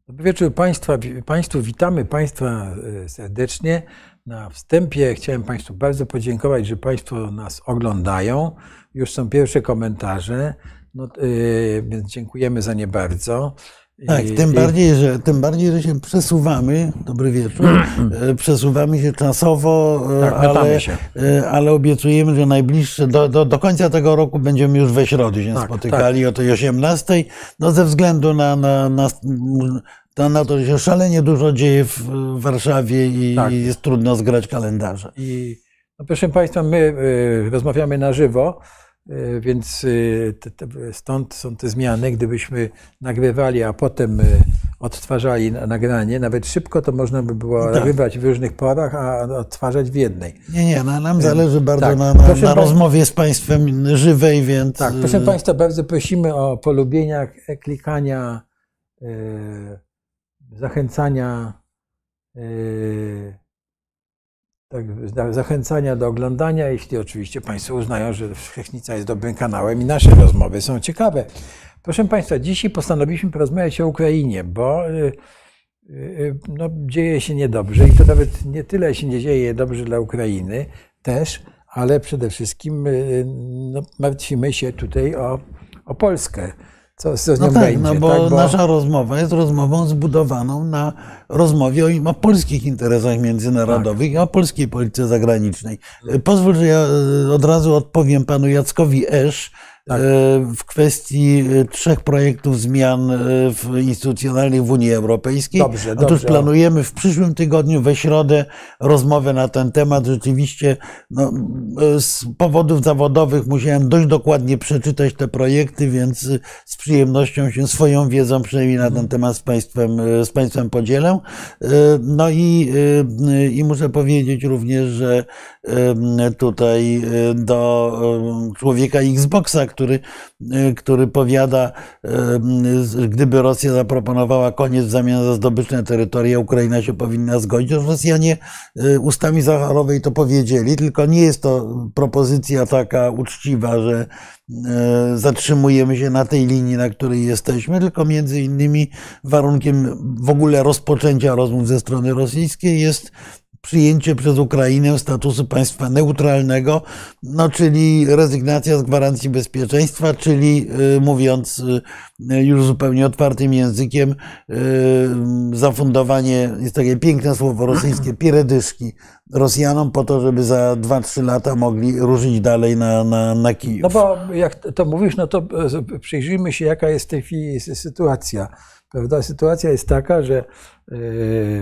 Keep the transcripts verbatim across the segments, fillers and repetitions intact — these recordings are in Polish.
Dobry wieczór Państwa, Państwu. Witamy Państwa serdecznie. Na wstępie chciałem Państwu bardzo podziękować, że Państwo nas oglądają. Już są pierwsze komentarze, no, yy, więc dziękujemy za nie bardzo. Tak, tym bardziej, że, tym bardziej, że się przesuwamy, dobry wieczór, przesuwamy się czasowo, tak, ale, się. ale obiecujemy, że najbliższe, do, do, do końca tego roku będziemy już we środę się tak, spotykali tak. o tej osiemnastej, no ze względu na, na, na, na to, że się szalenie dużo dzieje w Warszawie i tak. jest trudno zgrać kalendarze. I, no proszę Państwa, my y, rozmawiamy na żywo. Więc te, te, stąd są te zmiany. Gdybyśmy nagrywali, a potem odtwarzali nagranie, nawet szybko, to można by było tak. nagrywać w różnych porach, a odtwarzać w jednej. Nie, nie, no, nam zależy bardzo tak. na, na, na rozmowie z Państwem żywej, więc... Tak, proszę Państwa, bardzo prosimy o polubienia, klikania, yy, zachęcania, yy, Tak, zachęcania do oglądania, jeśli oczywiście Państwo uznają, że Wszechnica jest dobrym kanałem i nasze rozmowy są ciekawe. Proszę Państwa, dzisiaj postanowiliśmy porozmawiać o Ukrainie, bo no, dzieje się niedobrze i to nawet nie tyle się nie dzieje dobrze dla Ukrainy też, ale przede wszystkim no, martwimy się tutaj o, o Polskę. Co, co z nią no tak, będzie, no bo, tak? bo nasza rozmowa jest rozmową zbudowaną na rozmowie o, o polskich interesach międzynarodowych tak. i o polskiej polityce zagranicznej. Pozwól, że ja od razu odpowiem panu Jackowi Esz tak. w kwestii trzech projektów zmian instytucjonalnych w Unii Europejskiej. Dobrze, Otóż dobrze. planujemy w przyszłym tygodniu, we środę, rozmowę na ten temat. Rzeczywiście no, z powodów zawodowych musiałem dość dokładnie przeczytać te projekty, więc z przyjemnością się swoją wiedzą przynajmniej na ten temat z Państwem, z państwem podzielę. No i, i muszę powiedzieć również, że tutaj do człowieka Xboxa, który, który powiada, gdyby Rosja zaproponowała koniec w zamian za zdobyczne terytoria, Ukraina się powinna zgodzić. Rosjanie ustami Zacharowej to powiedzieli, tylko nie jest to propozycja taka uczciwa, że zatrzymujemy się na tej linii, na której jesteśmy, tylko między innymi warunkiem w ogóle rozpoczęcia rozmów ze strony rosyjskiej jest przyjęcie przez Ukrainę statusu państwa neutralnego, no, czyli rezygnacja z gwarancji bezpieczeństwa, czyli mówiąc już zupełnie otwartym językiem, zafundowanie, jest takie piękne słowo rosyjskie, pieredyszki Rosjanom po to, żeby za dwa trzy lata mogli ruszyć dalej na, na, na Kijów. No bo jak to mówisz, no to przyjrzyjmy się, jaka jest w tej chwili sytuacja. Prawda? Sytuacja jest taka, że yy,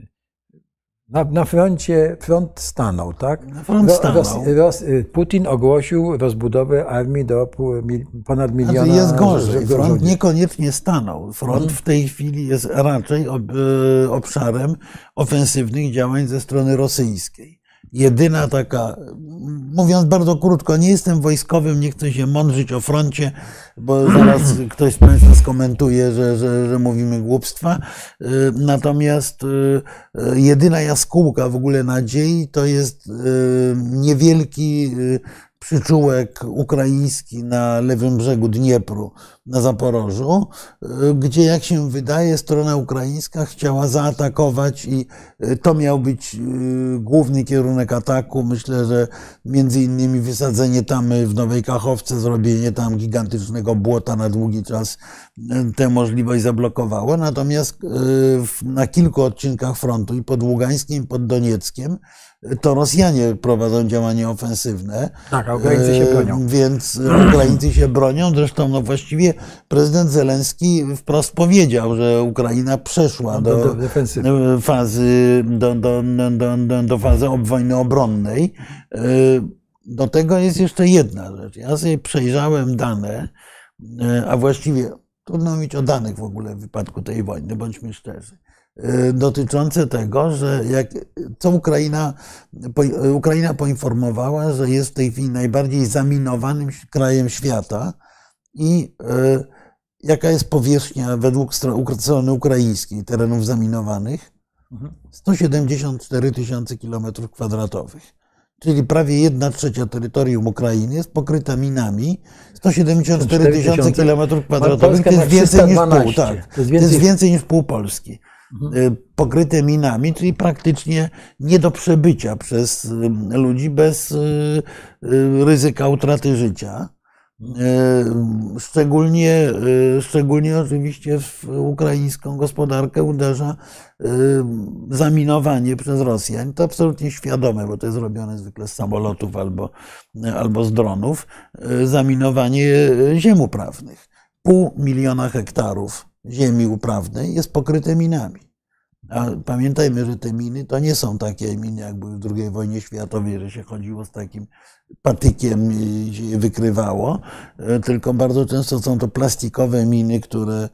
Na, na froncie, front stanął, tak? Na front stanął. Ros, Ros, Putin ogłosił rozbudowę armii do pół, ponad miliona. Znaczy jest gorzej, front niekoniecznie stanął. Front w tej chwili jest raczej obszarem ofensywnych działań ze strony rosyjskiej. Jedyna taka, mówiąc bardzo krótko, nie jestem wojskowym, nie chcę się mądrzyć o froncie, bo zaraz ktoś z Państwa skomentuje, że, że, że mówimy głupstwa. Natomiast jedyna jaskółka w ogóle nadziei to jest niewielki przyczółek ukraiński na lewym brzegu Dniepru, na Zaporożu, gdzie, jak się wydaje, strona ukraińska chciała zaatakować i to miał być główny kierunek ataku. Myślę, że między innymi wysadzenie tamy w Nowej Kachowce, zrobienie tam gigantycznego błota na długi czas tę możliwość zablokowało. Natomiast na kilku odcinkach frontu, i pod Ługańskiem, i pod Donieckiem, to Rosjanie prowadzą działania ofensywne. Tak, a Ukraińcy się bronią. Więc Ukraińcy się bronią. Zresztą no właściwie prezydent Zełenski wprost powiedział, że Ukraina przeszła do, do, do fazy, do, do, do, do, do fazy wojny obronnej. Do tego jest jeszcze jedna rzecz. Ja sobie przejrzałem dane, a właściwie trudno mówić o danych w ogóle w wypadku tej wojny, bądźmy szczerzy, dotyczące tego, że jak, co Ukraina, Ukraina poinformowała, że jest w tej chwili najbardziej zaminowanym krajem świata i jaka jest powierzchnia według strony ukraińskiej terenów zaminowanych? sto siedemdziesiąt cztery tysiące kilometrów kwadratowych. czyli prawie jedna trzecia terytorium Ukrainy jest pokryta minami, sto siedemdziesiąt cztery tysiące kilometrów kwadratowych, to jest więcej niż pół, tak, to jest więcej, to jest więcej niż pół Polski. Mhm. Pokryte minami, czyli praktycznie nie do przebycia przez ludzi bez ryzyka utraty życia. Szczególnie, szczególnie oczywiście w ukraińską gospodarkę uderza zaminowanie przez Rosjan. To absolutnie świadome, bo to jest robione zwykle z samolotów albo, albo z dronów. Zaminowanie ziem uprawnych. Pół miliona hektarów ziemi uprawnej jest pokryte minami. A pamiętajmy, że te miny to nie są takie miny, jak były w drugiej wojnie światowej, że się chodziło z takim patykiem i się je wykrywało, tylko bardzo często są to plastikowe miny, które,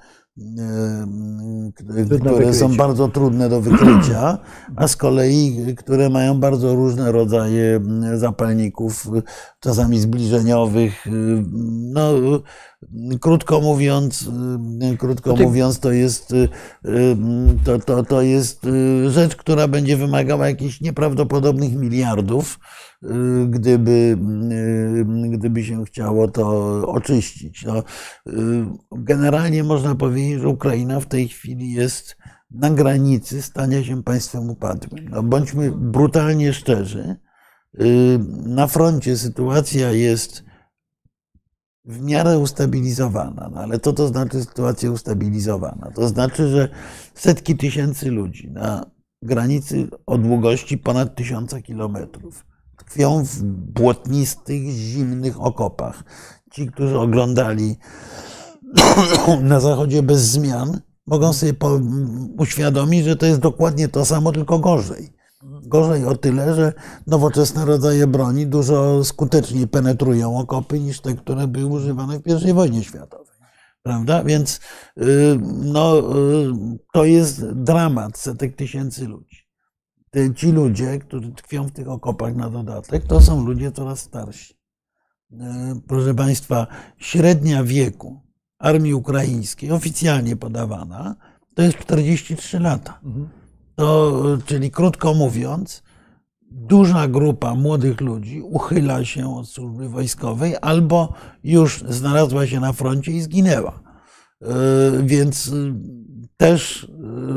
które są bardzo trudne do wykrycia, a z kolei, które mają bardzo różne rodzaje zapalników, czasami zbliżeniowych. No, krótko mówiąc, krótko mówiąc, to jest, to, to, to jest rzecz, która będzie wymagała jakichś nieprawdopodobnych miliardów, gdyby, gdyby się chciało to oczyścić. No, generalnie można powiedzieć, że Ukraina w tej chwili jest na granicy stania się państwem upadłym. No, bądźmy brutalnie szczerzy. Na froncie sytuacja jest w miarę ustabilizowana, no ale co to znaczy sytuacja ustabilizowana? To znaczy, że setki tysięcy ludzi na granicy o długości ponad tysiąca kilometrów tkwią w błotnistych, zimnych okopach. Ci, którzy oglądali na zachodzie bez zmian, mogą sobie uświadomić, że to jest dokładnie to samo, tylko gorzej. Gorzej o tyle, że nowoczesne rodzaje broni dużo skuteczniej penetrują okopy niż te, które były używane w pierwszej wojnie światowej. Prawda? Więc no, to jest dramat setek tysięcy ludzi. Ci ludzie, którzy tkwią w tych okopach na dodatek, to są ludzie coraz starsi. Proszę Państwa, średnia wieku armii ukraińskiej, oficjalnie podawana, to jest czterdzieści trzy lata. To, czyli krótko mówiąc, duża grupa młodych ludzi uchyla się od służby wojskowej albo już znalazła się na froncie i zginęła. Więc też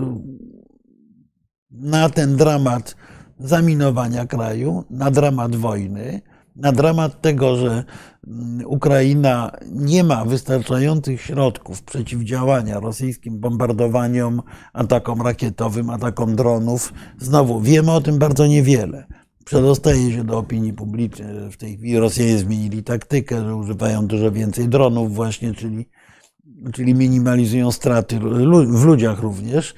na ten dramat zaminowania kraju, na dramat wojny, na dramat tego, że Ukraina nie ma wystarczających środków przeciwdziałania rosyjskim bombardowaniom, atakom rakietowym, atakom dronów. Znowu, wiemy o tym bardzo niewiele. Przedostaje się do opinii publicznej, że w tej chwili Rosjanie zmienili taktykę, że używają dużo więcej dronów właśnie, czyli, czyli minimalizują straty w ludziach również.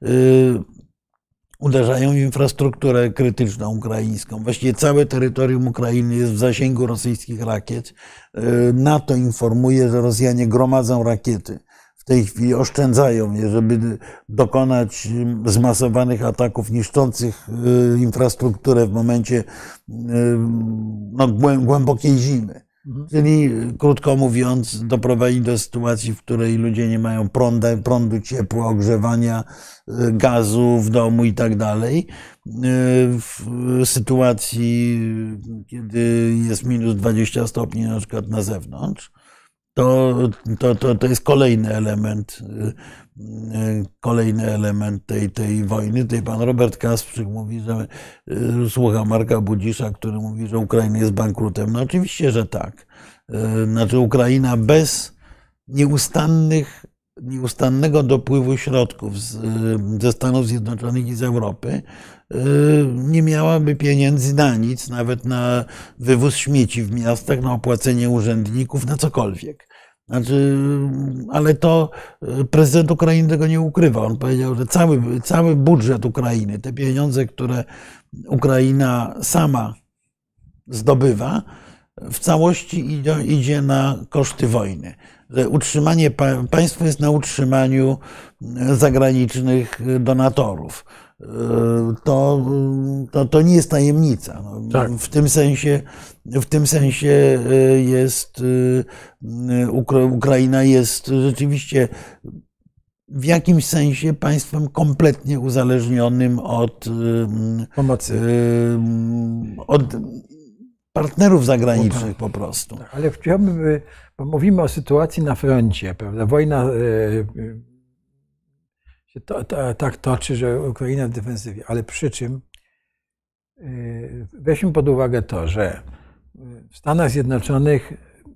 Uderzają w infrastrukturę krytyczną ukraińską. Właściwie całe terytorium Ukrainy jest w zasięgu rosyjskich rakiet. NATO informuje, że Rosjanie gromadzą rakiety. W tej chwili oszczędzają je, żeby dokonać zmasowanych ataków niszczących infrastrukturę w momencie no, głębokiej zimy. Czyli, krótko mówiąc, doprowadzi do sytuacji, w której ludzie nie mają prądu, prądu, ciepła, ogrzewania, gazu w domu i tak dalej. W sytuacji, kiedy jest minus dwadzieścia stopni na przykład na zewnątrz, to, to, to, to jest kolejny element, kolejny element tej, tej wojny. Tutaj pan Robert Kasprzyk mówi, że słucha Marka Budzisza, który mówi, że Ukraina jest bankrutem. No oczywiście, że tak. Znaczy Ukraina bez nieustannych, nieustannego dopływu środków z, ze Stanów Zjednoczonych i z Europy nie miałaby pieniędzy na nic, nawet na wywóz śmieci w miastach, na opłacenie urzędników, na cokolwiek. Znaczy, ale to prezydent Ukrainy tego nie ukrywa. On powiedział, że cały, cały budżet Ukrainy, te pieniądze, które Ukraina sama zdobywa, w całości idzie, idzie na koszty wojny. Że utrzymanie państwo jest na utrzymaniu zagranicznych donatorów. To, to, to nie jest tajemnica. No, tak. W tym sensie, w tym sensie jest, Ukraina jest rzeczywiście w jakimś sensie państwem kompletnie uzależnionym od pomocy, od partnerów zagranicznych po prostu. Ale chciałbym, bo mówimy o sytuacji na froncie, prawda? Wojna się to, to, tak toczy, że Ukraina w defensywie, ale przy czym weźmy pod uwagę to, że w Stanach Zjednoczonych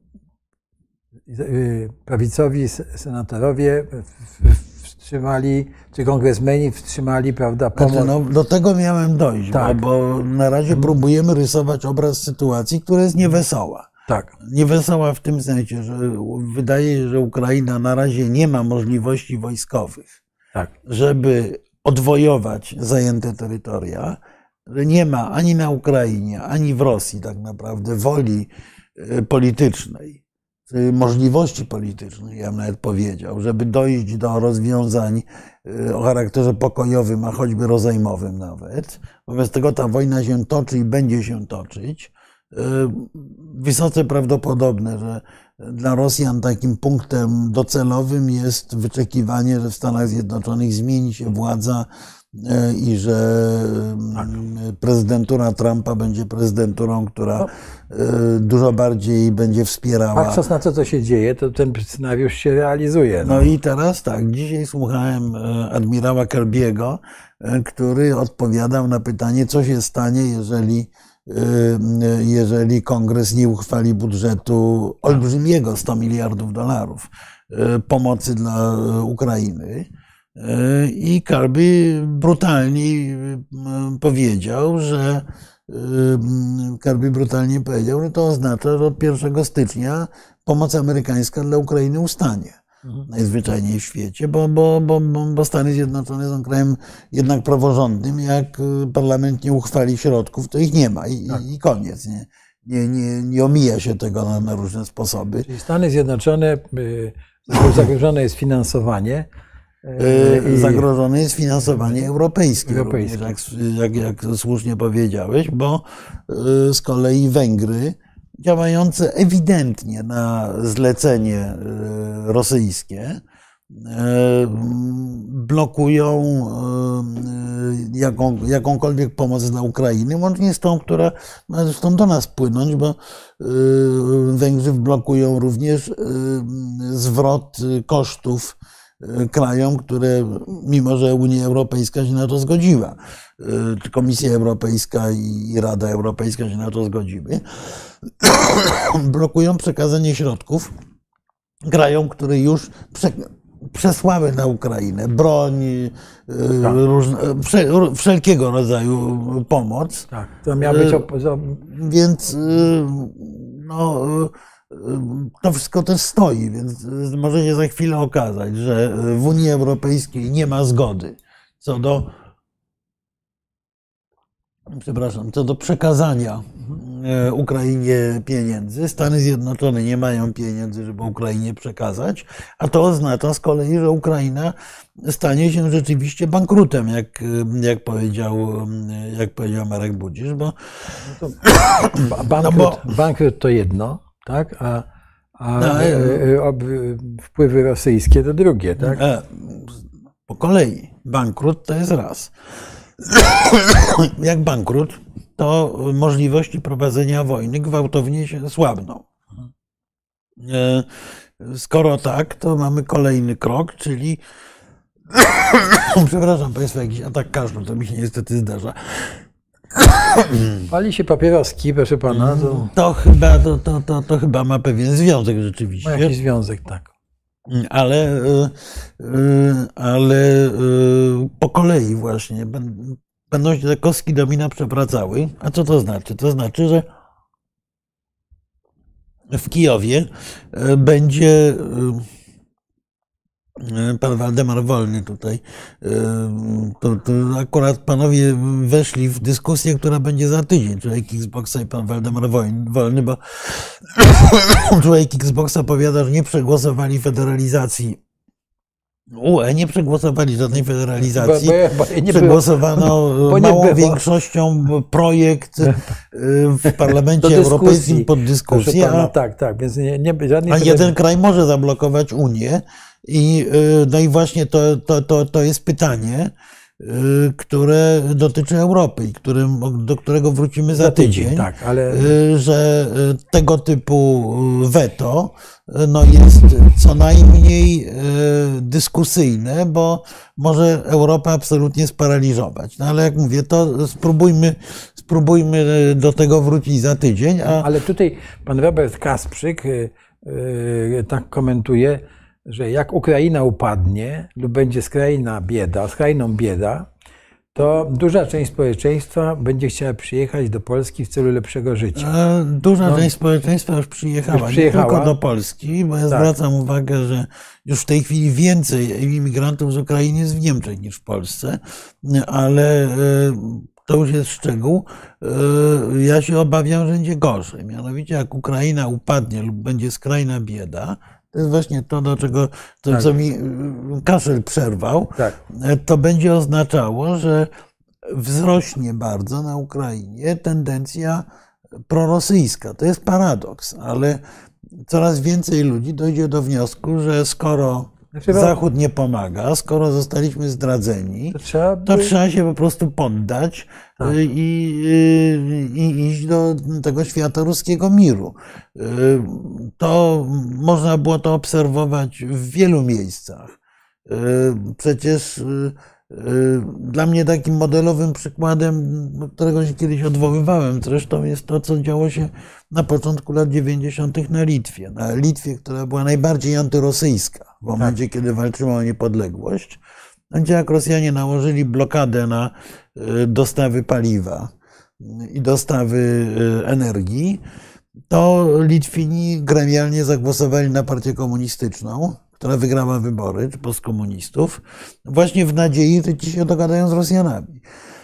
prawicowi senatorowie wstrzymali, czy kongresmeni wstrzymali, prawda, pomoc. Znaczy, no, do tego miałem dojść, tak. bo, bo na razie próbujemy rysować obraz sytuacji, która jest niewesoła. Tak. Niewesoła w tym sensie, że wydaje się, że Ukraina na razie nie ma możliwości wojskowych, tak. żeby odwojować zajęte terytoria, że nie ma ani na Ukrainie, ani w Rosji tak naprawdę woli politycznej, możliwości politycznej, ja bym nawet powiedział, żeby dojść do rozwiązań o charakterze pokojowym, a choćby rozejmowym nawet. Wobec tego ta wojna się toczy i będzie się toczyć. Wysoce prawdopodobne, że dla Rosjan takim punktem docelowym jest wyczekiwanie, że w Stanach Zjednoczonych zmieni się władza i że prezydentura Trumpa będzie prezydenturą, która dużo bardziej będzie wspierała. Patrząc na to, co się dzieje, to ten scenariusz się realizuje. No, no i teraz tak, dzisiaj słuchałem admirała Kirby'ego, który odpowiadał na pytanie, co się stanie, jeżeli jeżeli Kongres nie uchwali budżetu olbrzymiego, sto miliardów dolarów pomocy dla Ukrainy. I Kirby brutalnie powiedział, że Kirby brutalnie powiedział, że to oznacza, że od pierwszego stycznia pomoc amerykańska dla Ukrainy ustanie. Mhm. Najzwyczajniej w świecie, bo, bo, bo, bo Stany Zjednoczone są krajem jednak praworządnym. Jak parlament nie uchwali środków, to ich nie ma i, tak. i koniec. Nie, nie, nie, nie omija się tego na, na różne sposoby. Czyli Stany Zjednoczone, zagrożone jest finansowanie. I zagrożone jest finansowanie europejskie, europejskie. Jak, jak, jak słusznie powiedziałeś, bo z kolei Węgry, działające ewidentnie na zlecenie rosyjskie, blokują jaką, jakąkolwiek pomoc dla Ukrainy, łącznie z tą, która ma zresztą do nas płynąć, bo Węgrzy blokują również zwrot kosztów krajom, które, mimo że Unia Europejska się na to zgodziła, Komisja Europejska i Rada Europejska się na to zgodziły, blokują przekazanie środków krajom, które już prze, przesłały na Ukrainę broń, tak. różne, wszelkiego rodzaju pomoc. Tak, to miała być Więc no, to wszystko też stoi, więc może się za chwilę okazać, że w Unii Europejskiej nie ma zgody co do, przepraszam, co do przekazania Ukrainie pieniędzy. Stany Zjednoczone nie mają pieniędzy, żeby Ukrainie przekazać, a to oznacza z kolei, że Ukraina stanie się rzeczywiście bankrutem, jak, jak, powiedział, jak powiedział Marek Budzisz, bo, no to bankrut, no bo bankrut to jedno, tak? A, a no, wpływy rosyjskie to drugie, tak? Po kolei. Bankrut to jest raz. Jak bankrut, to możliwości prowadzenia wojny gwałtownie się słabną. Skoro tak, to mamy kolejny krok, czyli przepraszam Państwa, jakiś atak kaszlu, to mi się niestety zdarza. Pali się papieroski, proszę Pana. To, to, chyba, to, to, to, to chyba ma pewien związek rzeczywiście. Ma jakiś związek, tak. Ale, ale po kolei właśnie będą się te kostki domina przewracały. A co to znaczy? To znaczy, że w Kijowie będzie pan Waldemar Wolny tutaj, to, to akurat panowie weszli w dyskusję, która będzie za tydzień, człowiek Xboxa i pan Waldemar Wolny, bo człowiek Xboxa powiada, że nie przegłosowali federalizacji U E, nie przegłosowali żadnej federalizacji, bo, bo, bo nie przegłosowano było, małą było. większością projekt w Parlamencie Europejskim pod dyskusję. Pana, a, tak, tak, więc nie, nie, żadnej a jeden kraj może zablokować Unię I, no i właśnie to, to, to, to jest pytanie, które dotyczy Europy i którym, do którego wrócimy za, za tydzień, tydzień tak, ale... że tego typu weto no jest co najmniej dyskusyjne, bo może Europa absolutnie sparaliżować. No ale jak mówię, to spróbujmy, spróbujmy do tego wrócić za tydzień. A... Ale tutaj pan Robert Kasprzyk tak komentuje, że jak Ukraina upadnie lub będzie skrajna bieda, skrajną bieda, to duża część społeczeństwa będzie chciała przyjechać do Polski w celu lepszego życia. Duża no, część społeczeństwa już przyjechała, już przyjechała, nie tylko do Polski, bo ja tak. zwracam uwagę, że już w tej chwili więcej imigrantów z Ukrainy jest w Niemczech niż w Polsce, ale to już jest szczegół. Ja się obawiam, że będzie gorzej. Mianowicie jak Ukraina upadnie lub będzie skrajna bieda, to jest właśnie to, do czego, to, tak. co mi Kaszel przerwał, tak. to będzie oznaczało, że wzrośnie bardzo na Ukrainie tendencja prorosyjska. To jest paradoks, ale coraz więcej ludzi dojdzie do wniosku, że skoro znaczy, Zachód nie pomaga, skoro zostaliśmy zdradzeni, to trzeba, by... to trzeba się po prostu poddać tak. i, i, i iść do tego świata ruskiego miru. To można było to obserwować w wielu miejscach. Przecież dla mnie takim modelowym przykładem, którego się kiedyś odwoływałem zresztą, jest to, co działo się na początku lat dziewięćdziesiątych na Litwie. Na Litwie, która była najbardziej antyrosyjska w momencie, tak. kiedy walczyła o niepodległość. Gdzie jak Rosjanie nałożyli blokadę na dostawy paliwa i dostawy energii, to Litwini gremialnie zagłosowali na partię komunistyczną, która wygrała wybory, czy postkomunistów, właśnie w nadziei, że ci się dogadają z Rosjanami.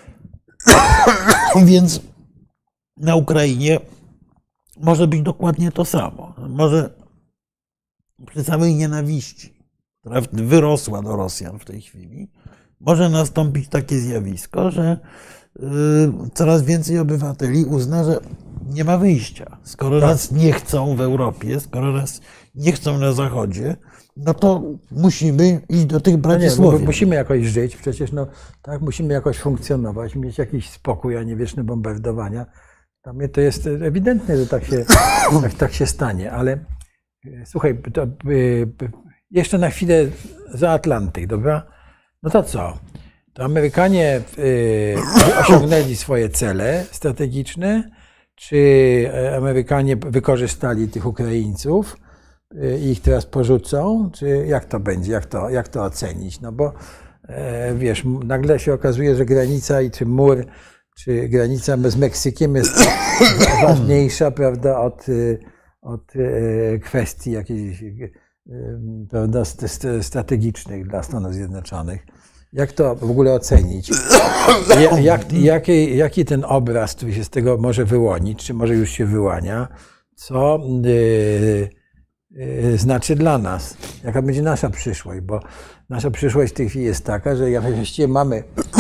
Więc na Ukrainie może być dokładnie to samo. Może przy całej nienawiści, która wyrosła do Rosjan w tej chwili, może nastąpić takie zjawisko, że coraz więcej obywateli uzna, że nie ma wyjścia. Skoro tak. nas nie chcą w Europie, skoro nas nie chcą na Zachodzie, no to musimy iść do tych braci no Słowian. Musimy jakoś żyć, przecież no, tak, musimy jakoś funkcjonować, mieć jakiś spokój, a nie wieczne bombardowania. Dla mnie to jest ewidentne, że tak się, tak, tak się stanie, ale słuchaj, to, jeszcze na chwilę za Atlantyk, dobra? No to co? To Amerykanie osiągnęli swoje cele strategiczne, czy Amerykanie wykorzystali tych Ukraińców i ich teraz porzucą, czy jak to będzie, jak to, jak to ocenić? No bo wiesz, nagle się okazuje, że granica i czy mur, czy granica z Meksykiem jest ważniejsza, prawda, od, od kwestii jakichś, prawda, strategicznych dla Stanów Zjednoczonych. Jak to w ogóle ocenić? Jak, jaki, jaki ten obraz, który się z tego może wyłonić, czy może już się wyłania, co yy, yy, znaczy dla nas? Jaka będzie nasza przyszłość? Bo nasza przyszłość w tej chwili jest taka, że jak właściwie mamy,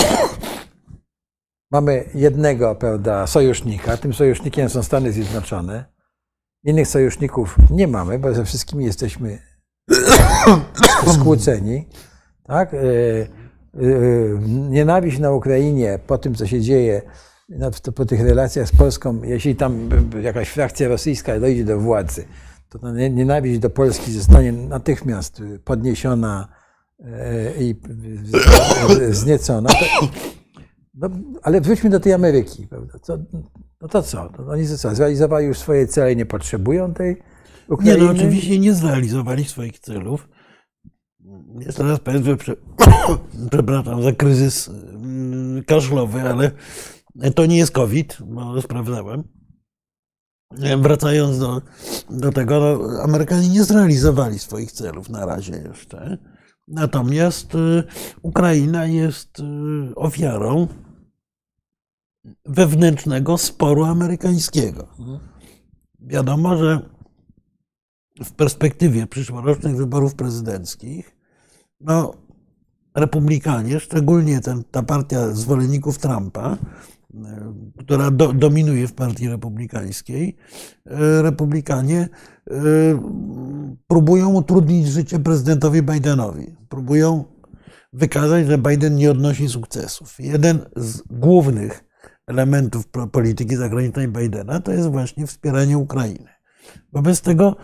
mamy jednego, prawda, sojusznika, tym sojusznikiem są Stany Zjednoczone, innych sojuszników nie mamy, bo ze wszystkimi jesteśmy skłóceni, tak? Yy, Nienawiść na Ukrainie po tym, co się dzieje, po tych relacjach z Polską, jeśli tam jakaś frakcja rosyjska dojdzie do władzy, to ta nienawiść do Polski zostanie natychmiast podniesiona i zniecona. No, ale wróćmy do tej Ameryki. Prawda? Co, no to co? To oni co, zrealizowali już swoje cele i nie potrzebują tej Ukrainy? Nie, no oczywiście nie zrealizowali swoich celów. Jeszcze raz powiem, że prze... przepraszam za kryzys kaszlowy, ale to nie jest COVID, bo sprawdzałem. Wracając do, do tego, no, Amerykanie nie zrealizowali swoich celów na razie jeszcze. Natomiast Ukraina jest ofiarą wewnętrznego sporu amerykańskiego. Wiadomo, że w perspektywie przyszłorocznych wyborów prezydenckich, no, republikanie, szczególnie ten, ta partia zwolenników Trumpa, która do, dominuje w partii republikańskiej, republikanie próbują utrudnić życie prezydentowi Bidenowi. Próbują wykazać, że Biden nie odnosi sukcesów. Jeden z głównych elementów polityki zagranicznej Bidena to jest właśnie wspieranie Ukrainy. Wobec tego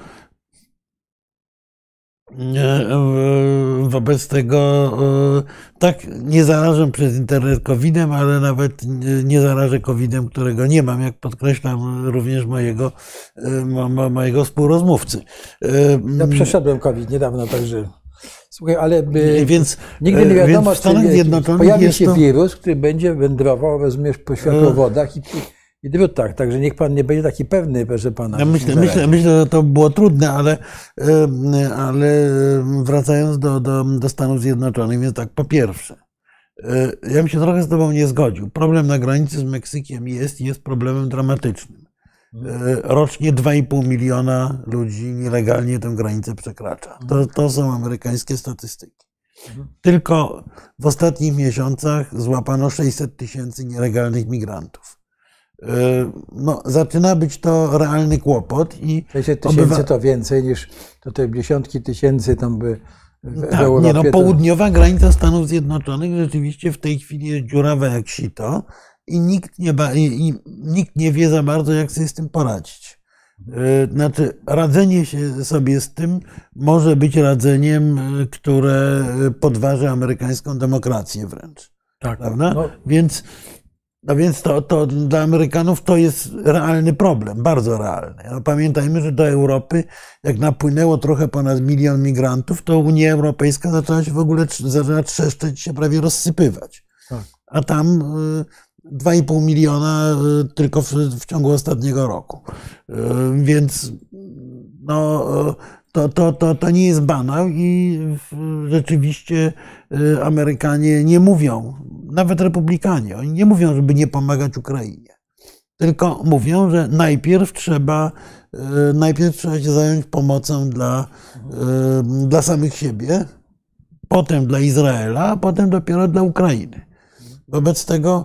Wobec tego tak, nie zarażę przez internet kowidem, ale nawet nie zarażę kowidem, którego nie mam, jak podkreślam również mojego, mojego współrozmówcy. Ja przeszedłem COVID niedawno, także słuchaj, ale by, więc, nigdy nie wiadomo, więc w Stanach Zjednoczonych pojawi się to... wirus, który będzie wędrował, rozumiesz, po światłowodach i I drutach, także niech pan nie będzie taki pewny, proszę pana. Ja myślę, myślę, myślę, że to było trudne, ale, ale wracając do, do, do Stanów Zjednoczonych, więc tak, po pierwsze, ja bym się trochę z tobą nie zgodził. Problem na granicy z Meksykiem jest jest problemem dramatycznym. Rocznie dwa i pół miliona ludzi nielegalnie tę granicę przekracza. To, to są amerykańskie statystyki. Tylko w ostatnich miesiącach złapano sześćset tysięcy nielegalnych migrantów. No, zaczyna być to realny kłopot. I sześćset tysięcy obywa... to więcej niż to te dziesiątki tysięcy tam by w, tak, w Europie. Nie, no, południowa granica Stanów Zjednoczonych rzeczywiście w tej chwili jest dziurawa jak sito i nikt nie, ba... i nikt nie wie za bardzo, jak sobie z tym poradzić. Znaczy, radzenie się sobie z tym może być radzeniem, które podważy amerykańską demokrację wręcz. Tak, prawda? No. Więc No więc to, to dla Amerykanów to jest realny problem, bardzo realny. No pamiętajmy, że do Europy, jak napłynęło trochę ponad milion migrantów, to Unia Europejska zaczęła się w ogóle zaczęła trzeszczeć, się prawie rozsypywać. Tak. A tam dwa i pół miliona tylko w, w ciągu ostatniego roku. Więc no, to, to, to, to nie jest banał i rzeczywiście Amerykanie nie mówią, nawet republikanie, oni nie mówią, żeby nie pomagać Ukrainie. Tylko mówią, że najpierw trzeba, najpierw trzeba się zająć pomocą dla, dla samych siebie, potem dla Izraela, a potem dopiero dla Ukrainy. Wobec tego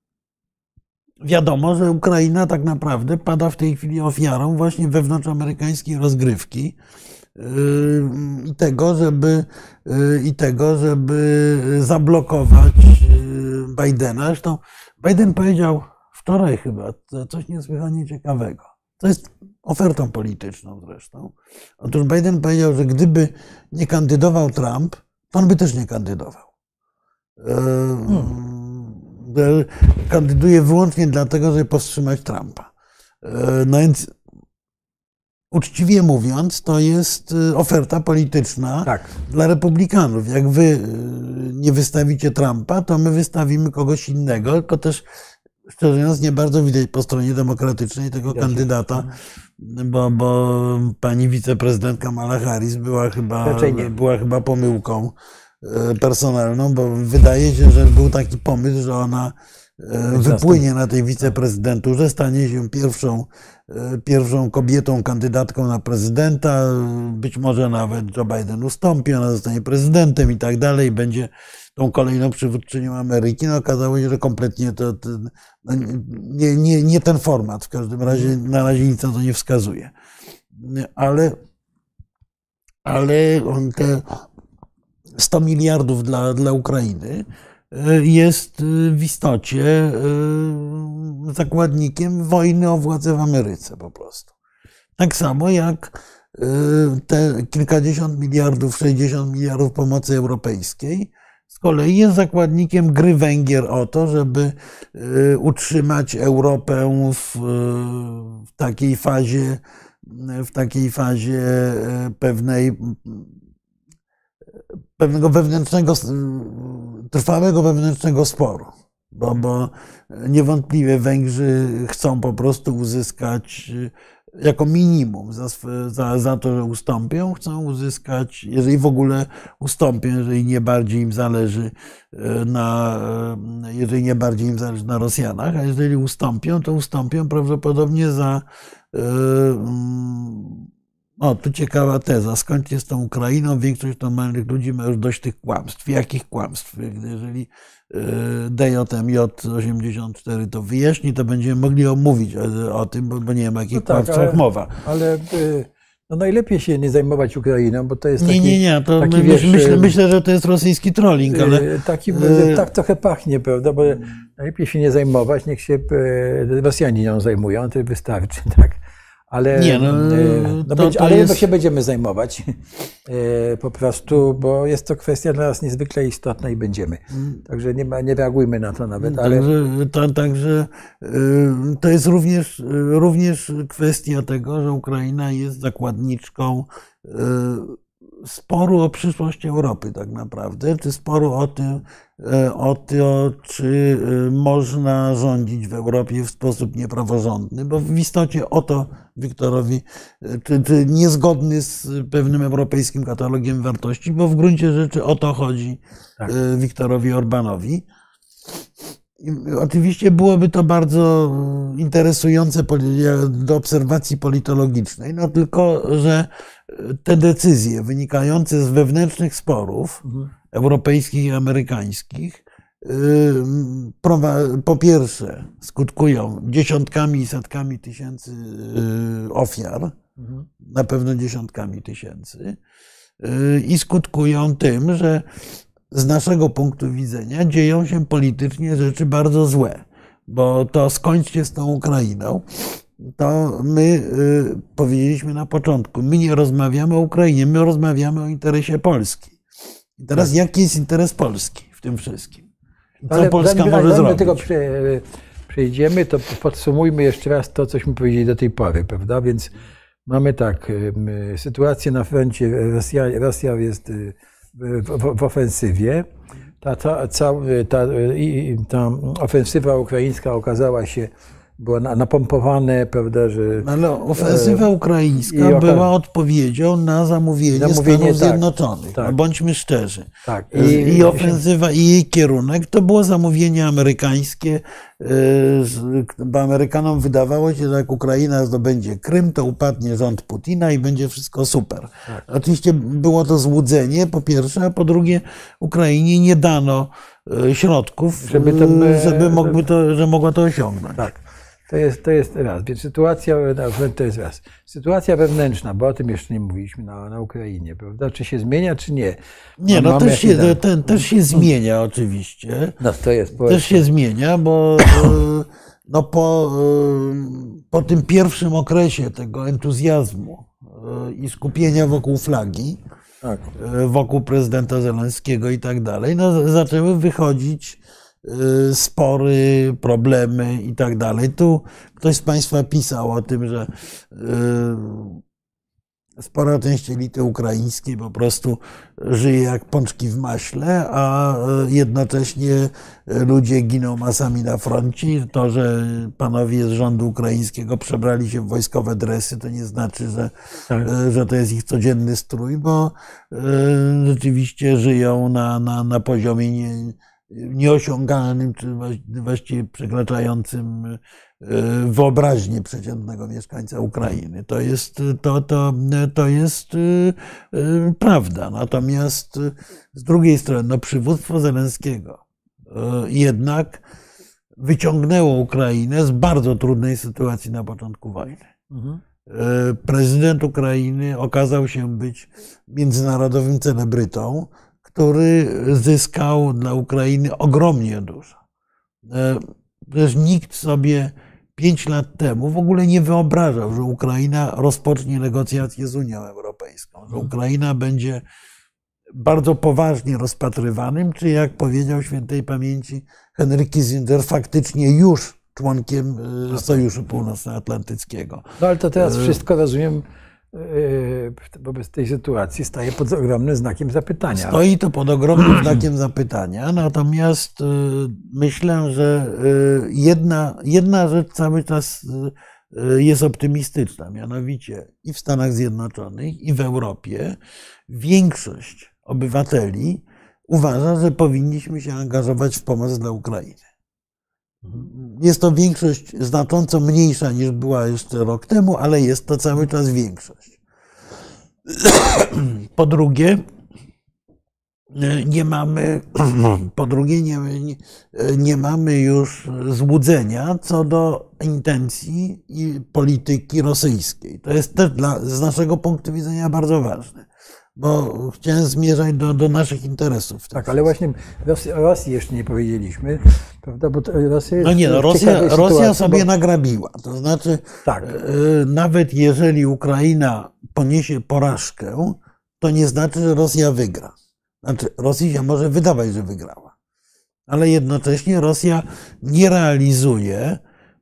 wiadomo, że Ukraina tak naprawdę pada w tej chwili ofiarą właśnie wewnątrzamerykańskiej rozgrywki i tego, żeby, i tego, żeby zablokować Bidena. Zresztą Biden powiedział wczoraj chyba coś niesłychanie ciekawego. To jest ofertą polityczną zresztą. Otóż Biden powiedział, że gdyby nie kandydował Trump, to on by też nie kandydował. Hmm. Kandyduje wyłącznie dlatego, żeby powstrzymać Trumpa. No więc uczciwie mówiąc, to jest oferta polityczna tak. dla republikanów. Jak wy nie wystawicie Trumpa, to my wystawimy kogoś innego, tylko też szczerze mówiąc nie bardzo widać po stronie demokratycznej tego widać kandydata, bo, bo pani wiceprezydentka Kamala Harris była chyba, była chyba pomyłką personalną, bo wydaje się, że był taki pomysł, że ona wypłynie na tej wiceprezydenturze, stanie się pierwszą, pierwszą kobietą kandydatką na prezydenta, być może nawet Joe Biden ustąpi, ona zostanie prezydentem i tak dalej, będzie tą kolejną przywódczynią Ameryki. No, okazało się, że kompletnie to, to no, nie, nie, nie ten format, w każdym razie na razie nic na to nie wskazuje. Ale, ale on te sto miliardów dla, dla Ukrainy jest w istocie zakładnikiem wojny o władzę w Ameryce po prostu. Tak samo jak te kilkadziesiąt miliardów, sześćdziesiąt miliardów pomocy europejskiej z kolei jest zakładnikiem gry Węgier o to, żeby utrzymać Europę w, w takiej fazie, w takiej fazie pewnej pewnego wewnętrznego, trwałego wewnętrznego sporu, bo, bo niewątpliwie Węgrzy chcą po prostu uzyskać jako minimum za, za, za to, że ustąpią, chcą uzyskać, jeżeli w ogóle ustąpią, jeżeli nie bardziej im zależy na, jeżeli nie bardziej im zależy na Rosjanach, a jeżeli ustąpią, to ustąpią prawdopodobnie za O, tu ciekawa teza. Skąd jest tą Ukrainą? Większość normalnych ludzi ma już dość tych kłamstw. Jakich kłamstw? Jeżeli D J M J osiemdziesiąt cztery to wyjaśni, to będziemy mogli omówić o tym, bo nie wiem, o jakich no tak, kłamstwach ale, mowa. Ale No najlepiej się nie zajmować Ukrainą, bo to jest Nie, taki... nie, nie, to taki, my, wiesz, myślę, myślę, że to jest rosyjski trolling, ale Taki, e, tak trochę pachnie, prawda? Bo najlepiej się nie zajmować, niech się e, Rosjanie nią zajmują, to wystarczy, tak? Ale, Nie, no, e, no to- będzie, to ale jest- jednak się będziemy zajmować e, po prostu, bo jest to kwestia dla nas niezwykle istotna i będziemy. Także nie, ma, nie reagujmy na to nawet, ale Także, to, także y, to jest również, y, również kwestia tego, że Ukraina jest zakładniczką y, sporu o przyszłość Europy tak naprawdę, czy sporu o tym, y, o to, czy y, można rządzić w Europie w sposób niepraworządny, bo w istocie o to Wiktorowi, y, czy, czy niezgodny z pewnym europejskim katalogiem wartości, bo w gruncie rzeczy o to chodzi Tak. y, Wiktorowi Orbanowi. I oczywiście byłoby to bardzo interesujące poli- do obserwacji politologicznej, no tylko, że te decyzje wynikające z wewnętrznych sporów Mhm. europejskich i amerykańskich y, prowa- po pierwsze skutkują dziesiątkami i setkami tysięcy y, ofiar, Mhm. na pewno dziesiątkami tysięcy, y, i skutkują tym, że z naszego punktu widzenia dzieją się politycznie rzeczy bardzo złe, bo to skończcie z tą Ukrainą, to my y, powiedzieliśmy na początku, my nie rozmawiamy o Ukrainie, my rozmawiamy o interesie Polski. I teraz jaki jest interes Polski w tym wszystkim? I co Ale Polska zanim, może zanim do zrobić? tego prze- przejdziemy, to podsumujmy jeszcze raz to, cośmy powiedzieli do tej pory, prawda? Więc mamy tak, ym, sytuację na froncie, Rosja, Rosja jest y, w, w, w ofensywie. Ta, ta, ta, ta, i- i ta ofensywa ukraińska okazała się, była na- napompowane, prawda, że Ale ofensywa ukraińska i oka- była odpowiedzią na zamówienie, Zamówienie, Stanów tak, Zjednoczonych. tak. No bądźmy szczerzy. tak. I, I ofensywa, i jej kierunek to było zamówienie amerykańskie, yy, z- bo Amerykanom wydawało się, że jak Ukraina zdobędzie Krym, to upadnie rząd Putina i będzie wszystko super. Tak. Oczywiście było to złudzenie, po pierwsze, a po drugie Ukrainie nie dano yy, środków, Żeby to by- yy, żeby mogły to, że mogła to osiągnąć. Tak, to jest, to jest raz. Więc sytuacja, to jest raz. Sytuacja wewnętrzna, bo o tym jeszcze nie mówiliśmy na, na Ukrainie, prawda? Czy się zmienia, czy nie? Nie, no Mamy też się, jakiś- ten, też się zmienia oczywiście. No to jest Też się zmienia, bo e, no po, e, po tym pierwszym okresie tego entuzjazmu e, i skupienia wokół flagi, tak. e, wokół prezydenta Zelenskiego i tak dalej, no zaczęły wychodzić e, spory, problemy i tak dalej. Tu ktoś z Państwa pisał o tym, że e, spora część elity ukraińskiej po prostu żyje jak pączki w maśle, a jednocześnie ludzie giną masami na froncie. To, że panowie z rządu ukraińskiego przebrali się w wojskowe dresy, to nie znaczy, że, Tak. że to jest ich codzienny strój, bo e, rzeczywiście żyją na, na, na poziomie nie, nieosiągalnym, czy właściwie przekraczającym e, wyobraźnię przeciętnego mieszkańca Ukrainy. To jest, to, to, to jest e, e, prawda. Natomiast e, z drugiej strony no, przywództwo Zelenskiego e, jednak wyciągnęło Ukrainę z bardzo trudnej sytuacji na początku wojny. Mhm. E, Prezydent Ukrainy okazał się być międzynarodowym celebrytą, który zyskał dla Ukrainy ogromnie dużo. E, Przecież nikt sobie pięć lat temu w ogóle nie wyobrażał, że Ukraina rozpocznie negocjacje z Unią Europejską, że Ukraina będzie bardzo poważnie rozpatrywanym, czy jak powiedział świętej pamięci Henry Kissinger, faktycznie już członkiem e, Sojuszu Północnoatlantyckiego. No ale to teraz wszystko, rozumiem, e, wobec tej sytuacji staje pod ogromnym znakiem zapytania. Stoi to pod ogromnym znakiem zapytania, natomiast y, myślę, że y, jedna, jedna rzecz cały czas y, jest optymistyczna, mianowicie i w Stanach Zjednoczonych, i w Europie większość obywateli uważa, że powinniśmy się angażować w pomoc dla Ukrainy. Jest to większość znacząco mniejsza niż była jeszcze rok temu, ale jest to cały czas większość. Po drugie, nie mamy, po drugie, nie, nie, nie mamy już złudzenia co do intencji i polityki rosyjskiej. To jest też dla, z naszego punktu widzenia bardzo ważne, bo chciałem zmierzać do, do naszych interesów. Tak, ale właśnie Rosji, Rosji jeszcze nie powiedzieliśmy, prawda? Bo Rosja jest no nie, no, Rosja, Rosja sobie bo... nagrabiła. To znaczy, tak. nawet jeżeli Ukraina poniesie porażkę, to nie znaczy, że Rosja wygra. Znaczy, Rosji się może wydawać, że wygrała, ale jednocześnie Rosja nie realizuje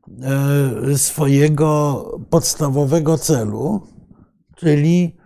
swojego podstawowego celu, czyli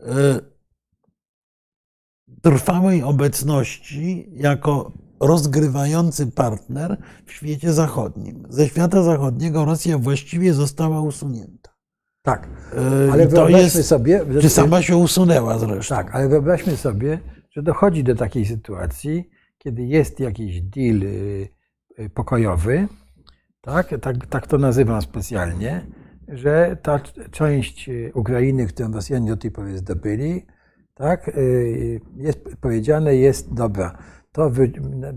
trwałej obecności jako rozgrywający partner w świecie zachodnim. Ze świata zachodniego Rosja właściwie została usunięta. Tak, ale wyobraźmy sobie... Czy sama się usunęła zresztą. Tak, ale wyobraźmy sobie, że dochodzi do takiej sytuacji, kiedy jest jakiś deal pokojowy, tak, tak, tak to nazywam specjalnie, że ta część Ukrainy, którą Rosjanie do tej pory zdobyli, tak, jest powiedziane, jest dobra, to wy,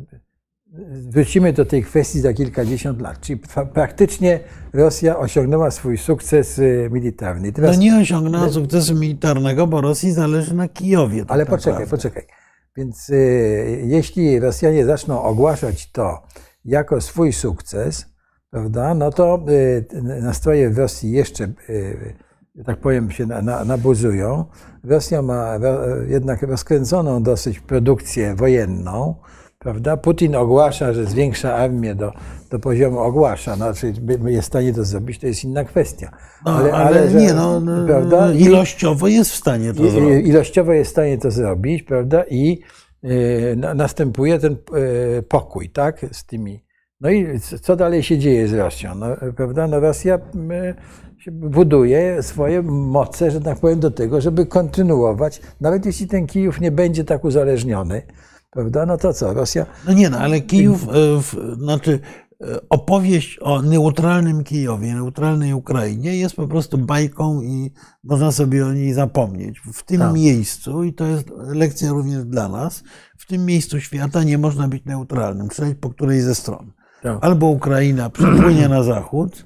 wrócimy do tej kwestii za kilkadziesiąt lat. Czyli praktycznie Rosja osiągnęła swój sukces militarny. Teraz, no nie osiągnęła sukcesu militarnego, bo Rosji zależy na Kijowie. Tak ale poczekaj, naprawdę. poczekaj. Więc y, jeśli Rosjanie zaczną ogłaszać to jako swój sukces, prawda, no to y, nastroje w Rosji jeszcze, y, tak powiem, się na, na, nabuzują. Rosja ma jednak rozkręconą dosyć produkcję wojenną, prawda? Putin ogłasza, że zwiększa armię do, do poziomu, ogłasza, znaczy jest w stanie to zrobić, to jest inna kwestia. No, ale, ale, ale że, nie, no, prawda? Ilościowo jest w stanie to I, zrobić. Ilościowo jest w stanie to zrobić, prawda? I y, na, następuje ten y, pokój, tak? Z tymi. No i co dalej się dzieje z Rosją? No, prawda? No Rosja y, buduje swoje moce, że tak powiem, do tego, żeby kontynuować, nawet jeśli ten Kijów nie będzie tak uzależniony, prawda? No to co, Rosja... No nie, no ale Kijów, znaczy opowieść o neutralnym Kijowie, neutralnej Ukrainie jest po prostu bajką i można sobie o niej zapomnieć. W tym tak. miejscu, i to jest lekcja również dla nas, w tym miejscu świata nie można być neutralnym, przejść po której ze stron. Tak. Albo Ukraina przepłynie na zachód,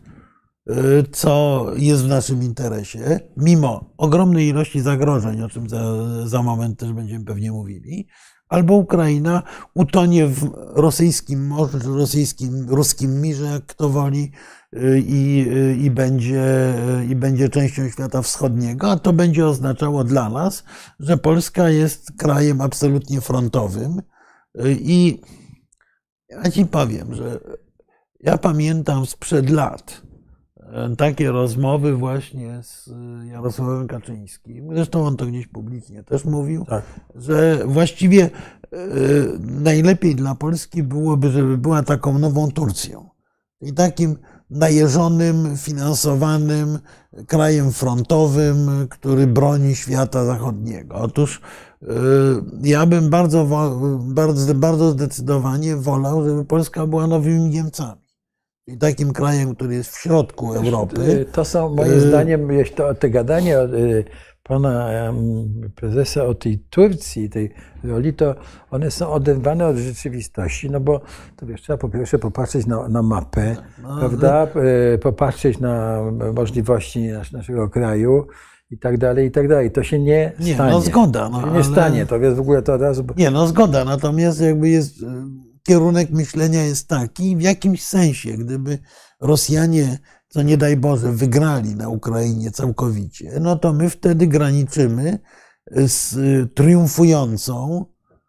co jest w naszym interesie, mimo ogromnej ilości zagrożeń, o czym za, za moment też będziemy pewnie mówili, albo Ukraina utonie w rosyjskim morzu, czy rosyjskim, ruskim mirze, jak kto woli, i, i, będzie, i będzie częścią świata wschodniego, a to będzie oznaczało dla nas, że Polska jest krajem absolutnie frontowym. I ja ci powiem, że ja pamiętam sprzed lat takie rozmowy właśnie z Jarosławem Kaczyńskim, zresztą on to gdzieś publicznie też mówił, tak. że właściwie najlepiej dla Polski byłoby, żeby była taką nową Turcją i takim najeżonym, finansowanym krajem frontowym, który broni świata zachodniego. Otóż ja bym bardzo, bardzo, bardzo zdecydowanie wolał, żeby Polska była nowymi Niemcami. I takim krajem, który jest w środku Europy. To są moim zdaniem, to, te gadanie pana prezesa o tej Turcji, tej roli, to one są oderwane od rzeczywistości, no bo to wiesz, trzeba po pierwsze popatrzeć na, na mapę, no, prawda, no. popatrzeć na możliwości naszego kraju i tak dalej, i tak dalej. To się nie, nie stanie. No zgoda. No, to się nie ale... stanie, to jest w ogóle to od razu... Bo... Nie, no zgoda, natomiast jakby jest... Kierunek myślenia jest taki, w jakimś sensie, gdyby Rosjanie, co nie daj Boże, wygrali na Ukrainie całkowicie, no to my wtedy graniczymy z triumfującą,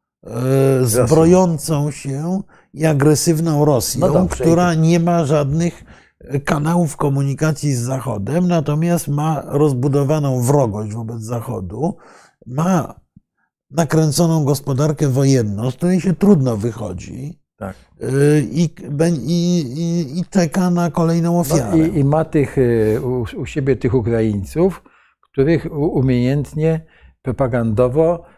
zbrojącą się i agresywną Rosją, no dobrze, która nie ma żadnych kanałów komunikacji z Zachodem, natomiast ma rozbudowaną wrogość wobec Zachodu, ma nakręconą gospodarkę wojenną, z której się trudno wychodzi, tak. i, i, i, i czeka na kolejną ofiarę. No i, i ma tych, u, u siebie tych Ukraińców, których umiejętnie, propagandowo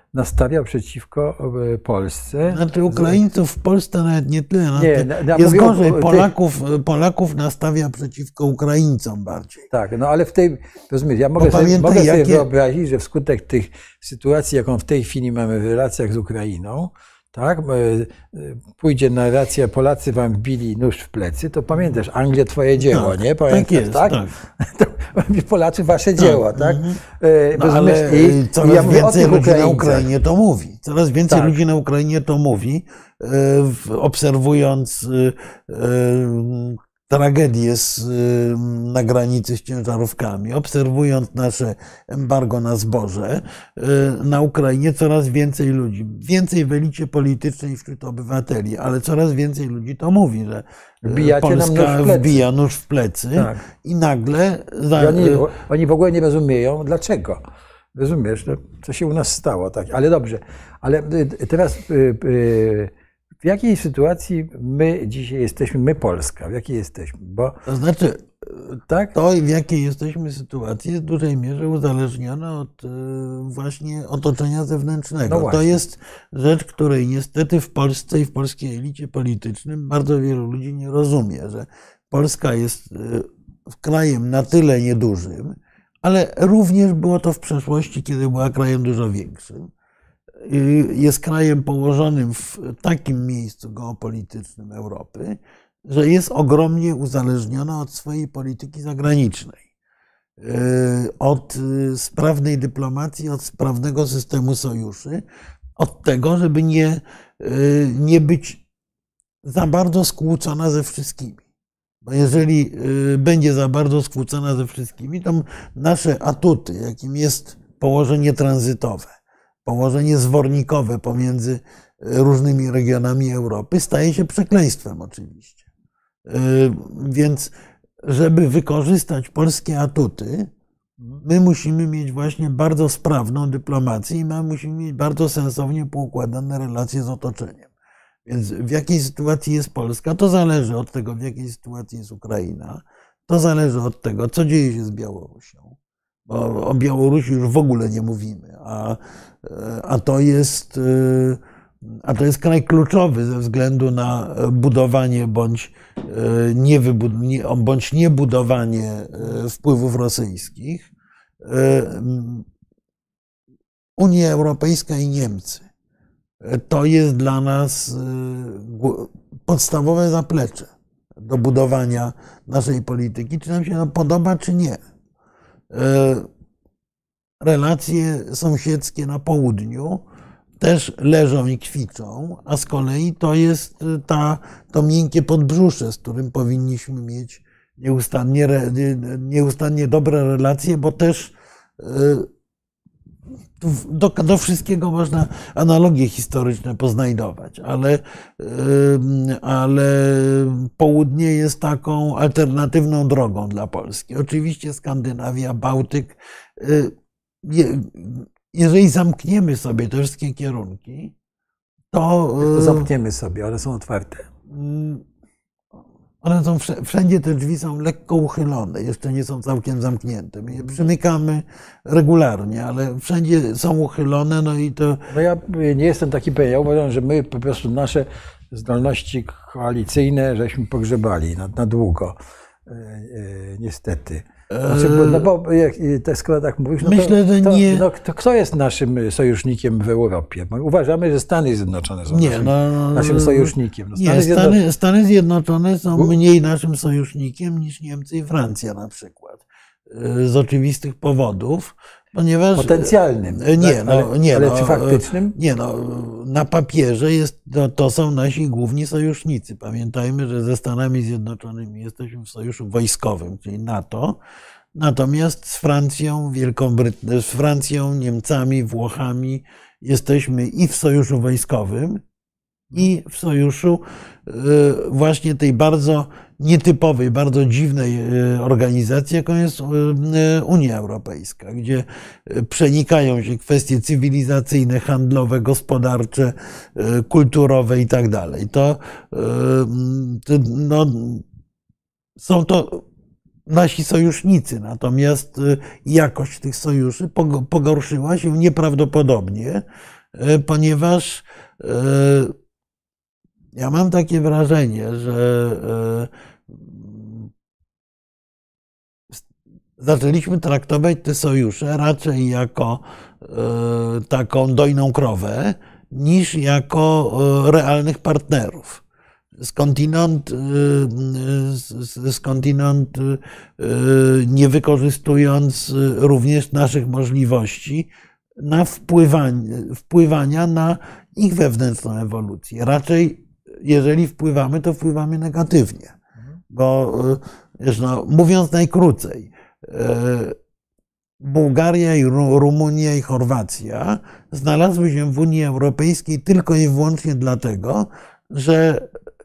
nastawiał przeciwko Polsce. Znaczy Ukraińców w Polsce nawet nie tyle. No, Nie, jest mówię gorzej, o- Polaków, Polaków nastawia przeciwko Ukraińcom bardziej. Tak, no ale w tej, rozumiesz, ja mogę, Bo sobie, pamiętaj, mogę sobie jakie- wyobrazić, że wskutek tych sytuacji, jaką w tej chwili mamy w relacjach z Ukrainą, tak, e, e, pójdzie narracja, Polacy wam wbili nóż w plecy, to pamiętasz, Anglia twoje dzieło, Tak, nie? Pamiętasz, tak jest, tak? tak. To Polacy wasze dzieło, tak? mhm. E, No, rozumiesz? ale I- coraz i ja mówię o więcej tych ludzi na Ukraińcach. Ukrainie to mówi. Coraz więcej Tak. ludzi na Ukrainie to mówi, e, w- obserwując e, e, tragedię z, e, na granicy z ciężarówkami, obserwując nasze embargo na zboże, e, na Ukrainie coraz więcej ludzi, więcej w elicie politycznej wśród obywateli, ale coraz więcej ludzi to mówi, że e, Wbijacie nam nóż w Polska plecy. wbija nóż w plecy Tak. i nagle za, I oni, oni w ogóle nie rozumieją, dlaczego. Rozumiesz, no, co się u nas stało, tak? Ale dobrze. Ale y, teraz y, y, w jakiej sytuacji my dzisiaj jesteśmy, my Polska, w jakiej jesteśmy? Bo to znaczy, tak? to, w jakiej jesteśmy sytuacji, jest w dużej mierze uzależnione od e, właśnie otoczenia zewnętrznego. No właśnie. To jest rzecz, której niestety w Polsce i w polskiej elicie politycznym bardzo wielu ludzi nie rozumie, że Polska jest e, krajem na tyle niedużym, ale również było to w przeszłości, kiedy była krajem dużo większym. Jest krajem położonym w takim miejscu geopolitycznym Europy, że jest ogromnie uzależniona od swojej polityki zagranicznej, od sprawnej dyplomacji, od sprawnego systemu sojuszy, od tego, żeby nie, nie być za bardzo skłócona ze wszystkimi. Bo jeżeli będzie za bardzo skłócona ze wszystkimi, to nasze atuty, jakim jest położenie tranzytowe, położenie zwornikowe pomiędzy różnymi regionami Europy, staje się przekleństwem oczywiście. Więc żeby wykorzystać polskie atuty, my musimy mieć właśnie bardzo sprawną dyplomację i my musimy mieć bardzo sensownie poukładane relacje z otoczeniem. Więc w jakiej sytuacji jest Polska, to zależy od tego, w jakiej sytuacji jest Ukraina, to zależy od tego, co dzieje się z Białorusią. Bo o Białorusi już w ogóle nie mówimy, a, a, to jest, a to jest kraj kluczowy ze względu na budowanie bądź, niewybud- bądź niebudowanie wpływów rosyjskich. Unia Europejska i Niemcy to jest dla nas podstawowe zaplecze do budowania naszej polityki, czy nam się to podoba, czy nie. Relacje sąsiedzkie na południu też leżą i kwiczą, a z kolei to jest ta, to miękkie podbrzusze, z którym powinniśmy mieć nieustannie, nieustannie dobre relacje, bo też do, do wszystkiego można analogie historyczne poznajdować, ale, ale południe jest taką alternatywną drogą dla Polski. Oczywiście Skandynawia, Bałtyk. Jeżeli zamkniemy sobie te wszystkie kierunki, to... To zamkniemy sobie, one są otwarte. One są, wszędzie te drzwi są lekko uchylone, jeszcze nie są całkiem zamknięte. My je przymykamy regularnie, ale wszędzie są uchylone, no i to... No ja nie jestem taki pewien, ja uważam, że my po prostu nasze zdolności koalicyjne żeśmy pogrzebali na, na długo, e, e, niestety. Znaczy, bo, no bo jak, te, skoro tak mówisz, no Myślę, to, że to, nie... no, to kto jest naszym sojusznikiem w Europie? My uważamy, że Stany Zjednoczone są nie, naszym, no, naszym sojusznikiem. No, Stany, nie, Stany, Stany Zjednoczone są mniej naszym sojusznikiem niż Niemcy i Francja na przykład. Z oczywistych powodów, ponieważ... Potencjalnym. Nie, tak? no, ale, nie, ale no, czy faktycznym? Nie, no, na papierze jest, to, to są nasi główni sojusznicy. Pamiętajmy, że ze Stanami Zjednoczonymi jesteśmy w sojuszu wojskowym, czyli NATO. Natomiast z Francją, Wielką Brytanią, z Francją, Niemcami, Włochami jesteśmy i w sojuszu wojskowym, i w sojuszu właśnie tej bardzo nietypowej, bardzo dziwnej organizacji, jaką jest Unia Europejska, gdzie przenikają się kwestie cywilizacyjne, handlowe, gospodarcze, kulturowe i tak dalej. To, no, są to nasi sojusznicy, natomiast jakość tych sojuszy pogorszyła się nieprawdopodobnie ponieważ ja mam takie wrażenie, że zaczęliśmy traktować te sojusze raczej jako taką dojną krowę, niż jako realnych partnerów. Skądinąd, skądinąd nie wykorzystując również naszych możliwości na wpływanie, wpływania na ich wewnętrzną ewolucję. Raczej, jeżeli wpływamy, to wpływamy negatywnie. Bo, wiesz, no, mówiąc najkrócej, Bułgaria, i Rumunia i Chorwacja znalazły się w Unii Europejskiej tylko i wyłącznie dlatego, że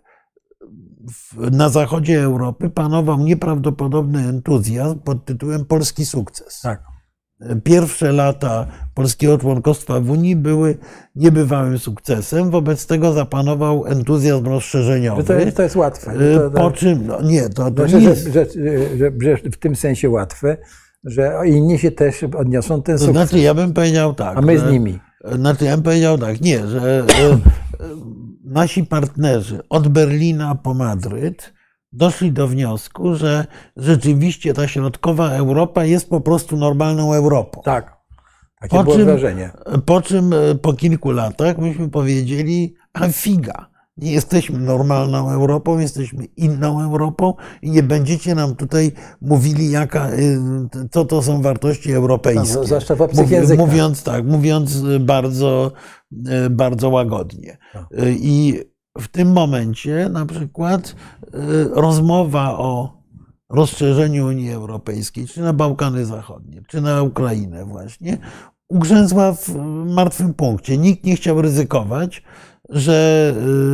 na zachodzie Europy panował nieprawdopodobny entuzjazm pod tytułem polski sukces. Tak. Pierwsze lata polskiego członkostwa w Unii były niebywałym sukcesem, wobec tego zapanował entuzjazm rozszerzeniowy. To jest, to jest łatwe. To, to, po czym, no nie, to, to znaczy, nie jest... że, że, że, że w tym sensie łatwe, że inni się też odniosą ten to sukces. Znaczy, ja bym powiedział tak. A my że, z nimi. Znaczy, ja bym powiedział tak, nie, że nasi partnerzy od Berlina po Madryt doszli do wniosku, że rzeczywiście ta środkowa Europa jest po prostu normalną Europą. Tak, takie po było czym, wrażenie. Po czym po kilku latach myśmy powiedzieli, a figa, nie jesteśmy normalną Europą, jesteśmy inną Europą i nie będziecie nam tutaj mówili, jaka, co to są wartości europejskie. No, zwłaszcza w obcych językach. Mówiąc tak, mówiąc bardzo, bardzo łagodnie. No. I w tym momencie na przykład rozmowa o rozszerzeniu Unii Europejskiej, czy na Bałkany Zachodnie, czy na Ukrainę właśnie, ugrzęzła w martwym punkcie. Nikt nie chciał ryzykować, że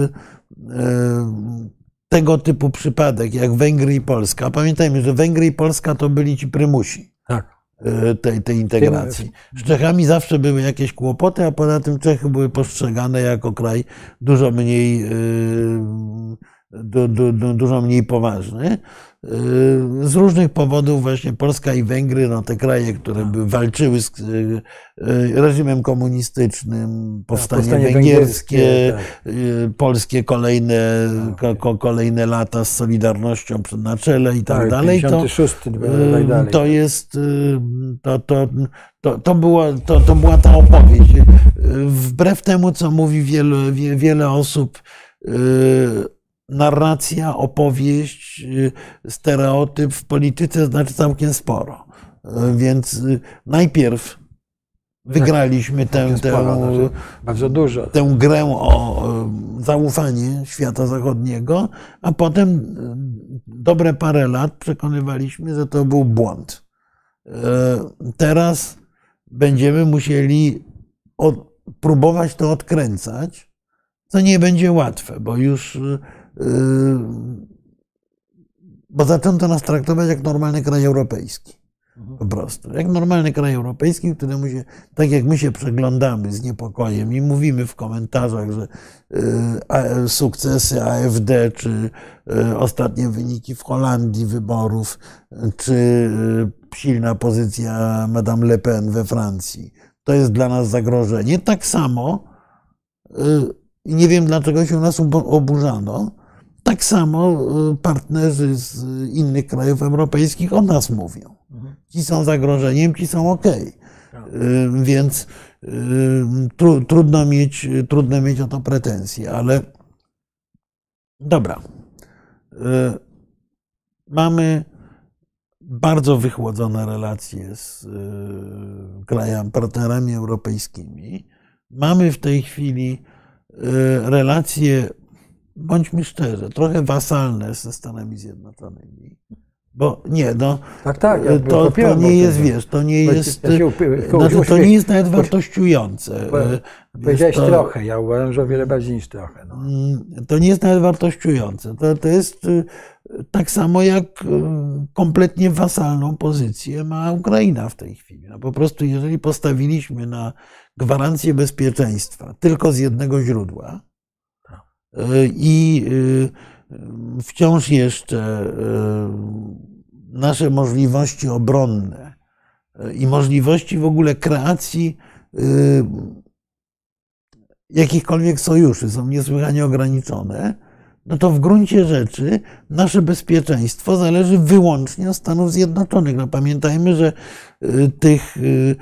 tego typu przypadek jak Węgry i Polska, pamiętajmy, że Węgry i Polska to byli ci prymusi Tak. tej, tej integracji. Z Czechami zawsze były jakieś kłopoty, a poza tym Czechy były postrzegane jako kraj dużo mniej, du, du, du, dużo mniej poważny. Z różnych powodów właśnie Polska i Węgry, no te kraje, które by walczyły z reżimem komunistycznym, powstanie, powstanie węgierskie, węgierskie tak. polskie kolejne, okay. ko, kolejne lata z Solidarnością na czele i tak, tak dalej, to, to jest, to, to, to, to, była, to, to była ta opowieść. Wbrew temu, co mówi wiele, wiele osób, narracja, opowieść, stereotyp w polityce znaczy całkiem sporo. Więc najpierw wygraliśmy tę, tę, bardzo dużo. tę grę o zaufanie świata zachodniego, a potem dobre parę lat przekonywaliśmy, że to był błąd. Teraz będziemy musieli od, próbować to odkręcać, co nie będzie łatwe, bo już bo zaczęto nas traktować jak normalny kraj europejski. Po prostu. Jak normalny kraj europejski, któremu się, tak jak my się przeglądamy z niepokojem i mówimy w komentarzach, że sukcesy A F D, czy ostatnie wyniki w Holandii wyborów, czy silna pozycja Madame Le Pen we Francji, to jest dla nas zagrożenie. Tak samo, i nie wiem dlaczego się u nas oburzano, tak samo partnerzy z innych krajów europejskich o nas mówią. Ci są zagrożeniem, ci są okej. Okay. Więc tru, trudno mieć, trudno mieć o to pretensje, ale dobra. Mamy bardzo wychłodzone relacje z krajami, partnerami europejskimi. Mamy w tej chwili relacje, bądźmy szczerzy, trochę wasalne ze Stanami Zjednoczonymi. Bo nie, no, tak, tak, ja to, to nie jest, wiesz, to nie jest, ja znaczy, to nie jest nawet wartościujące. Powiedziałeś to, trochę, ja uważam, że o wiele bardziej niż trochę. No. To nie jest nawet wartościujące. To, to jest tak samo jak kompletnie wasalną pozycję ma Ukraina w tej chwili. No po prostu jeżeli postawiliśmy na gwarancję bezpieczeństwa tylko z jednego źródła i wciąż jeszcze nasze możliwości obronne i możliwości w ogóle kreacji jakichkolwiek sojuszy są niesłychanie ograniczone, no to w gruncie rzeczy nasze bezpieczeństwo zależy wyłącznie od Stanów Zjednoczonych. No pamiętajmy, że tych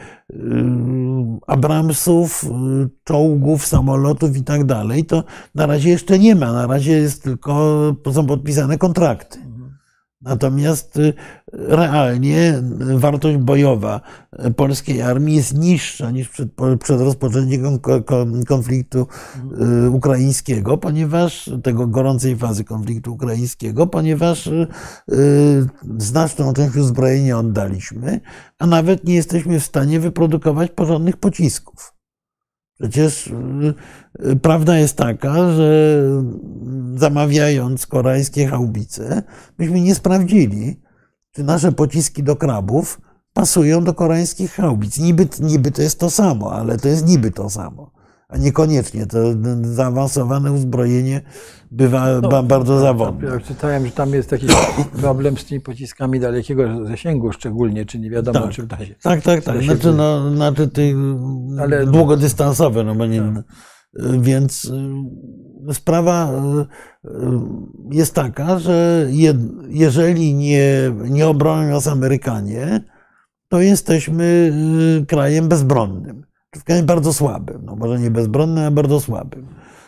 Abramsów, czołgów, samolotów i tak dalej, to na razie jeszcze nie ma. Na razie jest tylko, są podpisane kontrakty. Natomiast realnie wartość bojowa polskiej armii jest niższa niż przed, przed rozpoczęciem konfliktu ukraińskiego, ponieważ tego gorącej fazy konfliktu ukraińskiego, ponieważ znaczną część uzbrojenia oddaliśmy, a nawet nie jesteśmy w stanie wyprodukować porządnych pocisków. Przecież prawda jest taka, że zamawiając koreańskie haubice, myśmy nie sprawdzili, czy nasze pociski do krabów pasują do koreańskich haubic. Niby, niby to jest to samo, ale to jest niby to samo, a niekoniecznie. To zaawansowane uzbrojenie bywa no, bardzo zawodne. Ja czytałem, że tam jest jakiś problem z tymi pociskami dalekiego zasięgu szczególnie, czy nie wiadomo, tak, czy da się. Tak, tak, tak. Znaczy, no, znaczy ty, ale długodystansowe, no bo nie, tak. Więc sprawa jest taka, że jeżeli nie, nie obronią nas Amerykanie, to jesteśmy krajem bezbronnym. Krajem bardzo słabym. No może nie bezbronnym, ale bardzo słabym.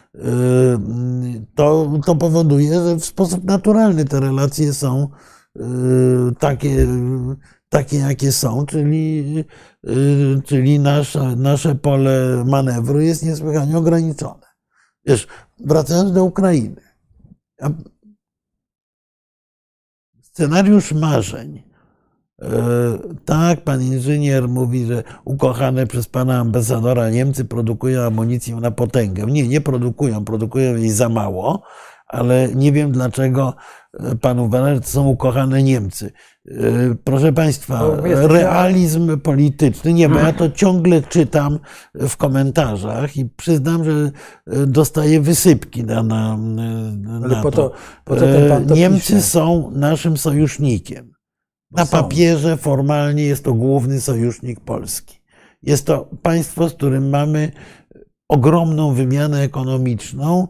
To, to powoduje, że w sposób naturalny te relacje są takie, takie jakie są, czyli, czyli nasze, nasze pole manewru jest niesłychanie ograniczone. Wiesz, wracając do Ukrainy. Scenariusz marzeń. Tak, pan inżynier mówi, że ukochane przez pana ambasadora Niemcy produkują amunicję na potęgę. Nie, nie produkują, produkują jej za mało, ale nie wiem dlaczego pan uważa, że to są ukochane Niemcy. Proszę państwa, realizm polityczny, nie, bo ja to ciągle czytam w komentarzach i przyznam, że dostaję wysypki na, na, na po to. to, po to ten pan to Niemcy pisze. są naszym sojusznikiem. Na papierze formalnie jest to główny sojusznik Polski. Jest to państwo, z którym mamy ogromną wymianę ekonomiczną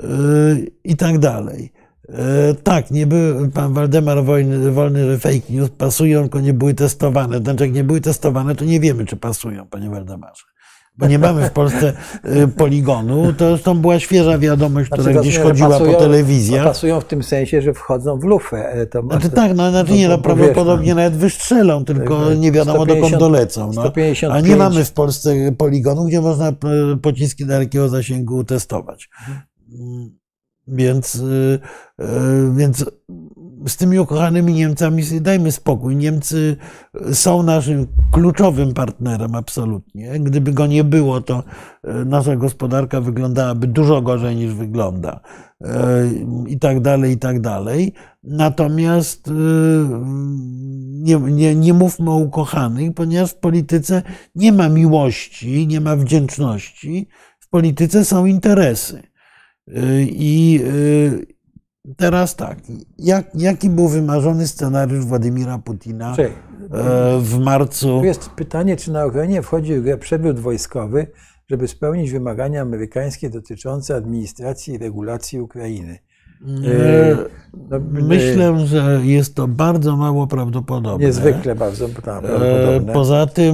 i tak dalej. Tak, nie były, pan Waldemar Wolny, Wolny, że fake news pasują, tylko nie były testowane. Znaczy, jak nie były testowane, to nie wiemy, czy pasują, panie Waldemarze. Bo nie mamy w Polsce poligonu. To zresztą była świeża wiadomość, która znaczy, gdzieś chodziła pasują, po telewizjach. Pasują w tym sensie, że wchodzą w lufę. To znaczy tak, no, znaczy nie, no, prawdopodobnie nawet wystrzelą, tylko nie wiadomo dokąd dolecą. No. A nie mamy w Polsce poligonu, gdzie można pociski dalekiego zasięgu testować. Więc, więc z tymi ukochanymi Niemcami dajmy spokój. Niemcy są naszym kluczowym partnerem absolutnie. Gdyby go nie było, to nasza gospodarka wyglądałaby dużo gorzej niż wygląda. I tak dalej, i tak dalej. Natomiast nie, nie, nie mówmy o ukochanych, ponieważ w polityce nie ma miłości, nie ma wdzięczności. W polityce są interesy. I teraz tak, jak, jaki był wymarzony scenariusz Władimira Putina w marcu? Tu jest pytanie, czy na Ukrainie wchodzi w grę przewrót wojskowy, żeby spełnić wymagania amerykańskie dotyczące administracji i regulacji Ukrainy. No, myślę, że jest to bardzo mało prawdopodobne. Niezwykle bardzo prawdopodobne. Poza tym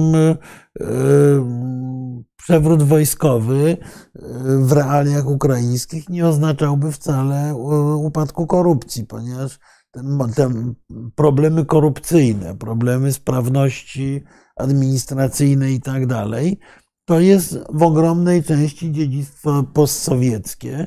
przewrót wojskowy w realiach ukraińskich nie oznaczałby wcale upadku korupcji, ponieważ ten, te problemy korupcyjne, problemy sprawności administracyjnej i tak dalej, to jest w ogromnej części dziedzictwo postsowieckie,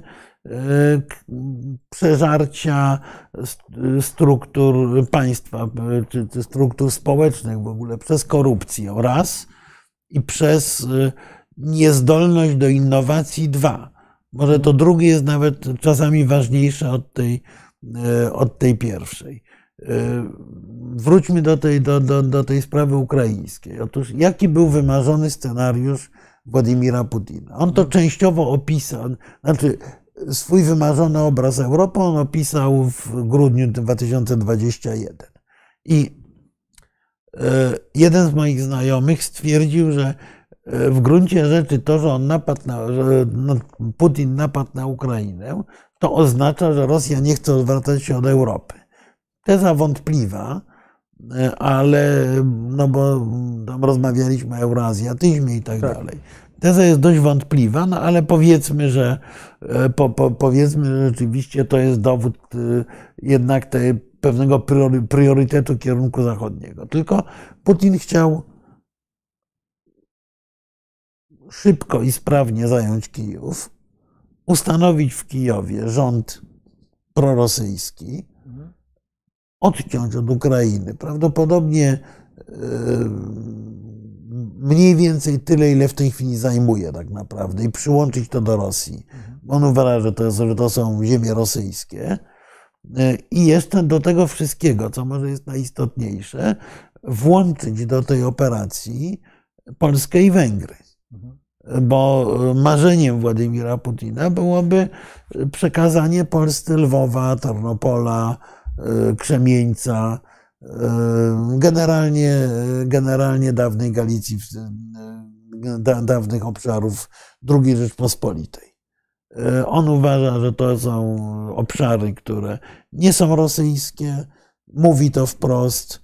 przeżarcia struktur państwa, czy struktur społecznych w ogóle przez korupcję raz i przez niezdolność do innowacji dwa. Może to drugie jest nawet czasami ważniejsze od tej, od tej pierwszej. Wróćmy do tej, do, do, do tej sprawy ukraińskiej. Otóż jaki był wymarzony scenariusz Władimira Putina? On to częściowo opisał, znaczy swój wymarzony obraz Europy on opisał w grudniu dwa tysiące dwudziestym pierwszym. I jeden z moich znajomych stwierdził, że w gruncie rzeczy to, że on napadł na, że Putin napadł na Ukrainę, to oznacza, że Rosja nie chce odwracać się od Europy. Teza wątpliwa, ale, no bo tam rozmawialiśmy o euroazjatyzmie i tak, tak dalej. Teza jest dość wątpliwa, no ale powiedzmy, że po, po, powiedzmy, że rzeczywiście to jest dowód jednak tej pewnego priorytetu kierunku zachodniego. Tylko Putin chciał szybko i sprawnie zająć Kijów, ustanowić w Kijowie rząd prorosyjski, odciąć od Ukrainy. Prawdopodobnie mniej więcej tyle, ile w tej chwili zajmuje tak naprawdę i przyłączyć to do Rosji. On uważa, że to, że to są ziemie rosyjskie. I jeszcze do tego wszystkiego, co może jest najistotniejsze, włączyć do tej operacji Polskę i Węgry. Bo marzeniem Władimira Putina byłoby przekazanie Polsce Lwowa, Tarnopola, Krzemieńca, generalnie, generalnie dawnej Galicji, dawnych obszarów drugiej Rzeczpospolitej. On uważa, że to są obszary, które nie są rosyjskie, mówi to wprost,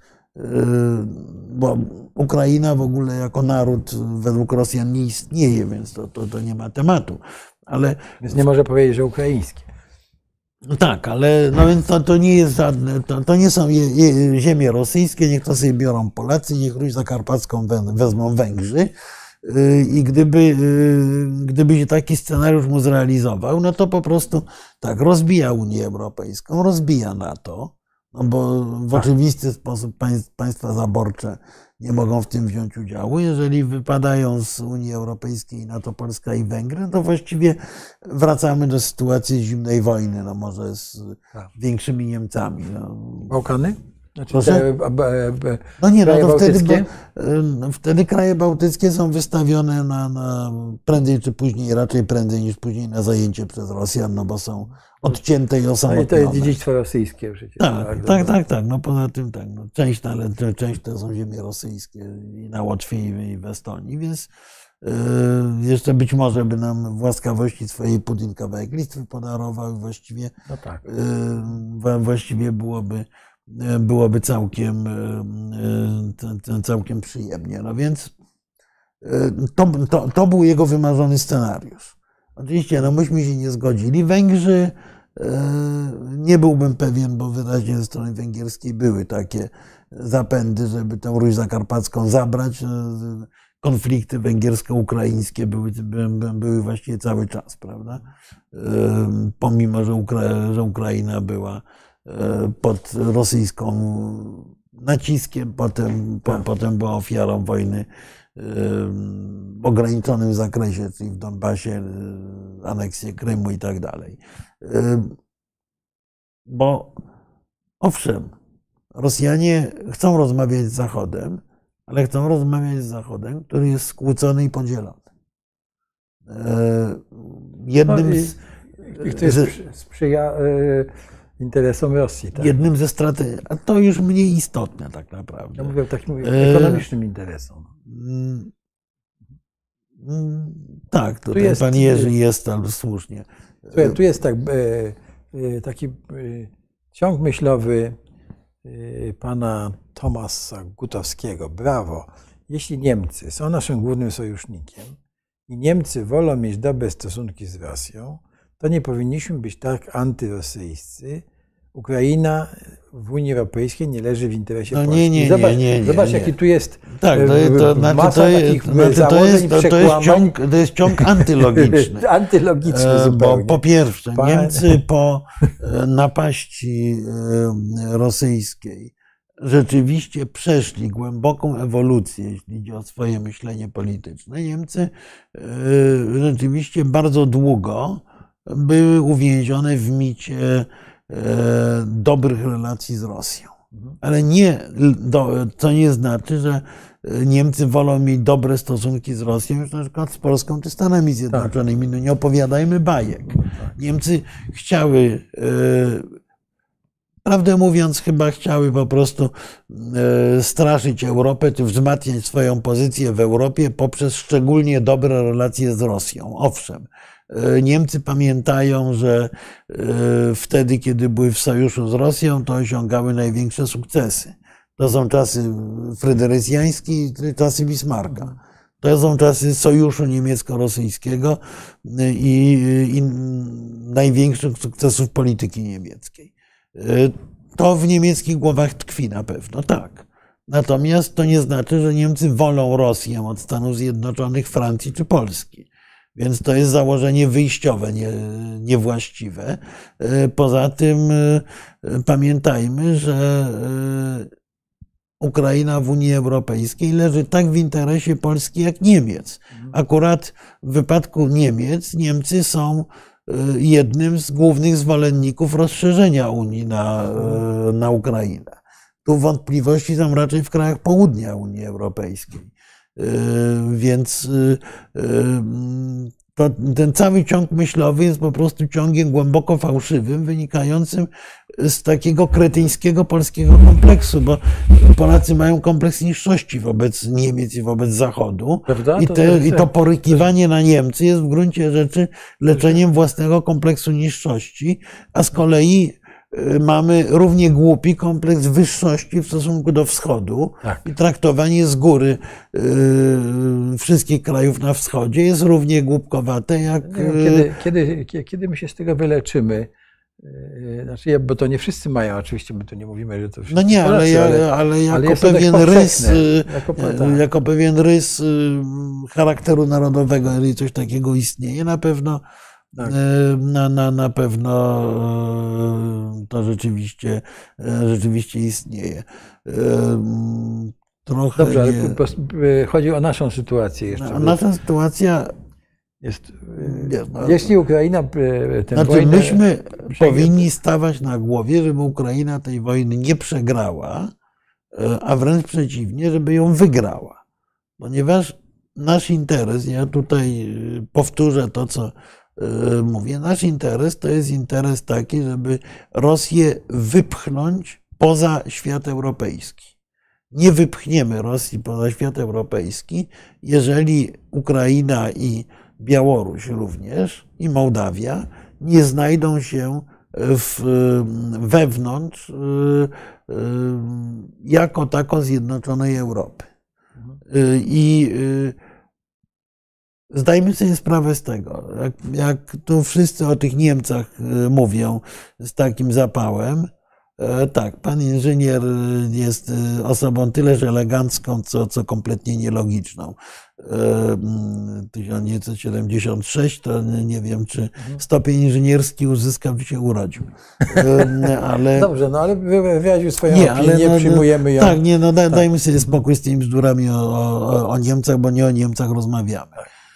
bo Ukraina w ogóle jako naród według Rosjan nie istnieje, więc to, to, to nie ma tematu. Ale, więc nie może powiedzieć, że ukraińskie. Tak, ale no więc to, to nie jest żadne, to, to nie są je, je, ziemie rosyjskie, niech to sobie biorą Polacy, niech Ruś Zakarpacką wezmą Węgrzy. I gdyby, gdyby się taki scenariusz mu zrealizował, no to po prostu tak, rozbija Unię Europejską, rozbija NATO, no bo w oczywisty sposób państwa zaborcze nie mogą w tym wziąć udziału. Jeżeli wypadają z Unii Europejskiej, NATO, Polska i Węgry, to właściwie wracamy do sytuacji zimnej wojny, no może z większymi Niemcami. No. Bałkany? Znaczy Proszę? Te, b, b, no nie, no to wtedy, bo, wtedy kraje bałtyckie są wystawione na, na prędzej czy później, raczej prędzej niż później na zajęcie przez Rosjan, no bo są odcięte i osamotnione. No i to jest dziedzictwo rosyjskie przecież. Tak, tak, tak, tak, tak. No poza tym tak. No, część, ale część to są ziemie rosyjskie i na Łotwie i w Estonii, więc yy, jeszcze być może by nam w łaskawości swojej Putin kawałek listwy podarował i właściwie, no tak. yy, właściwie byłoby byłoby całkiem, całkiem przyjemnie. No więc to, to, to był jego wymarzony scenariusz. Oczywiście no myśmy się nie zgodzili. Węgrzy nie byłbym pewien, bo wyraźnie ze strony węgierskiej były takie zapędy, żeby tę Ruś Zakarpacką zabrać. Konflikty węgiersko-ukraińskie były, były właściwie cały czas, prawda? Pomimo, że, Ukra- że Ukraina była pod rosyjską naciskiem, potem, po, potem była ofiarą wojny w ograniczonym zakresie, czyli w Donbasie, aneksję Krymu i tak dalej. Bo owszem, Rosjanie chcą rozmawiać z Zachodem, ale chcą rozmawiać z Zachodem, który jest skłócony i podzielony. Jednym z... I kto jest, sprzyja interesom Rosji. Tak? Jednym ze strategii, a to już mniej istotne tak naprawdę. Ja mówię o takim ekonomicznym interesom. Tak, tutaj tu jest, pan Jerzy jest albo słusznie. Słuchaj, tu jest tak, taki ciąg myślowy pana Tomasa Gutowskiego. Brawo. Jeśli Niemcy są naszym głównym sojusznikiem i Niemcy wolą mieć dobre stosunki z Rosją, to nie powinniśmy być tak antyrosyjscy. Ukraina w Unii Europejskiej nie leży w interesie no Polski. Nie, nie, Zobacz, nie, nie, nie, zobacz nie. jaki tu jest tak, to, to, masa znaczy, to, takich znaczy, to, jest, to, to, jest ciąg, to jest ciąg antylogiczny. Antylogiczny zupełnie. Bo po pierwsze, Niemcy po napaści rosyjskiej rzeczywiście przeszli głęboką ewolucję, jeśli chodzi o swoje myślenie polityczne. Niemcy rzeczywiście bardzo długo były uwięzione w micie dobrych relacji z Rosją. Ale nie, to nie znaczy, że Niemcy wolą mieć dobre stosunki z Rosją, już na przykład z Polską czy Stanami Zjednoczonymi. No nie opowiadajmy bajek. Niemcy chciały prawdę mówiąc, chyba chciały po prostu straszyć Europę, czy wzmacniać swoją pozycję w Europie poprzez szczególnie dobre relacje z Rosją. Owszem, Niemcy pamiętają, że wtedy, kiedy były w sojuszu z Rosją, to osiągały największe sukcesy. To są czasy fryderycjańskie i czasy Bismarcka. To są czasy sojuszu niemiecko-rosyjskiego i, i największych sukcesów polityki niemieckiej. To w niemieckich głowach tkwi na pewno, tak. Natomiast to nie znaczy, że Niemcy wolą Rosję od Stanów Zjednoczonych, Francji czy Polski. Więc to jest założenie wyjściowe, nie, niewłaściwe. Poza tym pamiętajmy, że Ukraina w Unii Europejskiej leży tak w interesie Polski jak Niemiec. Akurat w wypadku Niemiec Niemcy są jednym z głównych zwolenników rozszerzenia Unii na, na Ukrainę. Tu wątpliwości są raczej w krajach południa Unii Europejskiej. Więc to, ten cały ciąg myślowy jest po prostu ciągiem głęboko fałszywym, wynikającym z takiego kretyńskiego polskiego kompleksu, bo Polacy mają kompleks niższości wobec Niemiec i wobec Zachodu. I, te, I to porykiwanie na Niemcy jest w gruncie rzeczy leczeniem własnego kompleksu niższości, a z kolei mamy równie głupi kompleks wyższości w stosunku do Wschodu. Tak. I traktowanie z góry yy, wszystkich krajów na wschodzie jest równie głupkowate jak... Kiedy, kiedy, kiedy my się z tego wyleczymy? Znaczy, bo to nie wszyscy mają, oczywiście my tu nie mówimy, że to wszyscy. No nie, ale, ja, ale, ale jako ale pewien rys, jako, tak. jako pewien rys charakteru narodowego, jeżeli coś takiego istnieje, na pewno Tak. Na, na, na pewno to rzeczywiście, rzeczywiście istnieje. Trochę Dobrze, ale nie... chodzi o naszą sytuację jeszcze. No, nasza sytuacja jest. No, jeśli Ukraina tę znaczy, wojnę... myśmy powinni stawać na głowie, żeby Ukraina tej wojny nie przegrała, a wręcz przeciwnie, żeby ją wygrała. Ponieważ nasz interes, ja tutaj powtórzę to, co mówię, nasz interes to jest interes taki, żeby Rosję wypchnąć poza świat europejski. Nie wypchniemy Rosji poza świat europejski, jeżeli Ukraina i Białoruś również, i Mołdawia nie znajdą się w, wewnątrz jako tako zjednoczonej Europy. I zdajmy sobie sprawę z tego, jak, jak tu wszyscy o tych Niemcach mówią z takim zapałem, tak, pan inżynier jest osobą tyleż elegancką, co, co kompletnie nielogiczną. tysiąc dziewięćset siedemdziesiąt sześć, to nie wiem, czy stopień inżynierski uzyskał, by się urodził. Ale... Dobrze, no ale wyraził swoją nie, opinię, ale no, przyjmujemy ją. Tak, nie, no daj, tak. dajmy sobie spokój z tymi bzdurami o, o, o Niemcach, bo nie o Niemcach rozmawiamy.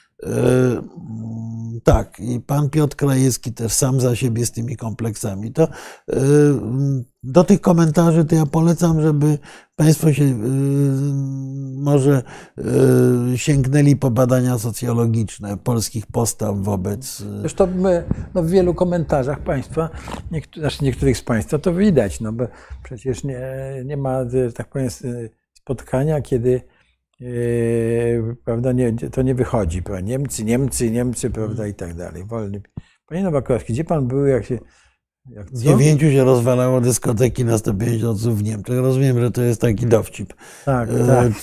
Tak, i pan Piotr Krajewski też sam za siebie z tymi kompleksami. To do tych komentarzy to ja polecam, żeby państwo się może sięgnęli po badania socjologiczne polskich postaw wobec... Zresztą my, no w wielu komentarzach państwa, niektórych, znaczy niektórych z państwa to widać, no bo przecież nie, nie ma, tak powiem, spotkania, kiedy Yy, prawda, nie, to nie wychodzi. Prawda? Niemcy, Niemcy, Niemcy, prawda, i tak dalej. Wolny. Panie Nowakowski, gdzie pan był, jak się... Jak w dziewięciu się rozwalało dyskoteki na sto pięćdziesiąt osób w Niemczech. Rozumiem, że to jest taki dowcip. Tak, tak.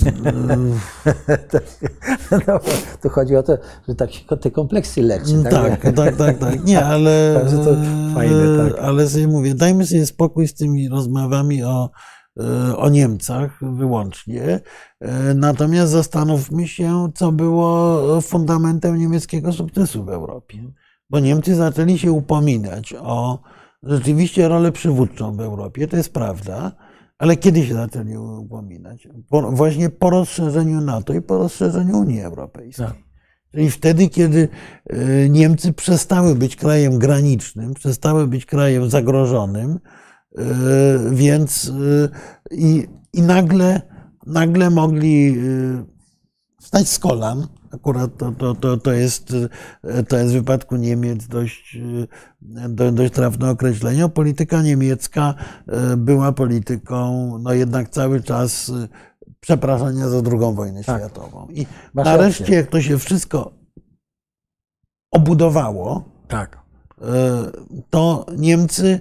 No, tu chodzi o to, że tak się te kompleksy leczy. Tak, tak, tak, tak, tak. Nie, ale... to fajne, tak. Ale sobie mówię, dajmy sobie spokój z tymi rozmowami o o Niemcach wyłącznie. Natomiast zastanówmy się, co było fundamentem niemieckiego sukcesu w Europie. Bo Niemcy zaczęli się upominać o rzeczywiście rolę przywódczą w Europie, to jest prawda, ale kiedy się zaczęli upominać? Po, właśnie po rozszerzeniu NATO i po rozszerzeniu Unii Europejskiej. Tak. Czyli wtedy, kiedy Niemcy przestały być krajem granicznym, przestały być krajem zagrożonym, więc i, i nagle, nagle mogli wstać z kolan Akurat to, to, to, to, jest, to jest w wypadku Niemiec dość, dość trafne określenie. Polityka niemiecka była polityką no jednak cały czas przepraszania za drugą wojnę Tak. światową. I Masz nareszcie, rację. jak to się wszystko obudowało, Tak. to Niemcy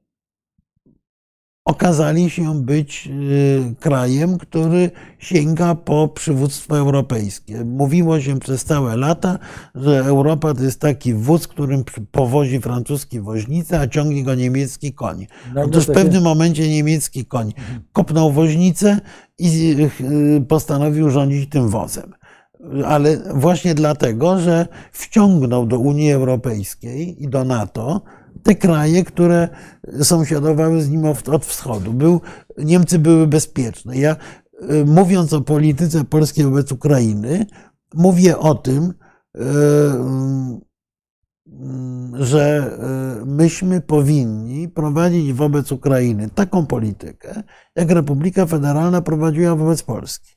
okazali się być krajem, który sięga po przywództwo europejskie. Mówiło się przez całe lata, że Europa to jest taki wóz, którym powozi francuski woźnicę, a ciągnie go niemiecki koń. Otóż w pewnym momencie niemiecki koń kopnął woźnicę i postanowił rządzić tym wozem. Ale właśnie dlatego, że wciągnął do Unii Europejskiej i do NATO te kraje, które sąsiadowały z nim od wschodu. Był, Niemcy były bezpieczne. Ja, mówiąc o polityce polskiej wobec Ukrainy, mówię o tym, że myśmy powinni prowadzić wobec Ukrainy taką politykę, jak Republika Federalna prowadziła wobec Polski.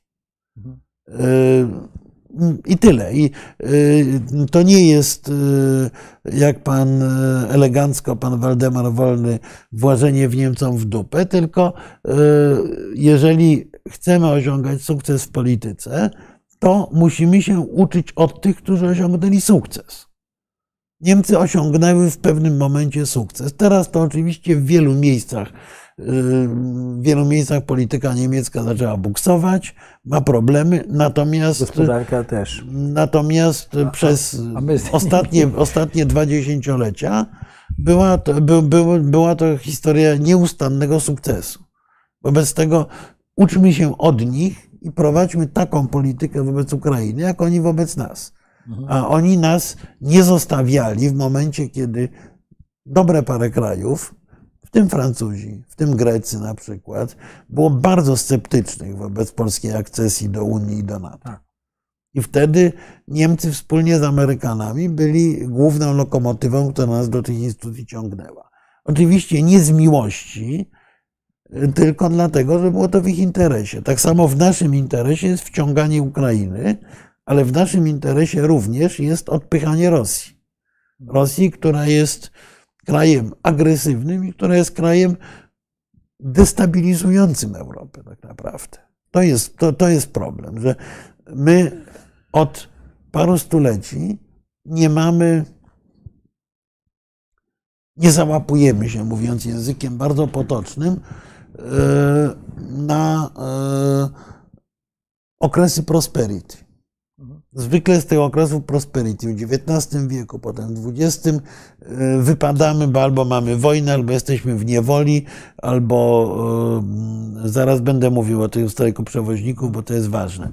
I tyle. I to nie jest, jak pan elegancko, pan Waldemar Wolny, włażenie w Niemcom w dupę, tylko jeżeli chcemy osiągać sukces w polityce, to musimy się uczyć od tych, którzy osiągnęli sukces. Niemcy osiągnęły w pewnym momencie sukces. Teraz to oczywiście w wielu miejscach W wielu miejscach polityka niemiecka zaczęła buksować, ma problemy, natomiast gospodarka też. Natomiast a, przez a my... ostatnie, ostatnie dwa dziesięciolecia była to, by, by, była to historia nieustannego sukcesu. Wobec tego uczmy się od nich i prowadźmy taką politykę wobec Ukrainy, jak oni wobec nas. A oni nas nie zostawiali w momencie, kiedy dobre parę krajów, w tym Francuzi, w tym Grecy na przykład, było bardzo sceptycznych wobec polskiej akcesji do Unii i do NATO. I wtedy Niemcy wspólnie z Amerykanami byli główną lokomotywą, która nas do tych instytucji ciągnęła. Oczywiście nie z miłości, tylko dlatego, że było to w ich interesie. Tak samo w naszym interesie jest wciąganie Ukrainy, ale w naszym interesie również jest odpychanie Rosji. Rosji, która jest krajem agresywnym i która jest krajem destabilizującym Europę tak naprawdę. To jest, to, to jest problem, że my od paru stuleci nie mamy, nie załapujemy się, mówiąc językiem bardzo potocznym, na okresy prosperity. Zwykle z tych okresów prosperity w dziewiętnastym wieku, potem w dwudziestym wypadamy, bo albo mamy wojnę, albo jesteśmy w niewoli, albo zaraz będę mówił o tym strajku przewoźników, bo to jest ważne.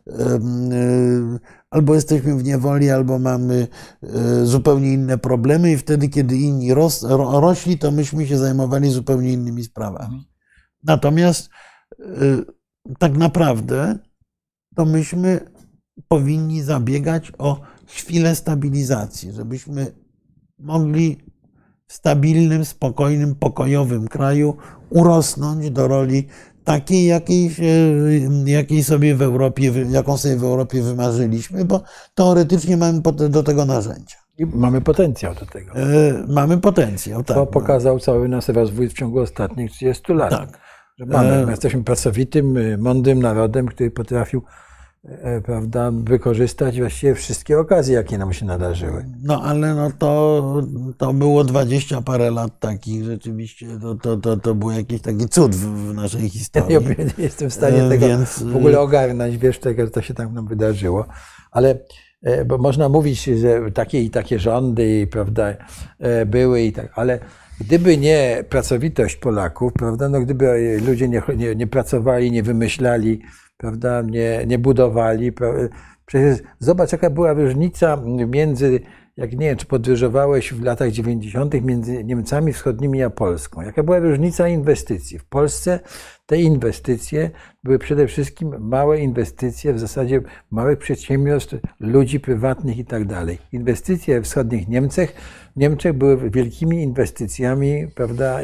Albo jesteśmy w niewoli, albo mamy zupełnie inne problemy i wtedy, kiedy inni ros, rośli, to myśmy się zajmowali zupełnie innymi sprawami. Natomiast tak naprawdę to myśmy powinni zabiegać o chwilę stabilizacji, żebyśmy mogli w stabilnym, spokojnym, pokojowym kraju urosnąć do roli takiej, jakiej, jakiej sobie w Europie, jaką sobie w Europie wymarzyliśmy, bo teoretycznie mamy do tego narzędzia. I mamy potencjał do tego. Mamy potencjał, tak. To pokazał cały nasz rozwój w ciągu ostatnich trzydziestu lat. Tak. Że mamy, my jesteśmy pracowitym, mądrym narodem, który potrafił, prawda, wykorzystać właściwie wszystkie okazje, jakie nam się nadarzyły. No ale no to, to było dwadzieścia parę lat takich, rzeczywiście to, to, to, to był jakiś taki cud w, w naszej historii. Ja nie jestem w stanie tego Więc... w ogóle ogarnąć, wiesz, tego, co się tam nam wydarzyło. Ale bo można mówić, że takie i takie rządy, prawda, były i tak, ale gdyby nie pracowitość Polaków, prawda, no gdyby ludzie nie, nie, nie pracowali, nie wymyślali, prawda, nie, nie budowali. Przecież zobacz, jaka była różnica między, jak nie wiem, czy podróżowałeś w latach dziewięćdziesiątych między Niemcami Wschodnimi a Polską. Jaka była różnica inwestycji? W Polsce te inwestycje były przede wszystkim małe inwestycje, w zasadzie małych przedsiębiorstw, ludzi prywatnych i tak dalej. Inwestycje w wschodnich Niemczech, Niemczech były wielkimi inwestycjami, prawda,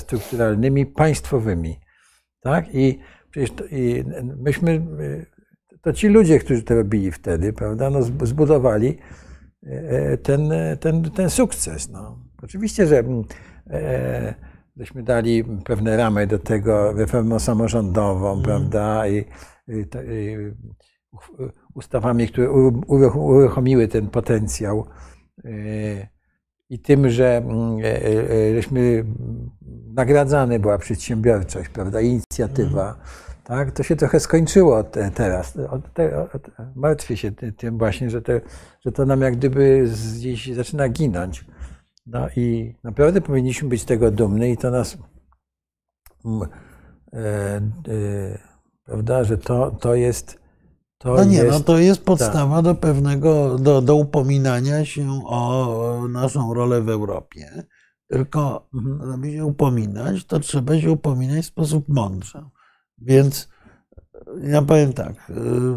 infrastrukturalnymi, państwowymi. Tak? I przecież to, i myśmy to ci ludzie, którzy to robili wtedy, prawda, no zbudowali ten, ten, ten sukces. No. Oczywiście, że e, żeśmy dali pewne ramy do tego, reformą samorządową, mm. prawda, i, i, i ustawami, które uruchomiły ten potencjał. I tym, że żeśmy nagradzane była przedsiębiorczość, prawda, inicjatywa, mm. tak, to się trochę skończyło te, teraz. Od te, od, martwię się tym właśnie, że to, że to nam jak gdyby gdzieś zaczyna ginąć. No i naprawdę powinniśmy być z tego dumni i to nas, e, e, prawda, że to, to jest To no nie, jest, no to jest podstawa tak. do pewnego, do, do upominania się o naszą rolę w Europie. Tylko, mhm. żeby się upominać, to trzeba się upominać w sposób mądry. Więc ja powiem tak.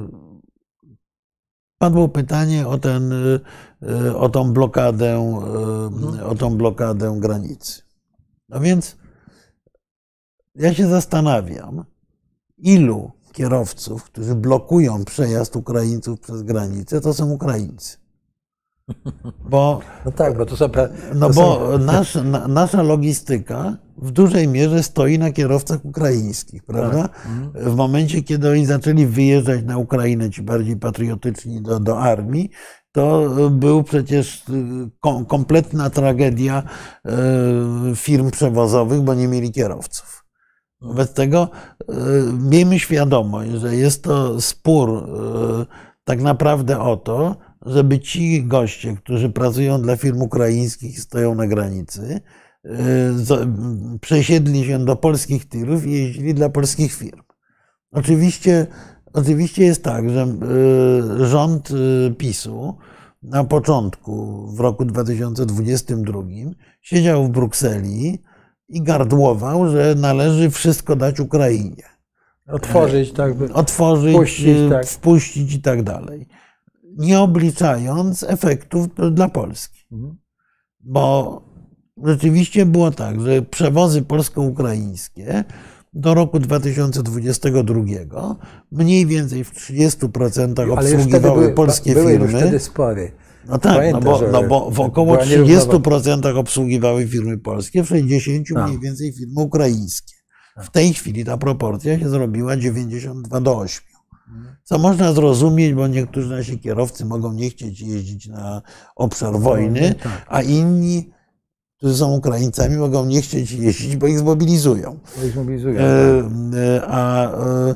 Padło pytanie o, ten, o tą blokadę, mhm. o tą blokadę granicy. No więc ja się zastanawiam, ilu kierowców, którzy blokują przejazd Ukraińców przez granicę, to są Ukraińcy. Bo, no tak, bo to są. To no są... bo nasz, na, nasza logistyka w dużej mierze stoi na kierowcach ukraińskich, prawda? Tak. W momencie, kiedy oni zaczęli wyjeżdżać na Ukrainę, ci bardziej patriotyczni do, do armii, to był przecież kom, kompletna tragedia e, firm przewozowych, bo nie mieli kierowców. Wobec tego y, miejmy świadomość, że jest to spór y, tak naprawdę o to, żeby ci goście, którzy pracują dla firm ukraińskich i stoją na granicy, y, z, przesiedli się do polskich tirów i jeździli dla polskich firm. Oczywiście, oczywiście jest tak, że y, rząd PiS-u na początku, w roku dwa tysiące dwudziestym drugim, siedział w Brukseli i gardłował, że należy wszystko dać Ukrainie. Otworzyć, tak by. Otworzyć, wpuścić, tak. wpuścić i tak dalej. Nie obliczając efektów dla Polski. Mhm. Bo rzeczywiście było tak, że przewozy polsko-ukraińskie do roku dwa tysiące dwudziestego drugiego mniej więcej w trzydziestu procentach obsługiwały były, polskie były firmy. Były wtedy spory. No tak, Pamiętam, no, bo, no bo w około trzydziestu procentach obsługiwały firmy polskie, w sześćdziesięciu procentach mniej więcej firmy ukraińskie. W tej chwili ta proporcja się zrobiła dziewięćdziesiąt dwa do ośmiu. Co można zrozumieć, bo niektórzy nasi kierowcy mogą nie chcieć jeździć na obszar wojny, a inni, którzy są Ukraińcami, mogą nie chcieć jeździć, bo ich zmobilizują. Bo ich zmobilizują. A,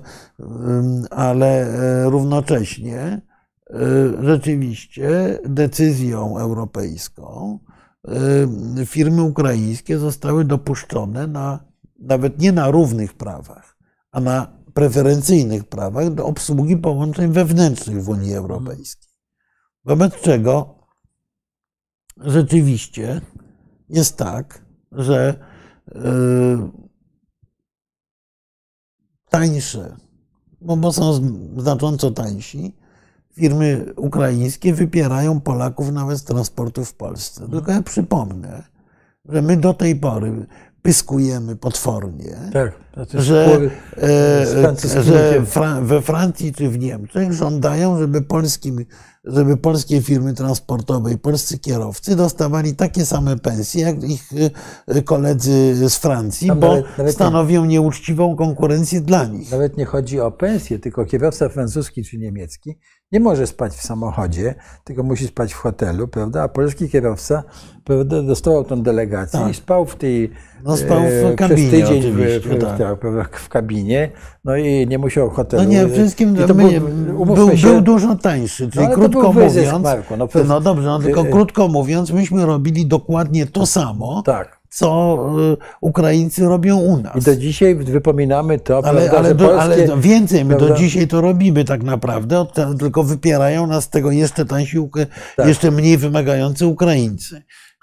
ale równocześnie rzeczywiście decyzją europejską firmy ukraińskie zostały dopuszczone na, nawet nie na równych prawach, a na preferencyjnych prawach do obsługi połączeń wewnętrznych w Unii Europejskiej. Wobec czego rzeczywiście jest tak, że tańsze, bo są znacząco tańsi, firmy ukraińskie wypierają Polaków nawet z transportu w Polsce. Tylko ja przypomnę, że my do tej pory pyskujemy potwornie, tak, że, e, że Fra we Francji czy w Niemczech żądają, żeby, polskim, żeby polskie firmy transportowe i polscy kierowcy dostawali takie same pensje jak ich koledzy z Francji, Tam bo nawet, nawet stanowią nie, nieuczciwą konkurencję dla nich. Nawet nie chodzi o pensję, tylko kierowca francuski czy niemiecki nie może spać w samochodzie, tylko musi spać w hotelu, prawda? A polski kierowca, prawda, dostawał tą delegację tak. i spał w tej no, spał w kabinie, przez tydzień w, w, tak. w, w kabinie, no i nie musiał hotelu. No nie, wszystkim to my, był, był, był dużo tańszy, czyli no, krótko mówiąc, Marku, no, przez, no dobrze, no, tylko krótko mówiąc, myśmy robili dokładnie to samo, tak. co Ukraińcy robią u nas. I do dzisiaj wypominamy to, ale, prawda, ale, do, polskie, ale więcej, my prawda? do dzisiaj to robimy tak naprawdę, tylko wypierają nas z tego jeszcze tańsi, tak. jeszcze mniej wymagający Ukraińcy.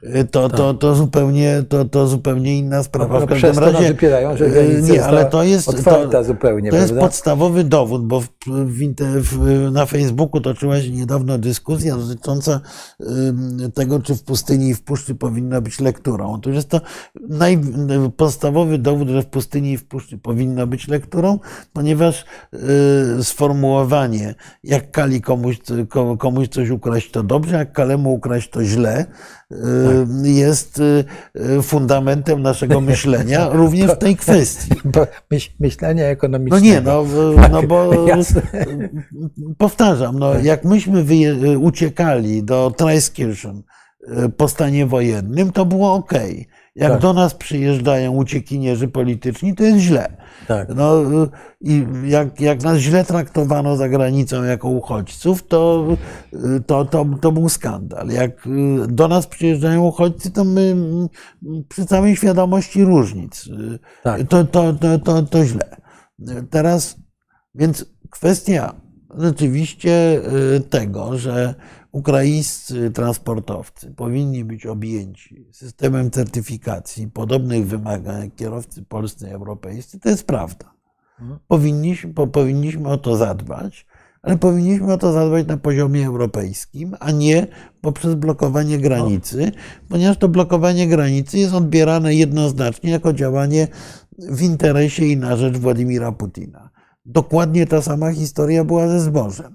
To, to, to, zupełnie, to, to zupełnie inna sprawa. No, w każdym przez to razie wypierają, że granica nie, ale to jest otwarta to, zupełnie. To jest prawda? podstawowy dowód, bo w, w, w, na Facebooku toczyła się niedawno dyskusja dotycząca y, tego, czy w pustyni i w puszczy powinno być lekturą. Otóż jest to naj, podstawowy dowód, że w pustyni i w puszczy powinno być lekturą, ponieważ y, sformułowanie, jak Kali komuś, komuś coś ukraść, to dobrze, jak Kalemu ukraść, to źle, jest fundamentem naszego myślenia, również w tej kwestii. Bo myśl, myślenia ekonomicznego. No nie, no, no bo Jasne. powtarzam, no, jak myśmy wyje, uciekali do Traiskirchen po stanie wojennym, to było okej. Jak Tak. do nas przyjeżdżają uciekinierzy polityczni, to jest źle. Tak. No, i jak, jak nas źle traktowano za granicą jako uchodźców, to, to, to, to był skandal. Jak do nas przyjeżdżają uchodźcy, to my przy całej świadomości różnic, Tak. to, to, to, to, to źle. Teraz, więc kwestia rzeczywiście tego, że ukraińscy transportowcy powinni być objęci systemem certyfikacji podobnych wymagań jak kierowcy polscy i europejscy, to jest prawda. Powinniśmy, po, powinniśmy o to zadbać, ale powinniśmy o to zadbać na poziomie europejskim, a nie poprzez blokowanie granicy, ponieważ to blokowanie granicy jest odbierane jednoznacznie jako działanie w interesie i na rzecz Władimira Putina. Dokładnie ta sama historia była ze zbożem.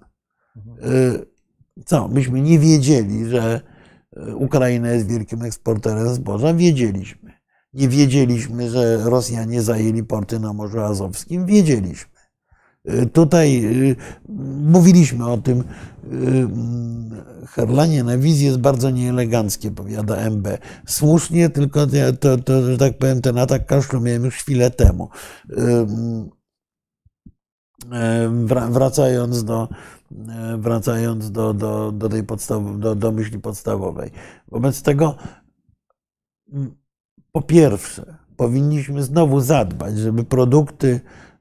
Co, myśmy nie wiedzieli, że Ukraina jest wielkim eksporterem zboża? Wiedzieliśmy. Nie wiedzieliśmy, że Rosjanie zajęli porty na Morzu Azowskim? Wiedzieliśmy. Tutaj mówiliśmy o tym. Herlanie na wizji jest bardzo nieeleganckie, powiada M B. Słusznie, tylko to, to, że tak powiem, ten atak kaszlu miałem już chwilę temu. Wracając do, wracając do, do, do tej podstaw, do, do myśli podstawowej. Wobec tego, po pierwsze, powinniśmy znowu zadbać, żeby produkty,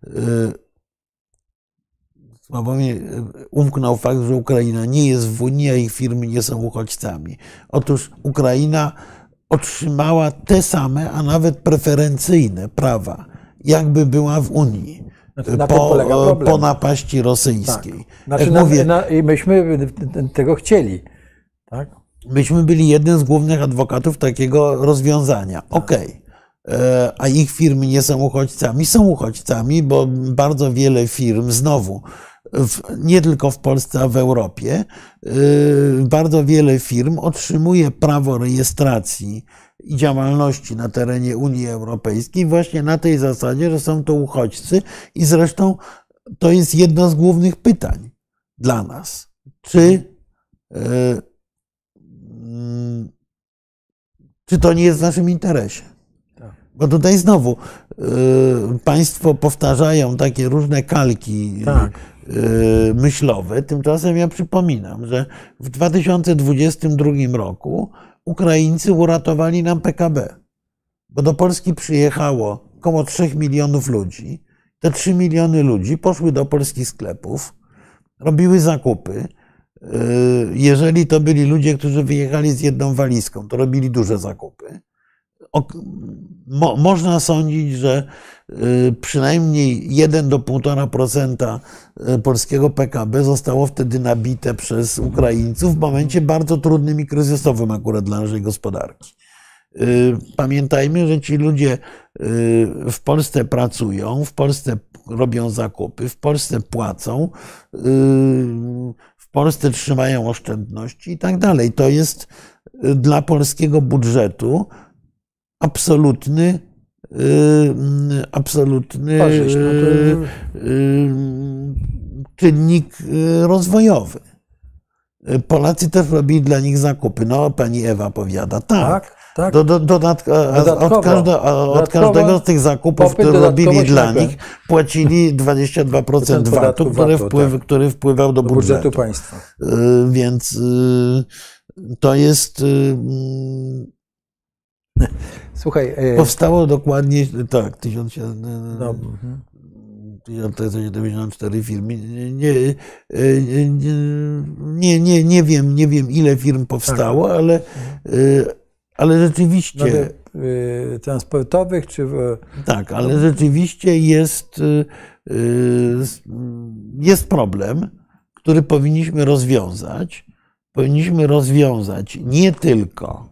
Sławomir umknął fakt, że Ukraina nie jest w Unii, a ich firmy nie są uchodźcami. Otóż Ukraina otrzymała te same, a nawet preferencyjne prawa, jakby była w Unii. Znaczy, na po, polega problem. po napaści rosyjskiej. Tak. Znaczy, Jak mówię, na, na, I myśmy tego chcieli. Tak? Myśmy byli jednym z głównych adwokatów takiego rozwiązania. Okej. Okay. A ich firmy nie są uchodźcami? Są uchodźcami, bo bardzo wiele firm, znowu, w, nie tylko w Polsce, a w Europie, bardzo wiele firm otrzymuje prawo rejestracji i działalności na terenie Unii Europejskiej właśnie na tej zasadzie, że są to uchodźcy i zresztą to jest jedno z głównych pytań dla nas. Czy, czy to nie jest w naszym interesie? Bo tutaj znowu y, państwo powtarzają takie różne kalki tak. y, myślowe. Tymczasem ja przypominam, że w dwa tysiące dwudziestym drugim roku Ukraińcy uratowali nam P K B. Bo do Polski przyjechało około trzech milionów ludzi. Te trzy miliony ludzi poszły do polskich sklepów, robiły zakupy. Y, jeżeli to byli ludzie, którzy wyjechali z jedną walizką, to robili duże zakupy. O, Mo, można sądzić, że przynajmniej jeden do półtora procent polskiego P K B zostało wtedy nabite przez Ukraińców w momencie bardzo trudnym i kryzysowym akurat dla naszej gospodarki. Pamiętajmy, że ci ludzie w Polsce pracują, w Polsce robią zakupy, w Polsce płacą, w Polsce trzymają oszczędności i tak dalej. To jest dla polskiego budżetu absolutny, absolutny Korzyść, no to... czynnik rozwojowy. Polacy też robili dla nich zakupy. No, pani Ewa powiada, tak. tak, tak. Do, do, dodatk od, każde, od każdego z tych zakupów, które robili dla nich, płacili dwadzieścia dwa procent VAT-u, który, wpływ, tak. który wpływał do, do budżetu. budżetu państwa. Więc to jest... Słuchaj, powstało dokładnie, tak, tysiąc dziewięćset siedemdziesiąt cztery firmy. Nie, nie, nie, nie, wiem, nie wiem, ile firm powstało, ale, ale rzeczywiście... No, y, transportowych, czy... W... Tak, ale rzeczywiście jest, y, jest problem, który powinniśmy rozwiązać. Powinniśmy rozwiązać nie tylko...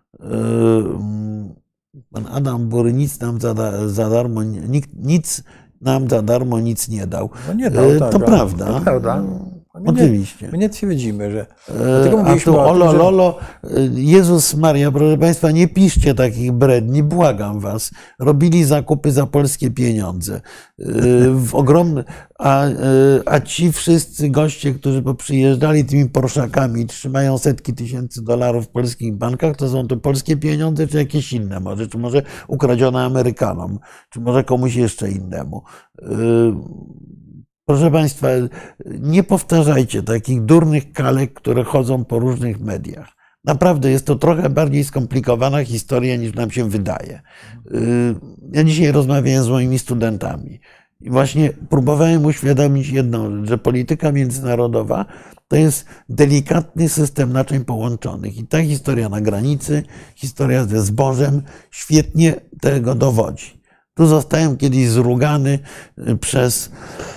Pan Adam Bury nic nam za, za darmo, nikt, nic nam za darmo nic nie dał. No nie dał, tak, to prawda. To prawda. My Oczywiście. Nie, my nie twierdzimy, że... A tu olo, lolo, Jezus Maria, proszę Państwa, nie piszcie takich bredni, błagam Was. Robili zakupy za polskie pieniądze. W ogromny, a, a ci wszyscy goście, którzy przyjeżdżali tymi Porszakami, trzymają setki tysięcy dolarów w polskich bankach, to są to polskie pieniądze, czy jakieś inne może, czy może ukradzione Amerykanom, czy może komuś jeszcze innemu. Proszę Państwa, nie powtarzajcie takich durnych kalek, które chodzą po różnych mediach. Naprawdę jest to trochę bardziej skomplikowana historia, niż nam się wydaje. Ja dzisiaj rozmawiałem z moimi studentami i właśnie próbowałem uświadomić jedną rzecz, że polityka międzynarodowa to jest delikatny system naczyń połączonych. I ta historia na granicy, historia ze zbożem świetnie tego dowodzi. Tu zostałem kiedyś zrugany przez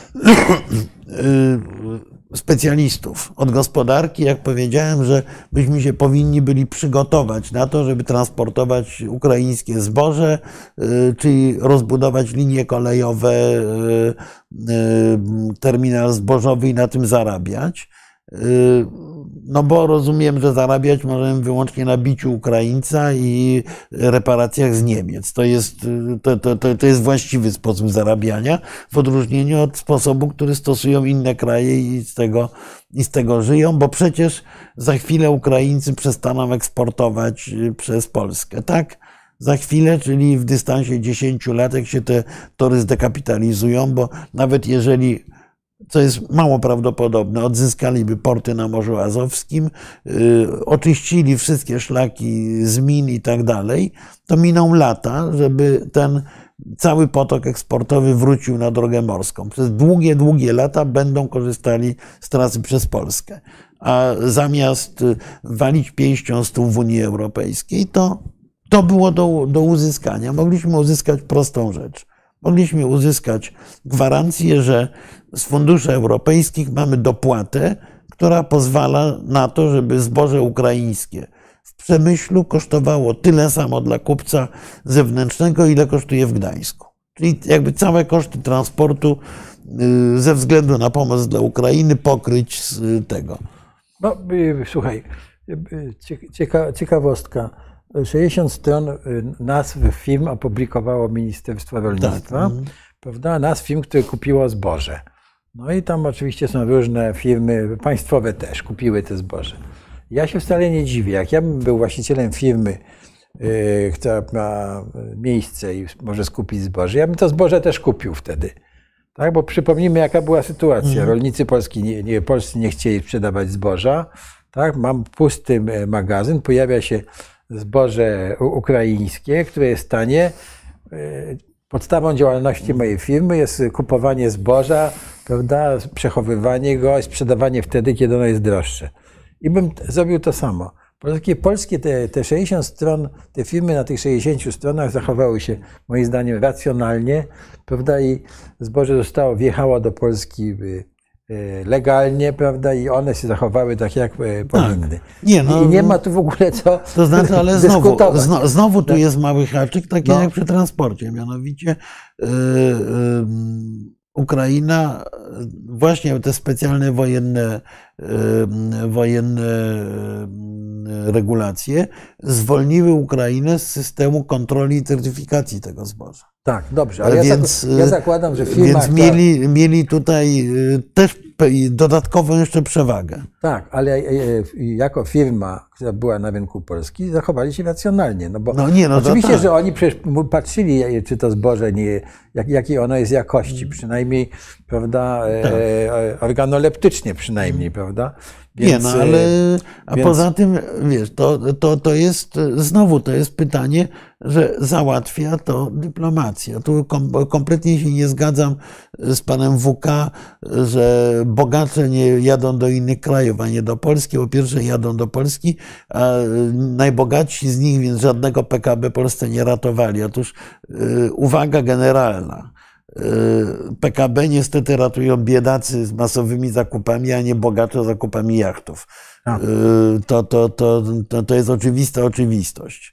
specjalistów od gospodarki, jak powiedziałem, że byśmy się powinni byli przygotować na to, żeby transportować ukraińskie zboże, czyli rozbudować linie kolejowe, terminal zbożowy i na tym zarabiać. No bo rozumiem, że zarabiać możemy wyłącznie na biciu Ukraińca i reparacjach z Niemiec. To jest, to, to, to jest właściwy sposób zarabiania, w odróżnieniu od sposobu, który stosują inne kraje i z tego, i z tego żyją, bo przecież za chwilę Ukraińcy przestaną eksportować przez Polskę, tak? Za chwilę, czyli w dystansie dziesięciu lat, jak się te tory zdekapitalizują, bo nawet jeżeli, co jest mało prawdopodobne, odzyskaliby porty na Morzu Azowskim, yy, oczyścili wszystkie szlaki z min i tak dalej, to miną lata, żeby ten cały potok eksportowy wrócił na drogę morską. Przez długie, długie lata będą korzystali z trasy przez Polskę. A zamiast walić pięścią stół w Unii Europejskiej, to, to było do, do uzyskania. Mogliśmy uzyskać prostą rzecz. Mogliśmy uzyskać gwarancję, że z funduszy europejskich mamy dopłatę, która pozwala na to, żeby zboże ukraińskie w Przemyślu kosztowało tyle samo dla kupca zewnętrznego, ile kosztuje w Gdańsku. Czyli jakby całe koszty transportu ze względu na pomoc dla Ukrainy pokryć z tego. No, słuchaj, cieka, ciekawostka. sześćdziesiąt stron nazw firm opublikowało Ministerstwo Rolnictwa, tak. Prawda? Nazw firm, które kupiło zboże. No i tam oczywiście są różne firmy, państwowe też kupiły te zboże. Ja się wcale nie dziwię. Jak ja bym był właścicielem firmy, yy, która ma miejsce i może skupić zboże, ja bym to zboże też kupił wtedy. Tak? Bo przypomnijmy, jaka była sytuacja. Mhm. Rolnicy polski, nie, nie, polscy nie chcieli sprzedawać zboża. Tak? Mam pusty magazyn, pojawia się zboże ukraińskie, które jest tanie. Podstawą działalności mojej firmy jest kupowanie zboża, prawda, przechowywanie go i sprzedawanie wtedy, kiedy ono jest droższe. I bym zrobił to samo. Polskie, polskie te, te sześćdziesiąt stron, te firmy na tych sześćdziesięciu stronach zachowały się moim zdaniem racjonalnie, prawda, i zboże zostało, wjechało do Polski legalnie, prawda, i one się zachowały tak, jak powinny. Tak. Nie, no, I nie ma tu w ogóle co to znaczy, ale znowu, znowu, znowu tu jest mały haczyk, taki no. jak przy transporcie, mianowicie yy, yy, Ukraina, właśnie te specjalne wojenne, yy, wojenne regulacje zwolniły Ukrainę z systemu kontroli i certyfikacji tego zboża. Tak, dobrze, ale więc, ja, ja zakładam, że firma... Więc mieli, mieli tutaj też dodatkową jeszcze przewagę. Tak, ale jako firma, która była na rynku polskim, zachowali się racjonalnie. No bo no nie, no oczywiście, tak. że oni przecież patrzyli, czy to zboże, nie, jak, jakiej ono jest jakości, przynajmniej, prawda, tak. organoleptycznie przynajmniej, prawda? Więc, nie, no ale a więc... poza tym, wiesz, to, to, to jest, znowu to jest pytanie, że załatwia to dyplomacja. Tu kom, kompletnie się nie zgadzam z panem W K, że bogacze nie jadą do innych krajów, a nie do Polski. Po pierwsze jadą do Polski, a najbogatsi z nich, więc żadnego P K B Polsce nie ratowali. Otóż yy, uwaga generalna. P K B niestety ratują biedacy z masowymi zakupami, a nie bogacze zakupami jachtów. A. To, to, to, to, to jest oczywista oczywistość.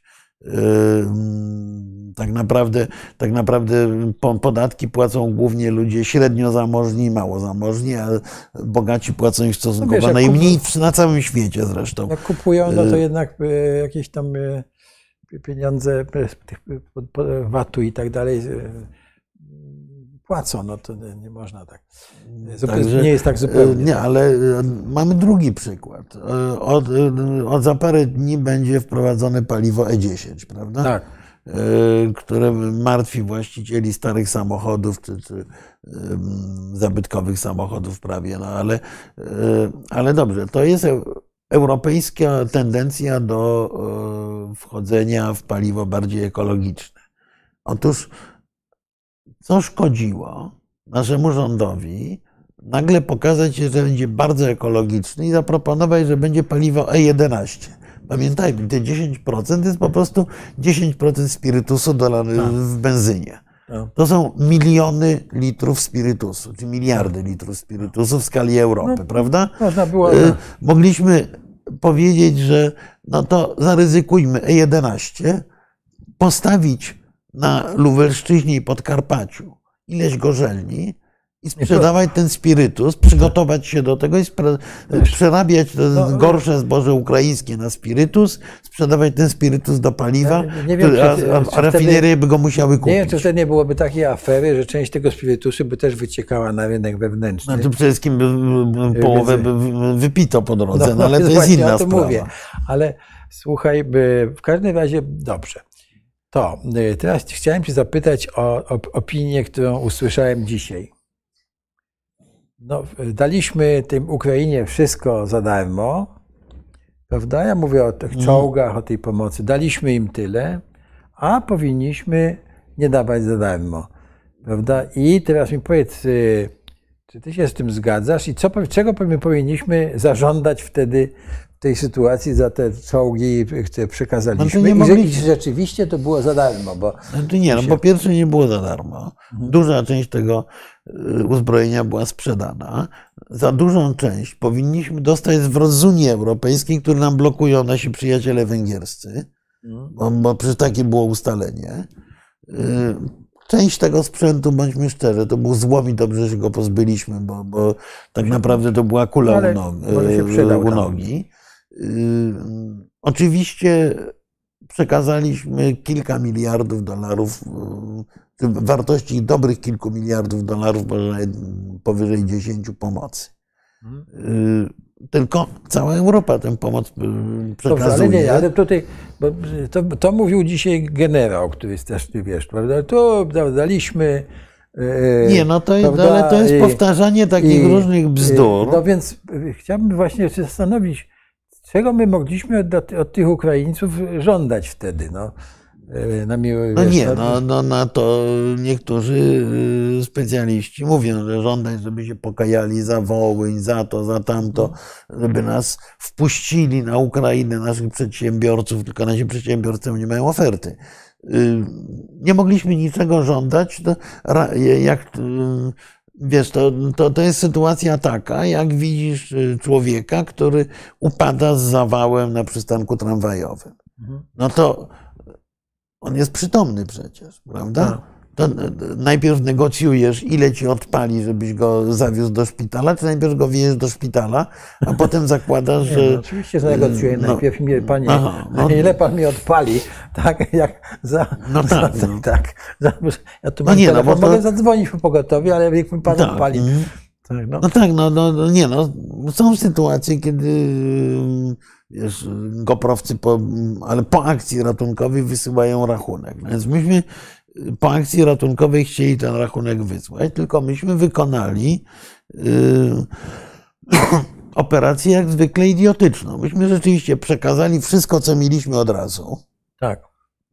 Tak naprawdę, tak naprawdę podatki płacą głównie ludzie średnio zamożni i mało zamożni, a bogaci płacą ich stosunkowo no najmniej na całym świecie zresztą. Jak kupują, no to jednak jakieś tam pieniądze V A T-u i tak dalej płacą, no to nie, nie można tak. Także, nie jest tak zupełnie. Nie, ale mamy drugi przykład. Od, od za parę dni będzie wprowadzone paliwo E dziesięć, prawda? Tak. Które martwi właścicieli starych samochodów, czy, czy zabytkowych samochodów prawie, no ale, ale dobrze, to jest europejska tendencja do wchodzenia w paliwo bardziej ekologiczne. Otóż co szkodziło naszemu rządowi nagle pokazać się, że będzie bardzo ekologiczny i zaproponować, że będzie paliwo E jedenaście. Pamiętajmy, te dziesięć procent jest po prostu dziesięć procent spirytusu dolany w benzynie. To są miliony litrów spirytusu, czy miliardy litrów spirytusu w skali Europy, no, prawda? Można było. Mogliśmy powiedzieć, że no to zaryzykujmy E jedenaście, postawić na Lubelszczyźnie i Podkarpaciu ileś gorzelni i sprzedawać ten spirytus, przygotować się do tego i przerabiać to no, gorsze zboże ukraińskie na spirytus, sprzedawać ten spirytus do paliwa, ja nie wiem, który, czy, a, a, a rafinerie wtedy, by go musiały kupić. Nie wiem, czy wtedy nie byłoby takiej afery, że część tego spirytusu by też wyciekała na rynek wewnętrzny. Znaczy przede wszystkim by połowę by wypito po drodze, no, no, ale to jest inna o tym sprawa. Mówię. Ale słuchaj, by w każdym razie dobrze. To teraz chciałem cię zapytać o, o opinię, którą usłyszałem dzisiaj. No, daliśmy tym Ukrainie wszystko za darmo, prawda? Ja mówię o tych czołgach, o tej pomocy. Daliśmy im tyle, a powinniśmy nie dawać za darmo, prawda? I teraz mi powiedz, czy ty się z tym zgadzasz i co, czego my powinniśmy zażądać wtedy w tej sytuacji za te czołgi, które przekazaliśmy? No I mogli... że rzeczywiście to było za darmo. Bo znaczy nie, no po pierwsze nie było za darmo. Duża część tego uzbrojenia była sprzedana. Za dużą część powinniśmy dostać zwrot z Unii Europejskiej, który nam blokują nasi przyjaciele węgierscy, bo, bo przecież takie było ustalenie. Część tego sprzętu, bądźmy szczerzy, to był złom i dobrze, że się go pozbyliśmy, bo, bo tak naprawdę to była kula no, u, nogi, u nogi. Oczywiście przekazaliśmy kilka miliardów dolarów, wartości dobrych kilku miliardów dolarów, może nawet powyżej dziesięciu pomocy. Hmm. Tylko cała Europa tę pomoc przekazuje. Dobrze, ale nie, ale tutaj, bo to, to mówił dzisiaj generał, który jest też, ty wiesz, prawda, to daliśmy. Nie, no to, ale to jest powtarzanie takich I, różnych bzdur. No więc chciałbym właśnie się zastanowić, czego my mogliśmy od, od tych Ukraińców żądać wtedy, no. Na miły, no wiesz, nie, no, no na to niektórzy specjaliści mówią, że żądać, żeby się pokajali za Wołyń, za to, za tamto, żeby nas wpuścili na Ukrainę, naszych przedsiębiorców, tylko nasi przedsiębiorcy nie mają oferty. Nie mogliśmy niczego żądać, to jak wiesz, to, to, to jest sytuacja taka, jak widzisz człowieka, który upada z zawałem na przystanku tramwajowym. No to on jest przytomny przecież, prawda? To najpierw negocjujesz, ile ci odpali, żebyś go zawiózł do szpitala, czy najpierw go wieziesz do szpitala, a potem zakładasz, że... No, oczywiście zanegocjuję. No, najpierw mnie, panie, aha, no, ile pan mi odpali, tak, jak za... No tak, za, no. tak za, ja tu mam no nie, telefon, no, bo mogę to... zadzwonić po pogotowie, ale jak mi pan tak, odpali... Tak, no. no tak, no, no nie no, są sytuacje, kiedy wiesz, goprowcy, po, ale po akcji ratunkowej wysyłają rachunek. No więc myśmy po akcji ratunkowej chcieli ten rachunek wysłać, tylko myśmy wykonali yy, operację jak zwykle idiotyczną. Myśmy rzeczywiście przekazali wszystko, co mieliśmy od razu. Tak.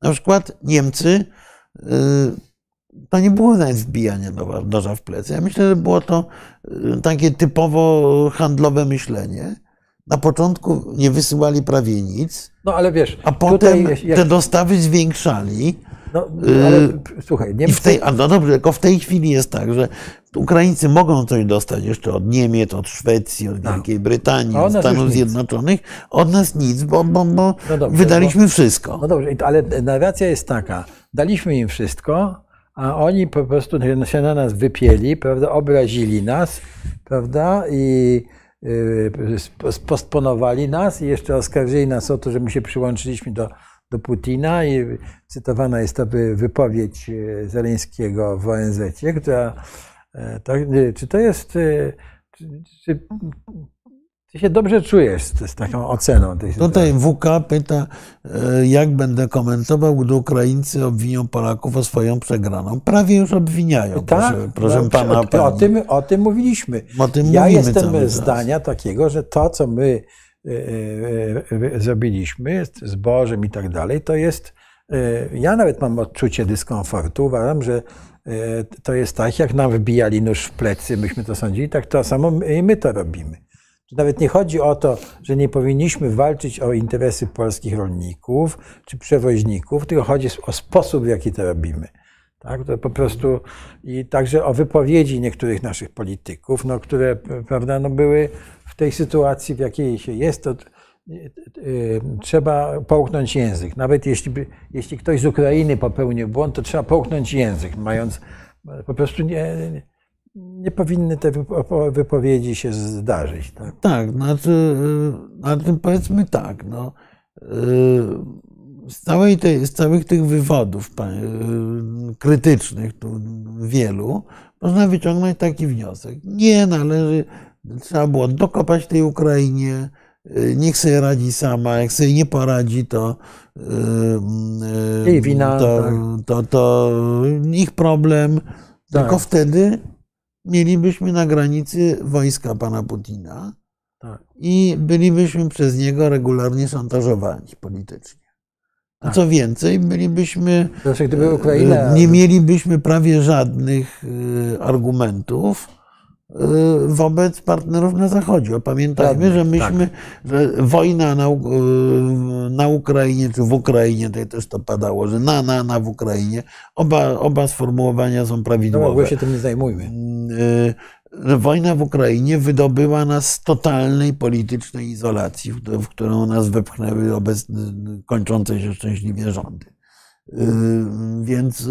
Na przykład Niemcy, to nie było nawet wbijanie noża w plecy. Ja myślę, że było to takie typowo handlowe myślenie. Na początku nie wysyłali prawie nic, no, ale wiesz, a potem tutaj, jak... te dostawy zwiększali. No, ale słuchaj, Niemcy... I w tej, a no dobrze, tylko w tej chwili jest tak, że Ukraińcy mogą coś dostać jeszcze od Niemiec, od Szwecji, od Wielkiej Brytanii, od Stanów Zjednoczonych. Od nas nic, bo, bo, bo no dobrze, wydaliśmy bo, wszystko. No dobrze, ale narracja jest taka, daliśmy im wszystko, a oni po prostu się na nas wypieli, prawda, obrazili nas, prawda, i postponowali nas i jeszcze oskarżyli nas o to, że my się przyłączyliśmy do, do Putina i cytowana jest ta wypowiedź Zeleńskiego w O N Z-cie, która, tak, czy to jest, czy, czy, ty się dobrze czujesz z, z taką oceną tej sytuacji? Tutaj W K pyta, jak będę komentował, gdy Ukraińcy obwinią Polaków o swoją przegraną. Prawie już obwiniają, tak? proszę, proszę no, pana. O, o, tym, o tym mówiliśmy. O tym ja jestem zdania czas. takiego, że to, co my y, y, y, zrobiliśmy z Bożem i tak dalej, to jest, y, ja nawet mam odczucie dyskomfortu, uważam, że y, to jest tak, jak nam wbijali nóż w plecy, myśmy to sądzili, tak to samo my, i my to robimy. Nawet nie chodzi o to, że nie powinniśmy walczyć o interesy polskich rolników czy przewoźników, tylko chodzi o sposób, w jaki to robimy. Tak? To po prostu i także o wypowiedzi niektórych naszych polityków, no, które, prawda, no, były w tej sytuacji, w jakiej się jest, to y, y, trzeba połknąć język. Nawet jeśli, by, jeśli ktoś z Ukrainy popełnił błąd, to trzeba połknąć język, mając po prostu nie, nie Nie powinny te wypowiedzi się zdarzyć. Tak, tak, znaczy, znaczy powiedzmy tak, no, z, całej tej, z całych tych wywodów krytycznych, tu wielu, można wyciągnąć taki wniosek. Nie należy, trzeba było dokopać tej Ukrainie, niech sobie radzi sama, jak sobie nie poradzi, to, jej wina, to, tak. to, to, to ich problem, tak. Tylko wtedy mielibyśmy na granicy wojska pana Putina tak. I bylibyśmy przez niego regularnie szantażowani politycznie. A tak. Co więcej, bylibyśmy, znaczy, gdyby Ukraina... nie mielibyśmy prawie żadnych argumentów wobec partnerów na Zachodzie. Pamiętajmy, że myśmy, tak. że wojna na, na Ukrainie, czy w Ukrainie, tutaj też to padało, że na, na, na w Ukrainie, oba, oba sformułowania są prawidłowe. No, się tym nie zajmujmy. Wojna w Ukrainie wydobyła nas z totalnej politycznej izolacji, w którą nas wepchnęły obecne, kończące się szczęśliwie rządy. Więc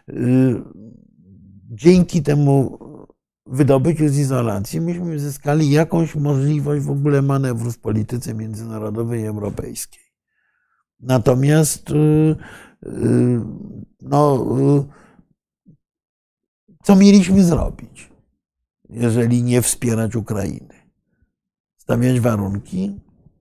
dzięki temu wydobyciu z izolacji myśmy zyskali jakąś możliwość w ogóle manewru w polityce międzynarodowej i europejskiej. Natomiast no, co mieliśmy zrobić, jeżeli nie wspierać Ukrainy? Stawiać warunki?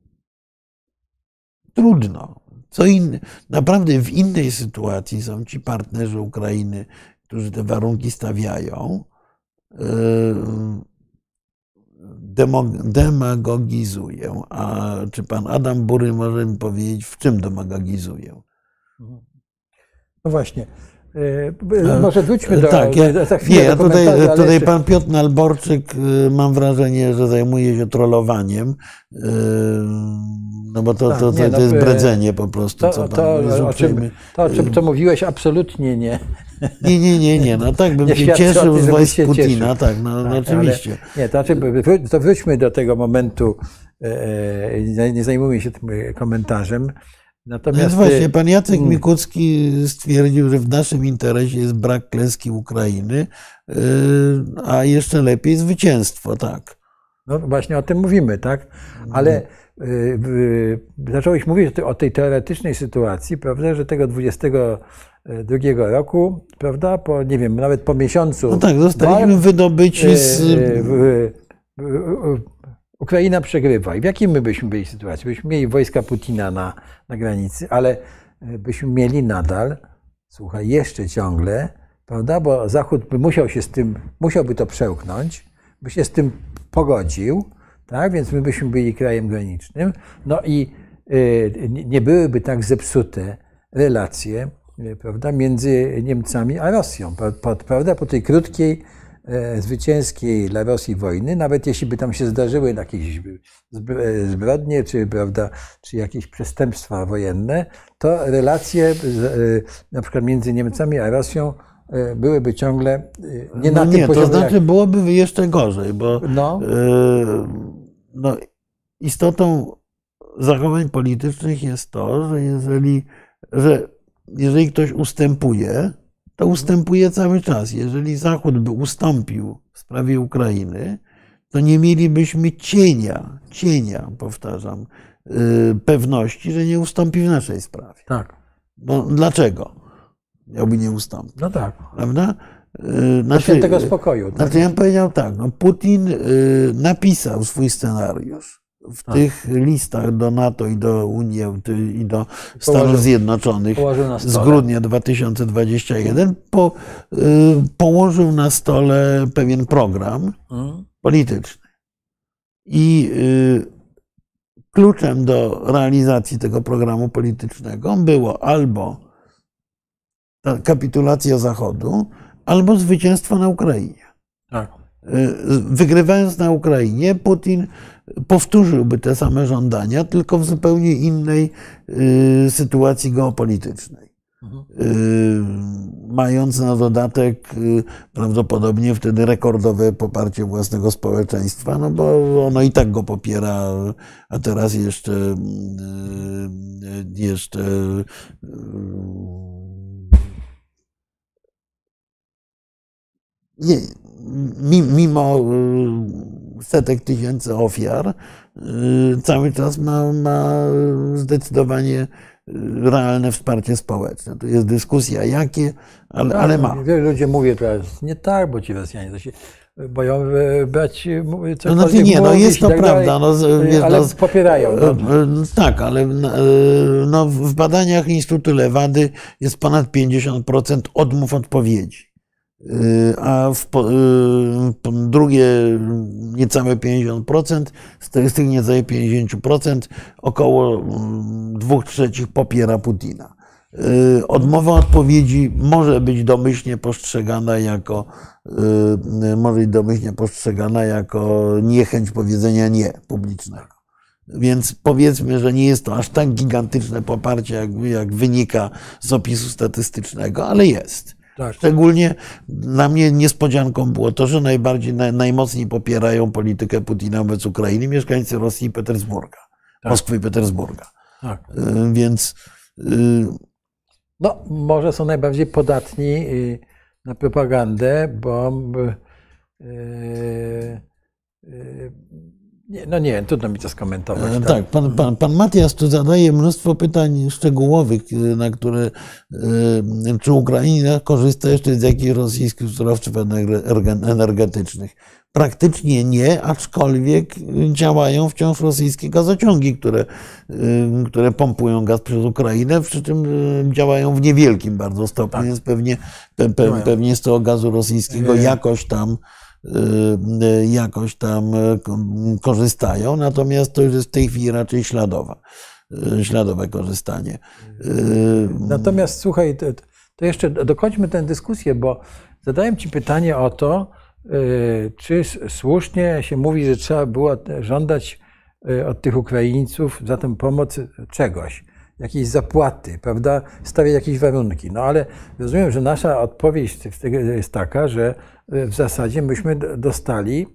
Trudno. Co inne, naprawdę w innej sytuacji są ci partnerzy Ukrainy, którzy te warunki stawiają, demagogizuję. A czy pan Adam Bury może mi powiedzieć, w czym demagogizuję? No właśnie. Może wróćmy do... Tak, ja, nie, ja tutaj, tutaj pan Piotr Nalborczyk, mam wrażenie, że zajmuje się trollowaniem, no bo to, tak, to, to, nie, no, to jest bredzenie po prostu, to, co pan to, o czym, to, o czym to mówiłeś, absolutnie nie. Nie, nie, nie, nie, no tak bym nie się cieszył z wojsk Putina, cieszył. tak, no, tak, no oczywiście. Ale, nie, to, znaczy, to wróćmy do tego momentu, nie zajmujmy się tym komentarzem. Natomiast Więc właśnie pan Jacek Mikucki stwierdził, że w naszym interesie jest brak klęski Ukrainy, a jeszcze lepiej zwycięstwo, tak. No właśnie o tym mówimy, tak? Ale zacząłeś mówić o tej teoretycznej sytuacji, prawda, że tego dwudziestego drugiego roku, prawda, po, nie wiem, nawet po miesiącu... No tak, zostaliśmy wydobyci z... Ukraina przegrywa. I w jakiej my byśmy byli sytuacji? Byśmy mieli wojska Putina na, na granicy, ale byśmy mieli nadal, słuchaj, jeszcze ciągle, prawda, bo Zachód by musiał się z tym, musiałby to przełknąć, by się z tym pogodził, tak, więc my byśmy byli krajem granicznym, no i y, nie byłyby tak zepsute relacje, prawda, między Niemcami a Rosją. Prawda, po tej krótkiej, zwycięskiej dla Rosji wojny, nawet jeśli by tam się zdarzyły jakieś zbrodnie, czy, prawda, czy jakieś przestępstwa wojenne, to relacje na przykład między Niemcami a Rosją byłyby ciągle nie na no tym nie, poziomie. To znaczy jak... byłoby jeszcze gorzej, bo no. Yy, no, istotą zachowań politycznych jest to, że jeżeli, że jeżeli ktoś ustępuje, to ustępuje cały czas. Jeżeli Zachód by ustąpił w sprawie Ukrainy, to nie mielibyśmy cienia, cienia, powtarzam, yy, pewności, że nie ustąpi w naszej sprawie. Tak. Bo dlaczego miałby nie ustąpić? No tak. Prawda? Yy, Do świętego spokoju. Tak? Znaczy ja bym powiedział tak, no Putin yy, napisał swój scenariusz w tak. tych listach do NATO i do Unii i do Stanów położył, Zjednoczonych z grudnia dwa tysiące dwudziestego pierwszego po, yy, położył na stole pewien program hmm. polityczny. I yy, kluczem do realizacji tego programu politycznego było albo ta kapitulacja Zachodu, albo zwycięstwo na Ukrainie. Tak. Wygrywając na Ukrainie, Putin powtórzyłby te same żądania, tylko w zupełnie innej sytuacji geopolitycznej. Mhm. Mając na dodatek prawdopodobnie wtedy rekordowe poparcie własnego społeczeństwa, no bo ono i tak go popiera, a teraz jeszcze jeszcze Nie, mimo setek tysięcy ofiar, cały czas ma, ma zdecydowanie realne wsparcie społeczne. To jest dyskusja jakie, ale, tak, ale ma. Wielu ludzi mówi teraz, nie tak, bo ci Rosjanie to się boją brać cokolwiek no, znaczy nie, no jest to tak prawda. No, wiesz, ale no, popierają. No. Tak, ale no, w badaniach Instytutu Lewady jest ponad pięćdziesiąt procent odmów odpowiedzi. A w po, drugie niecałe pięćdziesiąt procent, z tych, z tych niecałe pięćdziesiąt procent około dwóch trzecich popiera Putina. Odmowa odpowiedzi może być domyślnie postrzegana jako może być domyślnie postrzegana jako niechęć powiedzenia nie publicznego. Więc powiedzmy, że nie jest to aż tak gigantyczne poparcie, jak, jak wynika z opisu statystycznego, ale jest. Tak. Szczególnie dla mnie niespodzianką było to, że najbardziej, najmocniej popierają politykę Putina wobec Ukrainy mieszkańcy Rosji i Petersburga, tak. Moskwy i Petersburga. Tak. Więc no, może są najbardziej podatni na propagandę, bo Nie, no nie, trudno mi to skomentować. Tak, tak pan, pan, pan Matias tu zadaje mnóstwo pytań szczegółowych, na które czy Ukraina korzysta jeszcze z jakichś rosyjskich surowców energetycznych. Praktycznie nie, aczkolwiek działają wciąż rosyjskie gazociągi, które, które pompują gaz przez Ukrainę, przy czym działają w niewielkim bardzo stopniu, tak. Więc pewnie, pe, pe, pewnie z tego gazu rosyjskiego jakoś tam jakoś tam korzystają, natomiast to już jest w tej chwili raczej śladowa, śladowe korzystanie. Natomiast słuchaj, to, to jeszcze dokończmy tę dyskusję, bo zadałem Ci pytanie o to, czy słusznie się mówi, że trzeba było żądać od tych Ukraińców za tę pomoc czegoś, jakiejś zapłaty, prawda, stawiać jakieś warunki. No ale rozumiem, że nasza odpowiedź jest taka, że w zasadzie myśmy dostali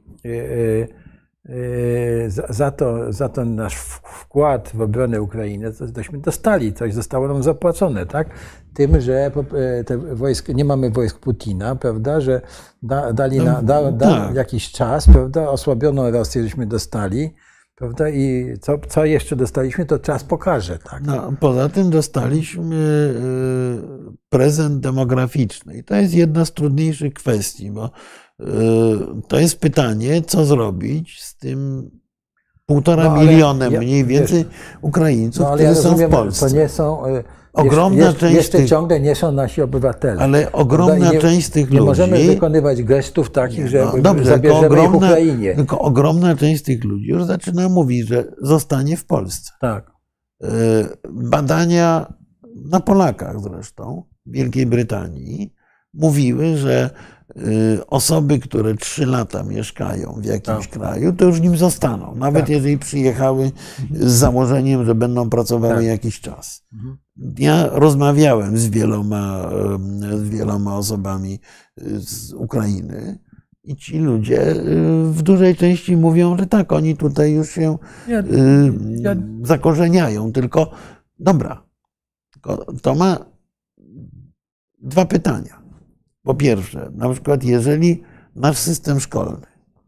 za to, za to nasz wkład w obronę Ukrainy, tośmy dostali, coś zostało nam zapłacone, tak? Tym, że te wojsk, nie mamy wojsk Putina, prawda, że da, dali na, da, da jakiś czas, prawda, osłabioną Rosję żeśmy dostali, prawda, i co, co jeszcze dostaliśmy, to czas pokaże, tak? No, poza tym dostaliśmy prezent demograficzny i to jest jedna z trudniejszych kwestii, bo to jest pytanie, co zrobić z tym półtora no, milionem ja, mniej więcej wiesz, Ukraińców, no, ale którzy ja są rozumiem, w Polsce. To nie są, ogromna jeszcze, część jeszcze tych, ciągle nie są nasi obywatele. Ale ogromna nie, część tych nie ludzi... Nie możemy wykonywać gestów takich, nie, że no, dobrze, zabierzemy ogromna, ich Ukrainie. Tylko ogromna część tych ludzi już zaczyna mówić, że zostanie w Polsce. Tak. Badania na Polakach zresztą, w Wielkiej Brytanii, mówiły, że osoby, które trzy lata mieszkają w jakimś tak. kraju, to już nim zostaną. Nawet tak. jeżeli przyjechały z założeniem, że będą pracowały tak. jakiś czas. Mhm. Ja rozmawiałem z wieloma, z wieloma osobami z Ukrainy i ci ludzie w dużej części mówią, że tak, oni tutaj już się ja, ja... zakorzeniają. Tylko, dobra, to ma dwa pytania. Po pierwsze, na przykład jeżeli nasz system szkolny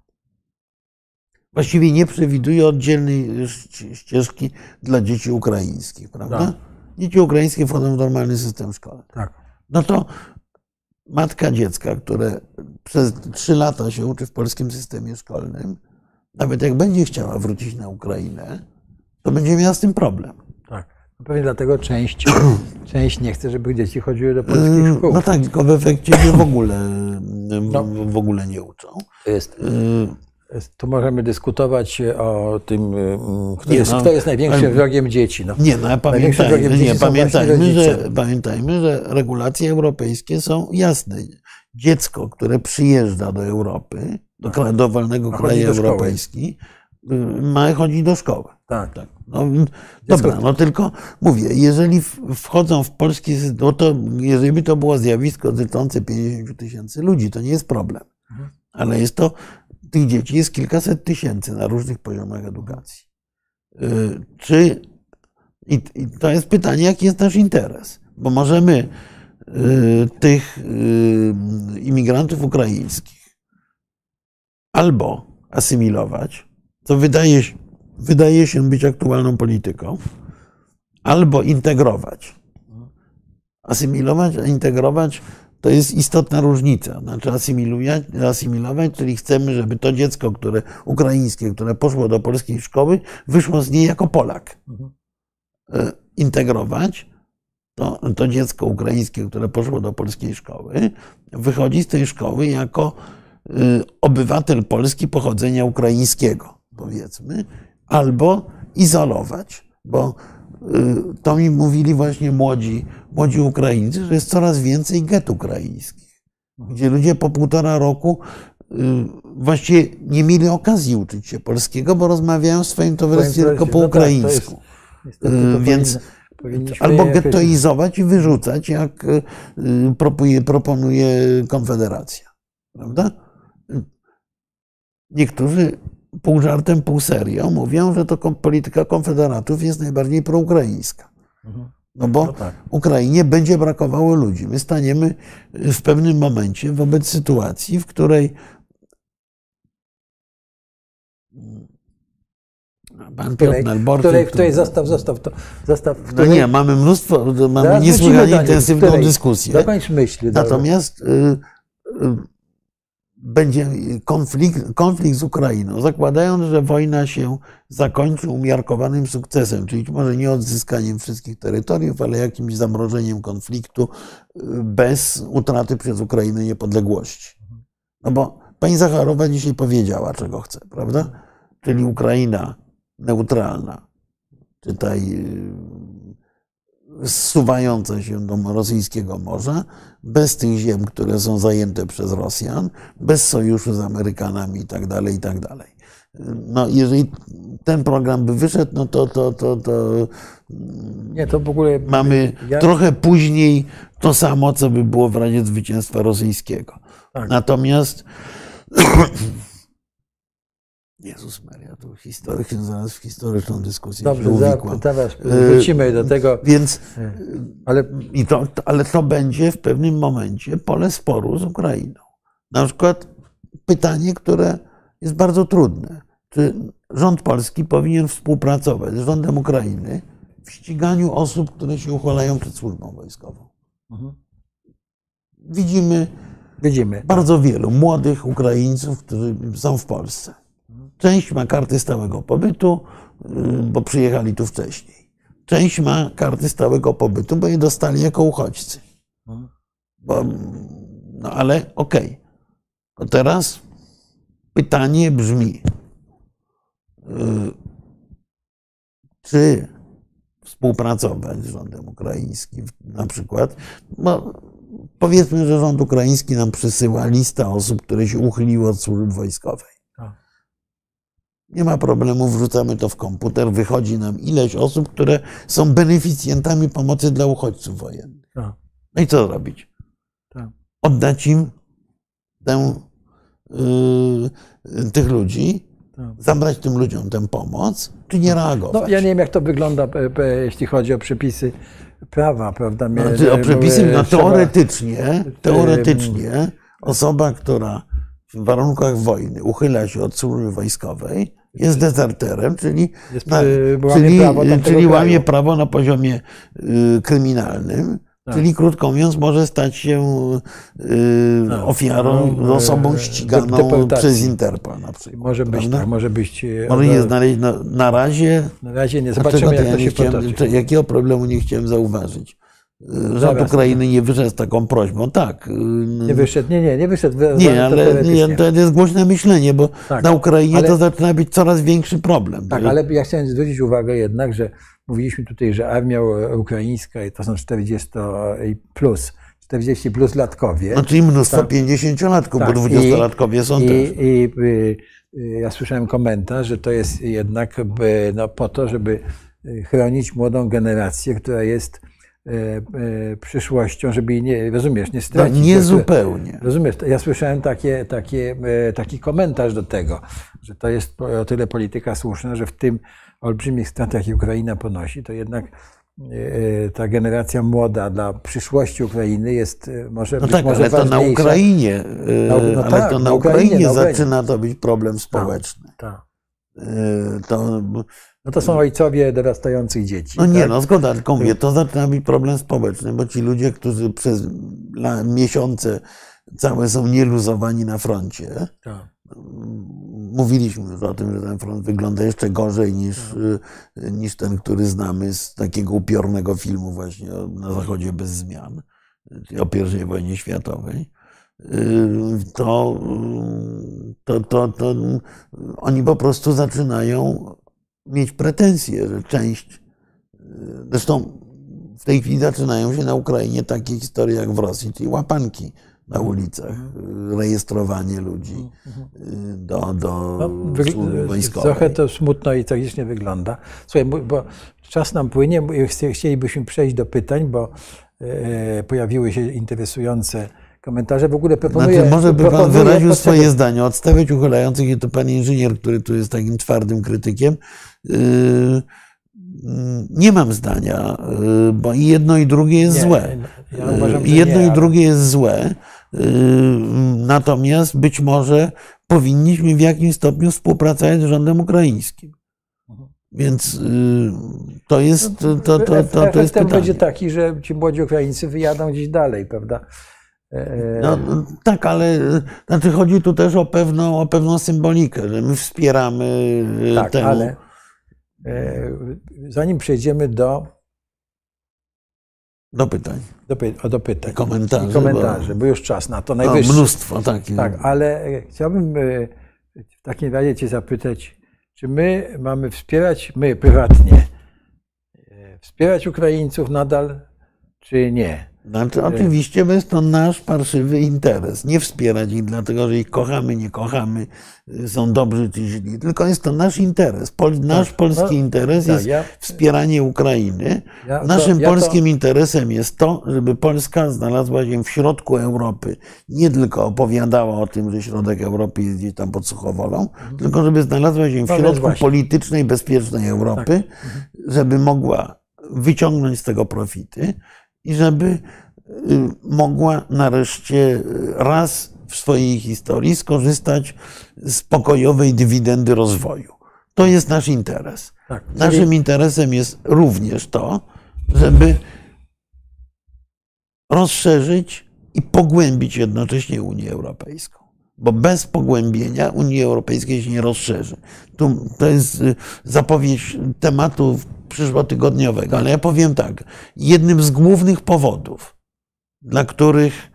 właściwie nie przewiduje oddzielnej ścieżki dla dzieci ukraińskich, prawda? Tak. Dzieci ukraińskie wchodzą w normalny system szkolny. Tak. No to matka dziecka, które przez trzy lata się uczy w polskim systemie szkolnym, nawet jak będzie chciała wrócić na Ukrainę, to będzie miała z tym problem. Tak. Pewnie dlatego część, część nie chce, żeby dzieci chodziły do polskich szkół. No tak, tylko w efekcie się w ogóle, no. w ogóle nie uczą. To, jest, to możemy dyskutować o tym, kto, nie, jest, no, kto jest największym ale, wrogiem dzieci. No. Nie, no pamiętajmy, nie, pamiętajmy, że, pamiętajmy, że regulacje europejskie są jasne. Dziecko, które przyjeżdża do Europy, do, do wolnego kraju europejskiego, ma chodzić do szkoły. Tak, tak. No, dobra, no tylko mówię, jeżeli wchodzą w polski system, no to jeżeli by to było zjawisko dotyczące pięćdziesięciu tysięcy ludzi, to nie jest problem. Mhm. Ale jest to, tych dzieci jest kilkaset tysięcy na różnych poziomach edukacji. Czy, i, i to jest pytanie, jaki jest nasz interes? Bo możemy tych imigrantów ukraińskich albo asymilować, co wydaje się, wydaje się być aktualną polityką, albo integrować. Asymilować, a integrować to jest istotna różnica. Znaczy asymilować, asymilować, czyli chcemy, żeby to dziecko, które ukraińskie, które poszło do polskiej szkoły, wyszło z niej jako Polak. Integrować to, to dziecko ukraińskie, które poszło do polskiej szkoły, wychodzi z tej szkoły jako obywatel Polski pochodzenia ukraińskiego, powiedzmy, albo izolować, bo to mi mówili właśnie młodzi, młodzi Ukraińcy, że jest coraz więcej get ukraińskich, gdzie ludzie po półtora roku właściwie nie mieli okazji uczyć się polskiego, bo rozmawiają w swoim towarzystwie tylko po ukraińsku. Więc albo gettoizować i wyrzucać, jak proponuje Konfederacja. Prawda? Niektórzy pół żartem, pół serio mówią, że to polityka konfederatów jest najbardziej proukraińska. No bo no tak. Ukrainie będzie brakowało ludzi. My staniemy w pewnym momencie wobec sytuacji, w której pan Piotr Nalborczyk... W której, w której zostaw, zostaw to. Zostaw, w której... No nie, mamy mnóstwo, mamy niesłychanie intensywną której, dyskusję. Dokończ myśli. Natomiast y, y, będzie konflikt, konflikt z Ukrainą, zakładając, że wojna się zakończy umiarkowanym sukcesem, czyli może nie odzyskaniem wszystkich terytoriów, ale jakimś zamrożeniem konfliktu bez utraty przez Ukrainę niepodległości. No bo pani Zacharowa dzisiaj powiedziała, czego chce, prawda? Czyli Ukraina neutralna, czytaj zsuwająca się do rosyjskiego morza, bez tych ziem, które są zajęte przez Rosjan, bez sojuszu z Amerykanami i tak dalej, i tak dalej. No, jeżeli ten program by wyszedł, no to, to, to, to, nie, to w ogóle mamy ja... trochę później to samo, co by było w razie zwycięstwa rosyjskiego. Tak. Natomiast Jezus Maria, to historycznie, zaraz w historyczną dyskusję Dobrze, się uwikłam. Zaraz wrócimy do tego. Więc, ale, i to, ale to będzie w pewnym momencie pole sporu z Ukrainą. Na przykład pytanie, które jest bardzo trudne. Czy rząd polski powinien współpracować z rządem Ukrainy w ściganiu osób, które się uchwalają przed służbą wojskową? Mhm. Widzimy, Widzimy bardzo tak. wielu młodych Ukraińców, którzy są w Polsce. Część ma karty stałego pobytu, bo przyjechali tu wcześniej. Część ma karty stałego pobytu, bo je dostali jako uchodźcy. Bo, no ale okej. Okay. Teraz pytanie brzmi, czy w współpracować z rządem ukraińskim na przykład. Bo powiedzmy, że rząd ukraiński nam przysyła listę osób, które się uchyliły od służby wojskowej. Nie ma problemu, wrzucamy to w komputer, wychodzi nam ileś osób, które są beneficjentami pomocy dla uchodźców wojennych. No i co zrobić? Oddać im tę, yy, tych ludzi, zabrać tym ludziom tę pomoc, czy nie reagować? No, ja nie wiem, jak to wygląda, jeśli chodzi o przepisy prawa, prawda? Znaczy, o przepisy, no teoretycznie, teoretycznie osoba, która w warunkach wojny uchyla się od służby wojskowej, jest dezerterem, czyli, jest, na, łamie czyli, prawo czyli łamie kraju. prawo na poziomie y, kryminalnym, tak. Czyli krótko mówiąc może stać się y, tak. ofiarą, no, osobą ściganą deportacji przez Interpol na przykład. Może być, tak, może być. Może nie znaleźć na, na razie. Na razie nie. Zobaczymy, jak ja to się chciałem, potoczy. Jakiego problemu nie chciałem zauważyć. Rząd Zaraz, Ukrainy nie wyszedł z taką prośbą, tak. Nie wyszedł, nie, nie, nie wyszedł. Nie, ale nie, to jest głośne myślenie, bo tak, na Ukrainie ale, to zaczyna być coraz większy problem. Tak, ale ja chciałem zwrócić uwagę jednak, że mówiliśmy tutaj, że armia ukraińska i to są czterdzieści plus, czterdzieści plus latkowie. No czyli mnóstwo tak, pięćdziesięciolatków, tak, bo dwudziestolatkowie są i, też. I, i ja słyszałem komentarz, że to jest jednak no, po to, żeby chronić młodą generację, która jest przyszłością, żeby jej nie, rozumiesz, nie stracić. No, nie zupełnie. Rozumiesz, ja słyszałem takie, takie, taki komentarz do tego, że to jest o tyle polityka słuszna, że w tym olbrzymich stratach, jakie Ukraina ponosi, to jednak ta generacja młoda dla przyszłości Ukrainy jest może no być tak, może ale to na Ukrainie, no, no ale tak, to na, na Ukrainie, Ukrainie zaczyna to być problem społeczny. Tak, tak. To, no to są ojcowie dorastających dzieci. No nie, tak? no zgoda, tylko mówię, to zaczyna być problem społeczny, bo ci ludzie, którzy przez miesiące całe są nieluzowani na froncie, tak. Mówiliśmy już o tym, że ten front wygląda jeszcze gorzej niż, tak. niż ten, który znamy z takiego upiornego filmu właśnie Na Zachodzie bez zmian, o pierwszej wojnie światowej. To, to, to, to oni po prostu zaczynają mieć pretensje, że część, zresztą w tej chwili zaczynają się na Ukrainie takie historie jak w Rosji, czyli łapanki na ulicach, rejestrowanie ludzi do, do no, służby wojskowej. Trochę to smutno i tragicznie wygląda. Słuchaj, bo czas nam płynie, chcielibyśmy przejść do pytań, bo pojawiły się interesujące komentarze. W ogóle proponuję... Znaczy, może by pan wyraził swoje zdanie, odstawiać uchylających i to pan inżynier, który tu jest takim twardym krytykiem. Nie mam zdania, bo i jedno i drugie jest nie, złe. Ja uważam, I jedno nie, i drugie ale... jest złe. Natomiast być może powinniśmy w jakimś stopniu współpracować z rządem ukraińskim. Więc to jest to, to, to, to, to jest pytanie. Będzie taki, że ci młodzi Ukraińcy wyjadą gdzieś dalej, prawda? No, tak, ale znaczy chodzi tu też o pewną, o pewną symbolikę, że my wspieramy tak, temu. Ale zanim przejdziemy do do pytań, do, py, do pytań, komentarzy, i komentarzy, bo, bo już czas na to no, najwyższy. Mnóstwo, tak. Tak, ale chciałbym w takim razie cię zapytać, czy my mamy wspierać, my prywatnie, wspierać Ukraińców nadal, czy nie? Znaczy, oczywiście jest to nasz parszywy interes. Nie wspierać ich dlatego, że ich kochamy, nie kochamy, są dobrzy czy źli, tylko jest to nasz interes. Pol, nasz tak, polski no, interes tak, jest ja, wspieranie Ukrainy. Ja, Naszym to, ja polskim to... interesem jest to, żeby Polska znalazła się w środku Europy. Nie tylko opowiadała o tym, że środek Europy jest gdzieś tam pod Suchowolą, mhm. tylko żeby znalazła się w środku no, politycznej, bezpiecznej Europy, tak. żeby mogła wyciągnąć z tego profity. I żeby mogła nareszcie raz w swojej historii skorzystać z pokojowej dywidendy rozwoju. To jest nasz interes. Tak, czyli... Naszym interesem jest również to, żeby rozszerzyć i pogłębić jednocześnie Unię Europejską. Bo bez pogłębienia Unii Europejskiej się nie rozszerzy. Tu, to jest zapowiedź tematu przyszłotygodniowego, ale ja powiem tak, jednym z głównych powodów, dla których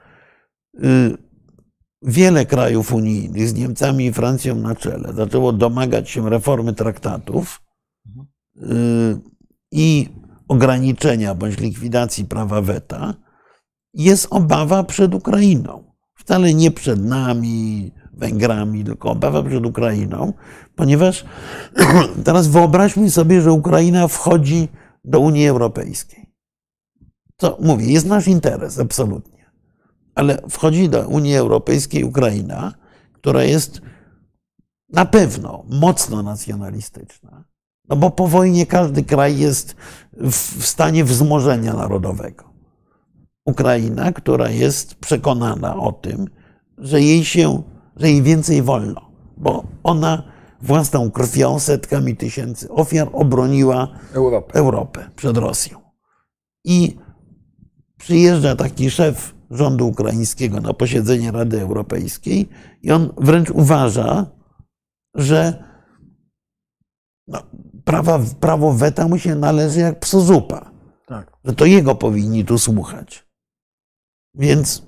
wiele krajów unijnych z Niemcami i Francją na czele zaczęło domagać się reformy traktatów i ograniczenia bądź likwidacji prawa weta, jest obawa przed Ukrainą. Wcale nie przed nami, Węgrami, tylko obawa przed Ukrainą, ponieważ teraz wyobraźmy sobie, że Ukraina wchodzi do Unii Europejskiej. To mówię, jest nasz interes, absolutnie. Ale wchodzi do Unii Europejskiej Ukraina, która jest na pewno mocno nacjonalistyczna. No bo po wojnie każdy kraj jest w stanie wzmożenia narodowego. Ukraina, która jest przekonana o tym, że jej się, że jej więcej wolno, bo ona własną krwią, setkami tysięcy ofiar obroniła Europę, Europę przed Rosją. I przyjeżdża taki szef rządu ukraińskiego na posiedzenie Rady Europejskiej i on wręcz uważa, że no, prawa, prawo weta mu się należy jak psu zupa. tak. Że to jego powinni tu słuchać. Więc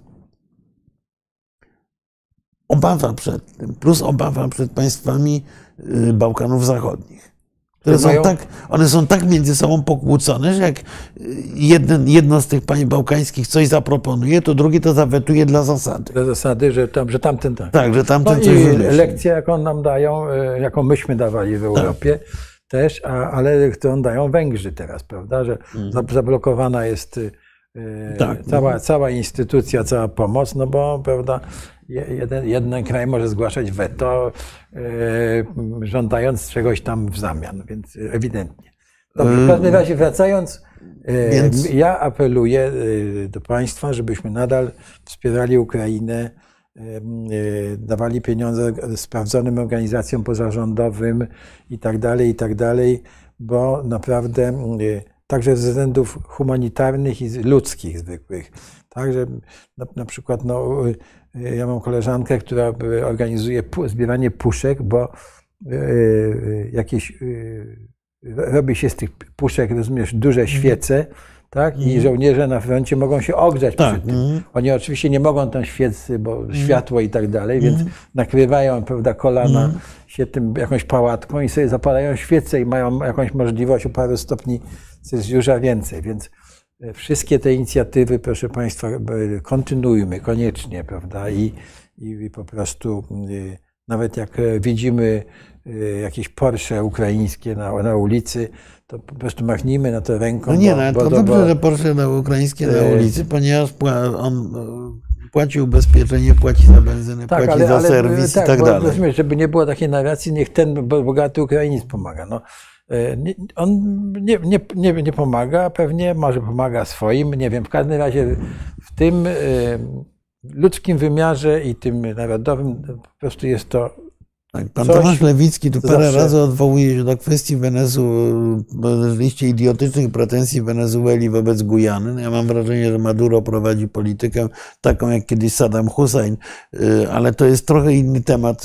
obawa przed tym, plus obawa przed państwami Bałkanów Zachodnich, które są mają... tak, one są tak między sobą pokłócone, że jak jeden, jedno z tych państw bałkańskich coś zaproponuje, to drugie to zawetuje dla zasady. Dla zasady, że, tam, że tamten tak. Tak, że tamten no coś i wymyśli. lekcje, jaką nam dają, jaką myśmy dawali w Europie tak. też, a, ale którą dają Węgrzy teraz, prawda, że mhm. zablokowana jest tak. cała, cała instytucja, cała pomoc, no bo, prawda, jeden, jeden kraj może zgłaszać weto, yy, żądając czegoś tam w zamian, więc ewidentnie. Dobrze, w każdym razie wracając, yy, więc... ja apeluję yy, do państwa, żebyśmy nadal wspierali Ukrainę, yy, dawali pieniądze sprawdzonym organizacjom pozarządowym i tak dalej, i tak dalej, bo naprawdę yy, także ze względów humanitarnych i ludzkich zwykłych. Także na, na przykład no, ja mam koleżankę, która organizuje zbieranie puszek, bo y, jakieś y, robi się z tych puszek, rozumiesz, duże świece, tak? I mm. żołnierze na froncie mogą się ogrzać tak. przy tym. Mm. Oni oczywiście nie mogą tam świecy, bo mm. światło i tak dalej, więc mm. nakrywają, prawda, kolana mm. się tym jakąś pałatką i sobie zapalają świece i mają jakąś możliwość o paru stopni Celsjusza więcej, więc wszystkie te inicjatywy, proszę państwa, kontynuujmy koniecznie, prawda, i, i po prostu nawet jak widzimy jakieś Porsche ukraińskie na, na ulicy, to po prostu machnijmy na to ręką. No nie, bo, no, bo, to bo, dobrze, bo, że Porsche na ukraińskie na ulicy, ponieważ on płaci ubezpieczenie, płaci za benzynę, tak, płaci ale, za ale, serwis tak, i tak bo, dalej. Rozumiesz, żeby nie było takiej narracji, niech ten bogaty Ukrainiec pomaga. No, on nie, nie, nie, nie pomaga, pewnie może pomaga swoim, nie wiem, w każdym razie w tym ludzkim wymiarze i tym narodowym po prostu jest to tak, pan Tomasz Lewicki tu parę zawsze... razy odwołuje się do kwestii Wenezueli, liście idiotycznych pretensji Wenezueli wobec Gujany. No ja mam wrażenie, że Maduro prowadzi politykę taką jak kiedyś Saddam Hussein, ale to jest trochę inny temat.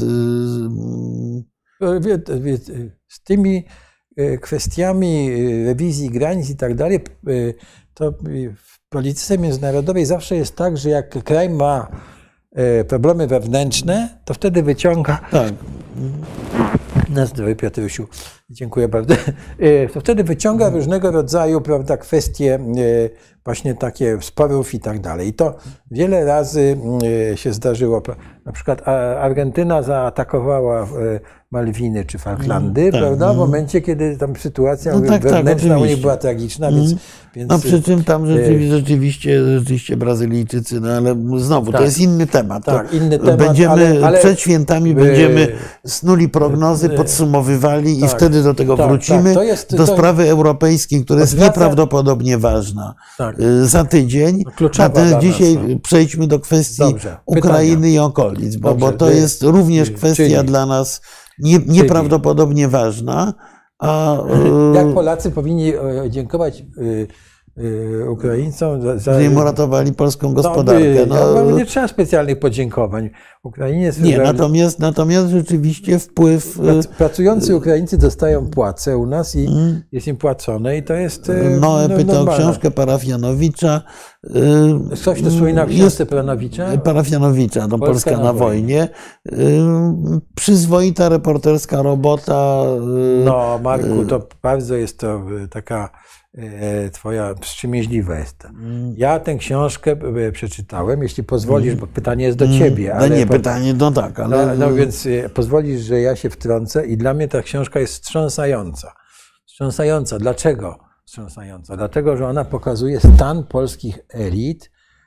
Z tymi kwestiami rewizji granic i tak dalej, to w polityce międzynarodowej zawsze jest tak, że jak kraj ma problemy wewnętrzne, to wtedy wyciąga... Tak. Na zdrowie, Piotrusiu. Dziękuję bardzo. To wtedy wyciąga różnego rodzaju, prawda, kwestie właśnie takie sporów i tak dalej. I to wiele razy się zdarzyło. Na przykład Argentyna zaatakowała Malwiny czy Falklandy, mm, prawda, tak. w momencie, kiedy tam sytuacja no tak, wewnętrzna tak, u nich była tragiczna, mm. więc, więc... No przy czym tam rzeczywiście, rzeczywiście, rzeczywiście Brazylijczycy, no ale znowu, tak. to jest inny temat. Tak, inny temat, będziemy, ale, ale... Przed świętami będziemy snuli prognozy, podsumowywali tak, i wtedy do tego tak, wrócimy, tak, jest, do sprawy europejskiej, która jest nieprawdopodobnie ważna. Tak. Za tydzień, a ten dzisiaj nas, no. przejdźmy do kwestii Dobrze. Ukrainy Pytania. i okolic, bo, bo to jest również kwestia czyli, dla nas nie, nieprawdopodobnie ważna. A, jak Polacy powinni dziękować Ukraińcom za, za... że im uratowali polską gospodarkę. No, no, nie trzeba specjalnych podziękowań. Ukrainie nie, natomiast, natomiast rzeczywiście wpływ... Pracujący Ukraińcy dostają płacę u nas i mm. jest im płacone i to jest Noe no, pytał o książkę Parafianowicza. Coś to słyna w książce Parafianowicza? Parafianowicza, no, Polska, Polska na, na wojnie. wojnie. Przyzwoita reporterska robota. No Marku, to bardzo jest to taka twoja wstrzemięźliwa jest. Ja tę książkę przeczytałem, jeśli pozwolisz, bo pytanie jest do ciebie. No ale nie, po, pytanie, no tak, ale... No, no więc pozwolisz, że ja się wtrącę i dla mnie ta książka jest wstrząsająca. Wstrząsająca. Dlaczego wstrząsająca? Dlatego, że ona pokazuje stan polskich elit,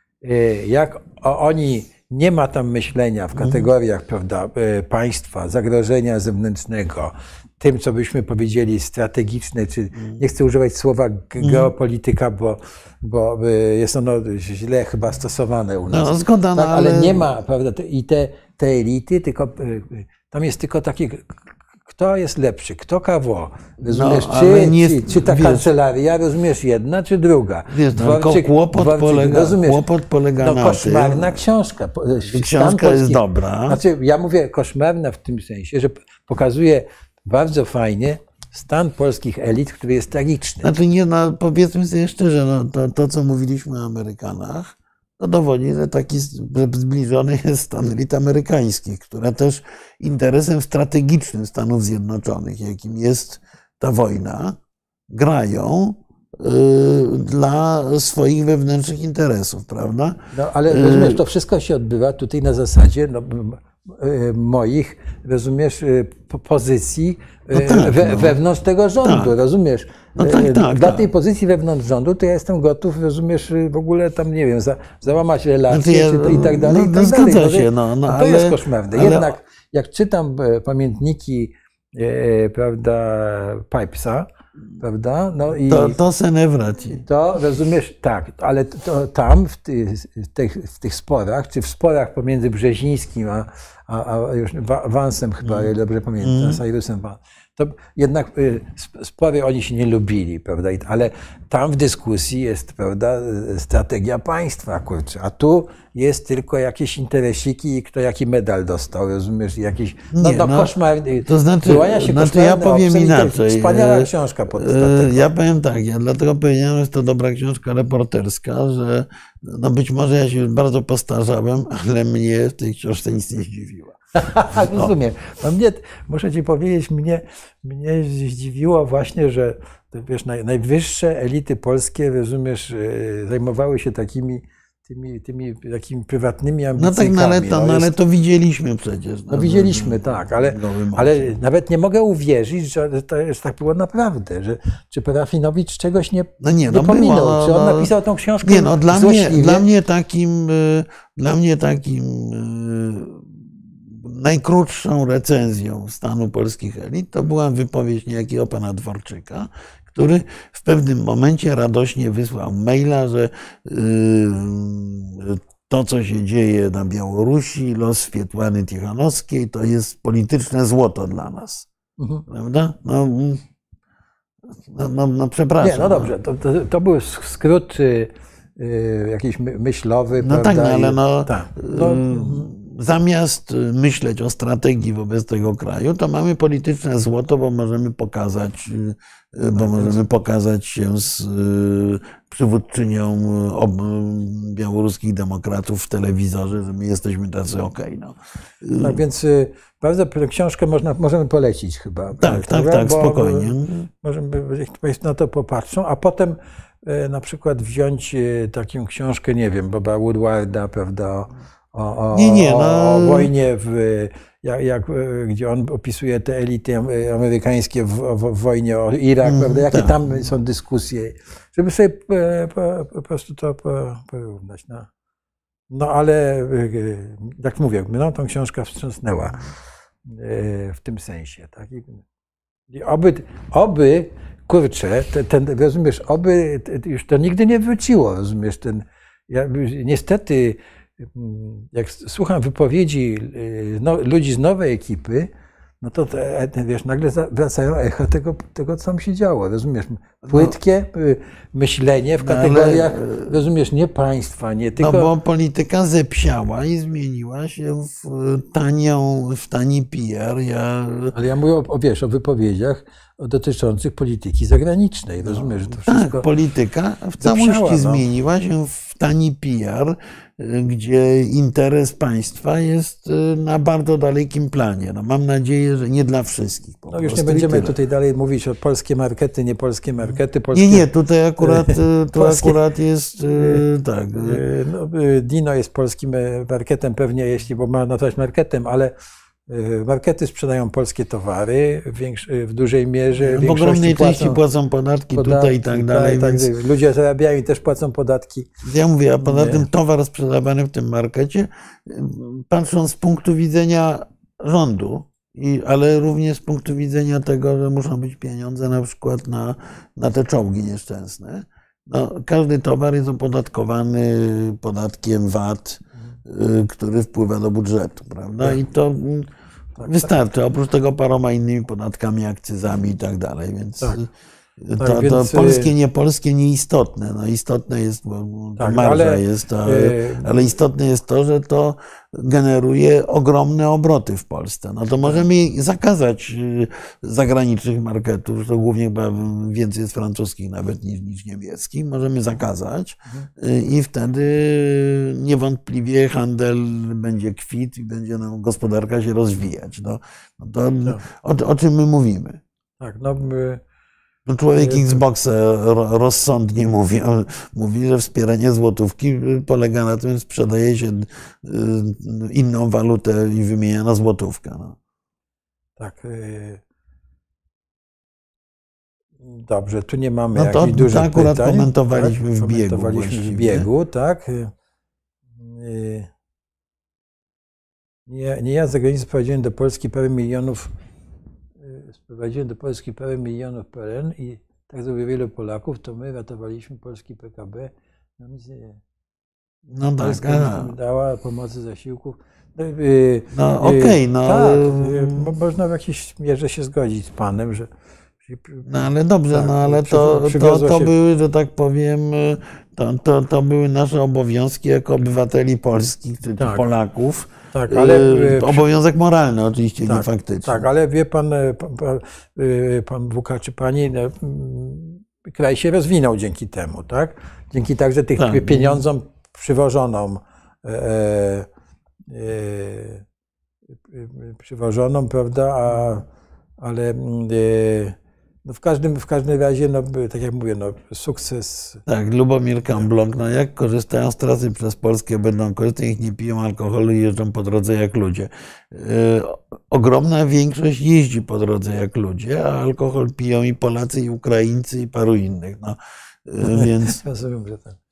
jak oni, nie ma tam myślenia w kategoriach, prawda, państwa, zagrożenia zewnętrznego, tym, co byśmy powiedzieli strategiczne, czy nie chcę używać słowa geopolityka, bo, bo jest ono źle chyba stosowane u nas. No, zgoda, tak, no, ale... ale nie ma, prawda, i te, te elity, tylko tam jest tylko takie, kto jest lepszy, kto kawo, rozumiesz, no, czy, nie, czy, czy ta wiesz, kancelaria, rozumiesz, jedna czy druga. Wiesz, Dworczyk, kłopot, Dworczyk, polega, rozumiesz, kłopot polega no, na koszmarna tym, książka. Książka jest dobra. Znaczy, ja mówię koszmarna w tym sensie, że pokazuje bardzo fajnie stan polskich elit, który jest tragiczny. Znaczy nie, no, powiedzmy sobie szczerze, no, to, to co mówiliśmy o Amerykanach, to dowodzi, że taki zbliżony jest stan elit amerykańskich, które też interesem strategicznym Stanów Zjednoczonych, jakim jest ta wojna, grają y, dla swoich wewnętrznych interesów, prawda? No ale rozumiesz, to wszystko się odbywa tutaj na zasadzie no, moich, rozumiesz, pozycji no tak, we, no. wewnątrz tego rządu, tak. rozumiesz? No tak, tak, Dla tak. tej pozycji wewnątrz rządu to ja jestem gotów, rozumiesz, w ogóle tam, nie wiem, za, załamać relacje znaczy, ja, i tak dalej. No, i tak dalej. Się, no, no, to ale, jest koszmarne. Ale... Jednak jak czytam pamiętniki, e, prawda, Pipesa, prawda? No i to, to se nie wraci. To rozumiesz, tak, ale to, tam w, ty, w, tych, w tych sporach, czy w sporach pomiędzy Brzezińskim a, a, a już Wansem chyba, mm. dobrze pamiętam, mm. Cyrusem Vance, to jednak y, spory oni się nie lubili, prawda? Ale tam w dyskusji jest, prawda, strategia państwa, kurczę, a tu jest tylko jakieś interesiki i kto jaki medal dostał, rozumiesz, jakieś, no, nie, no, no koszmar, to znaczy, wyłania się znaczy ja powiem inaczej. Wspaniała książka pod tego. Ja powiem tak, ja dlatego powiedziałem, że jest to dobra książka reporterska, że no być może ja się bardzo postarzałem, ale mnie w tej książce nic nie zdziwiło. Rozumiem. No mnie, muszę ci powiedzieć, mnie, mnie zdziwiło właśnie, że wiesz, naj, najwyższe elity polskie, rozumiesz, zajmowały się takimi tymi, tymi takimi prywatnymi ambicjami. No tak, no ale to, no ale to widzieliśmy przecież. No, no widzieliśmy, tak, ale, ale nawet nie mogę uwierzyć, że to jest, tak było naprawdę, że czy Parafinowicz czegoś nie, no nie, no nie pominął, było, no, czy on napisał tą książkę nie, no, dla mnie, dla mnie takim, dla mnie takim najkrótszą recenzją stanu polskich elit to była wypowiedź niejakiego pana Dworczyka, który w pewnym momencie radośnie wysłał maila, że to, co się dzieje na Białorusi, los Swietłany Tichanowskiej, to jest polityczne złoto dla nas. Mhm. Prawda? No, no, no, no przepraszam. Nie, no dobrze, to, to, to był skrót y, y, jakiś myślowy. No prawda? tak, no, ale no, tak. To, zamiast myśleć o strategii wobec tego kraju, to mamy polityczne złoto, bo możemy pokazać, bo możemy pokazać się z przywódczynią białoruskich demokratów w telewizorze, że my jesteśmy tacy okej. No. Tak, więc bardzo książkę można, możemy polecić chyba. Tak, tak, tak, bo, spokojnie. Możemy, niech Państwo na to popatrzą, a potem na przykład wziąć taką książkę, nie wiem, Boba Woodwarda, prawda, O, o, nie, nie, no. o wojnie, w, jak, jak, gdzie on opisuje te elity amerykańskie w, w, w wojnie o Irak, mm, prawda? Jakie tak. tam są dyskusje, żeby sobie po, po, po prostu to porównać. No. no ale jak mówię, no, tą książka wstrząsnęła w tym sensie. Tak? I oby, oby, kurczę, ten, ten, rozumiesz, oby już to nigdy nie wróciło, rozumiesz, ten, ja, niestety jak słucham wypowiedzi no, ludzi z nowej ekipy, no to te, wiesz, nagle wracają echa tego, tego, co tam się działo, rozumiesz? Płytkie no, myślenie w kategoriach, ale, rozumiesz, nie państwa, nie tylko... No bo polityka zepsiała i zmieniła się w tanią, w tani P R. Ja... Ale ja mówię o, o, wiesz, o wypowiedziach dotyczących polityki zagranicznej. Rozumiesz, że to wszystko... Tak, polityka w dopsiała, całości no. zmieniła się w tani P R, gdzie interes państwa jest na bardzo dalekim planie. No, mam nadzieję, że nie dla wszystkich. Po No już nie prostu i będziemy tyle. tutaj dalej mówić o polskie markety, nie polskie markety. Polskie... Nie, nie, tutaj akurat, tu polskie- akurat jest e, tak. E, No, e, Dino jest polskim e, marketem pewnie, jeśli, bo ma nazwać marketem, ale e, markety sprzedają polskie towary w, większ, w dużej mierze. W większości ogromnej części płacą płacą podatki, tutaj i tak dalej. tak, Więc tak, ludzie zarabiają i też płacą podatki. ja mówię, a poza Nie. tym towar sprzedawany w tym markecie, patrząc z punktu widzenia rządu, i, ale również z punktu widzenia tego, że muszą być pieniądze na przykład na, na te czołgi nieszczęsne. No, każdy towar jest opodatkowany podatkiem V A T, y, który wpływa do budżetu, prawda? I to mm, wystarczy. Oprócz tego paroma innymi podatkami, akcyzami i tak dalej. Więc Tak. to, Tak, to więc, polskie, niepolskie nieistotne. No, istotne jest, bo Tak, marża ale, jest, ale, y, ale istotne jest to, że to generuje ogromne obroty w Polsce. No to możemy zakazać y, zagranicznych marketów, to głównie chyba więcej jest francuskich nawet niż, niż niemieckich. Możemy zakazać y, i wtedy niewątpliwie handel będzie kwit i będzie nam gospodarka się rozwijać. No, no to o, o czym my mówimy? Tak, no, my, No człowiek Xboxa ro- rozsądnie mówi, on mówi, że wspieranie złotówki polega na tym, że sprzedaje się y, inną walutę i wymienia na złotówkę. No. tak. y, Dobrze, tu nie mamy No to- jakichś to dużych akurat pytań. komentowaliśmy w biegu Komentowaliśmy w właściwie. biegu, tak. Y, y, Nie, nie ja z zagranicy sprowadziłem do Polski parę milionów, y, sprowadziłem do Polski parę milionów P L N i tak zrobiło wielu Polaków, to my ratowaliśmy polski P K B. No nic nie, No tak, Polska a, nic nie dała pomocy zasiłków. No, y, no y, okej, no, Tak, ale- y, mo- można w jakiejś mierze się zgodzić z panem, że no ale dobrze, tak, no ale przy- to, to, przywiozło to się- były, że tak powiem, to, to, to były nasze obowiązki jako obywateli polskich czy Tak. Polaków. tak, ale Y, y, Obowiązek moralny oczywiście, nie tak, faktyczny. tak, ale wie pan, e, pan, pan, y, pan Wuka czy pani, no, mm, kraj się rozwinął dzięki temu, tak? Dzięki także tych Tak. pieniądzom przywożonom, e, e, e, przywożonom, prawda? A, ale mm, e, no w każdym, w każdym razie, no, tak jak mówię, no, sukces. Tak, Lubomir Kamblok, no jak korzystają z trasy przez Polskę, będą korzystać, niech nie piją alkoholu i jeżdżą po drodze jak ludzie. Yy, ogromna większość jeździ po drodze jak ludzie, a alkohol piją i Polacy, i Ukraińcy, i paru innych. No, yy, więc Rozumiem, że tak.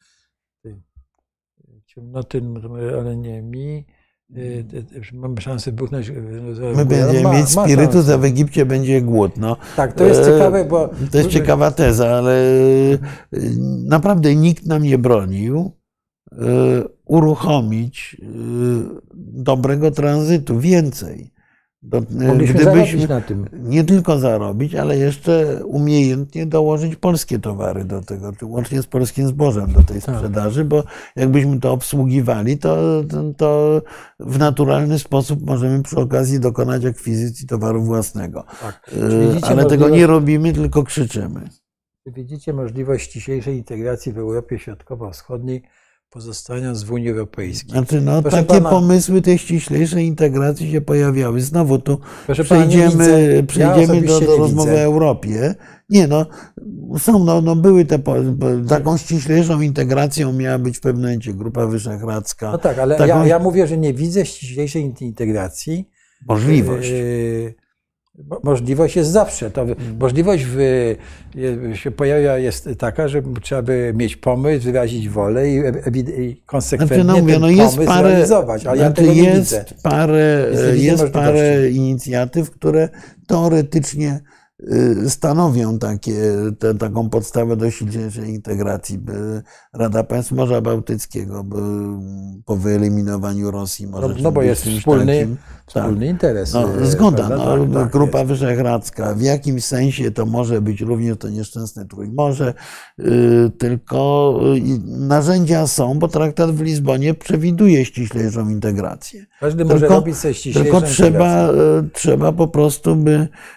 Ciemnoty, ale nie mi. Y, y, Mamy szansę buchnąć. my będziemy mieć spirytus, a w Egipcie będzie głód. No. Tak, to jest E, ciekawe, bo. To jest ciekawa teza, ale y, naprawdę nikt nam nie bronił y, uruchomić y, dobrego tranzytu, więcej. Do, y, Mogliśmy zarobić na tym. nie tylko zarobić, ale jeszcze umiejętnie dołożyć polskie towary do tego, czy łącznie z polskim zbożem do tej Tak. sprzedaży, bo jakbyśmy to obsługiwali, to, to, to w naturalny sposób możemy przy okazji dokonać akwizycji towaru własnego. Tak. Y, Czy widzicie Ale tego możliwość- nie robimy, tylko krzyczymy. Czy widzicie możliwość ściślejszej integracji w Europie Środkowo-Wschodniej, pozostając w Unii Europejskiej? Znaczy, no, Proszę takie pana- pomysły tej ściślejszej integracji się pojawiały. Znowu tu Proszę pana, nie przejdziemy, widzę. Ja przejdziemy do, osobiście do nie rozmowy widzę. o Europie. Nie no, są, no, no były te, po- taką ściślejszą integracją miała być w pewnym momencie Grupa Wyszehradzka. No tak, ale taką ja, ja mówię, że nie widzę ściślejszej integracji. możliwość. Yy, mo- Możliwość jest zawsze. To, możliwość w, je- się pojawia jest taka, że trzeba by mieć pomysł, wyrazić wolę i, ewi- i konsekwentnie Znaczy, no mówię, ten no jest pomysł parę, realizować, ale ja znaczy tego nie jest widzę. parę, Więc nie widzę jest możliwości. parę inicjatyw, które teoretycznie y, stanowią takie, te, taką podstawę do silniejszej integracji. By Rada Państw Morza Bałtyckiego by, po wyeliminowaniu Rosji może No, no bo być jest czymś wspólny, takim. wspólny interes. No, yy, zgoda, prawda? no, Tak, tak, Grupa jest. Wyszehradzka, w jakimś sensie to może być również to nieszczęsne Trójmorze, yy, tylko yy, narzędzia są, bo traktat w Lizbonie przewiduje ściślejszą integrację. Każdy może Tylko, robić sobie ściślejszą tylko trzeba, integrację. yy, trzeba po prostu by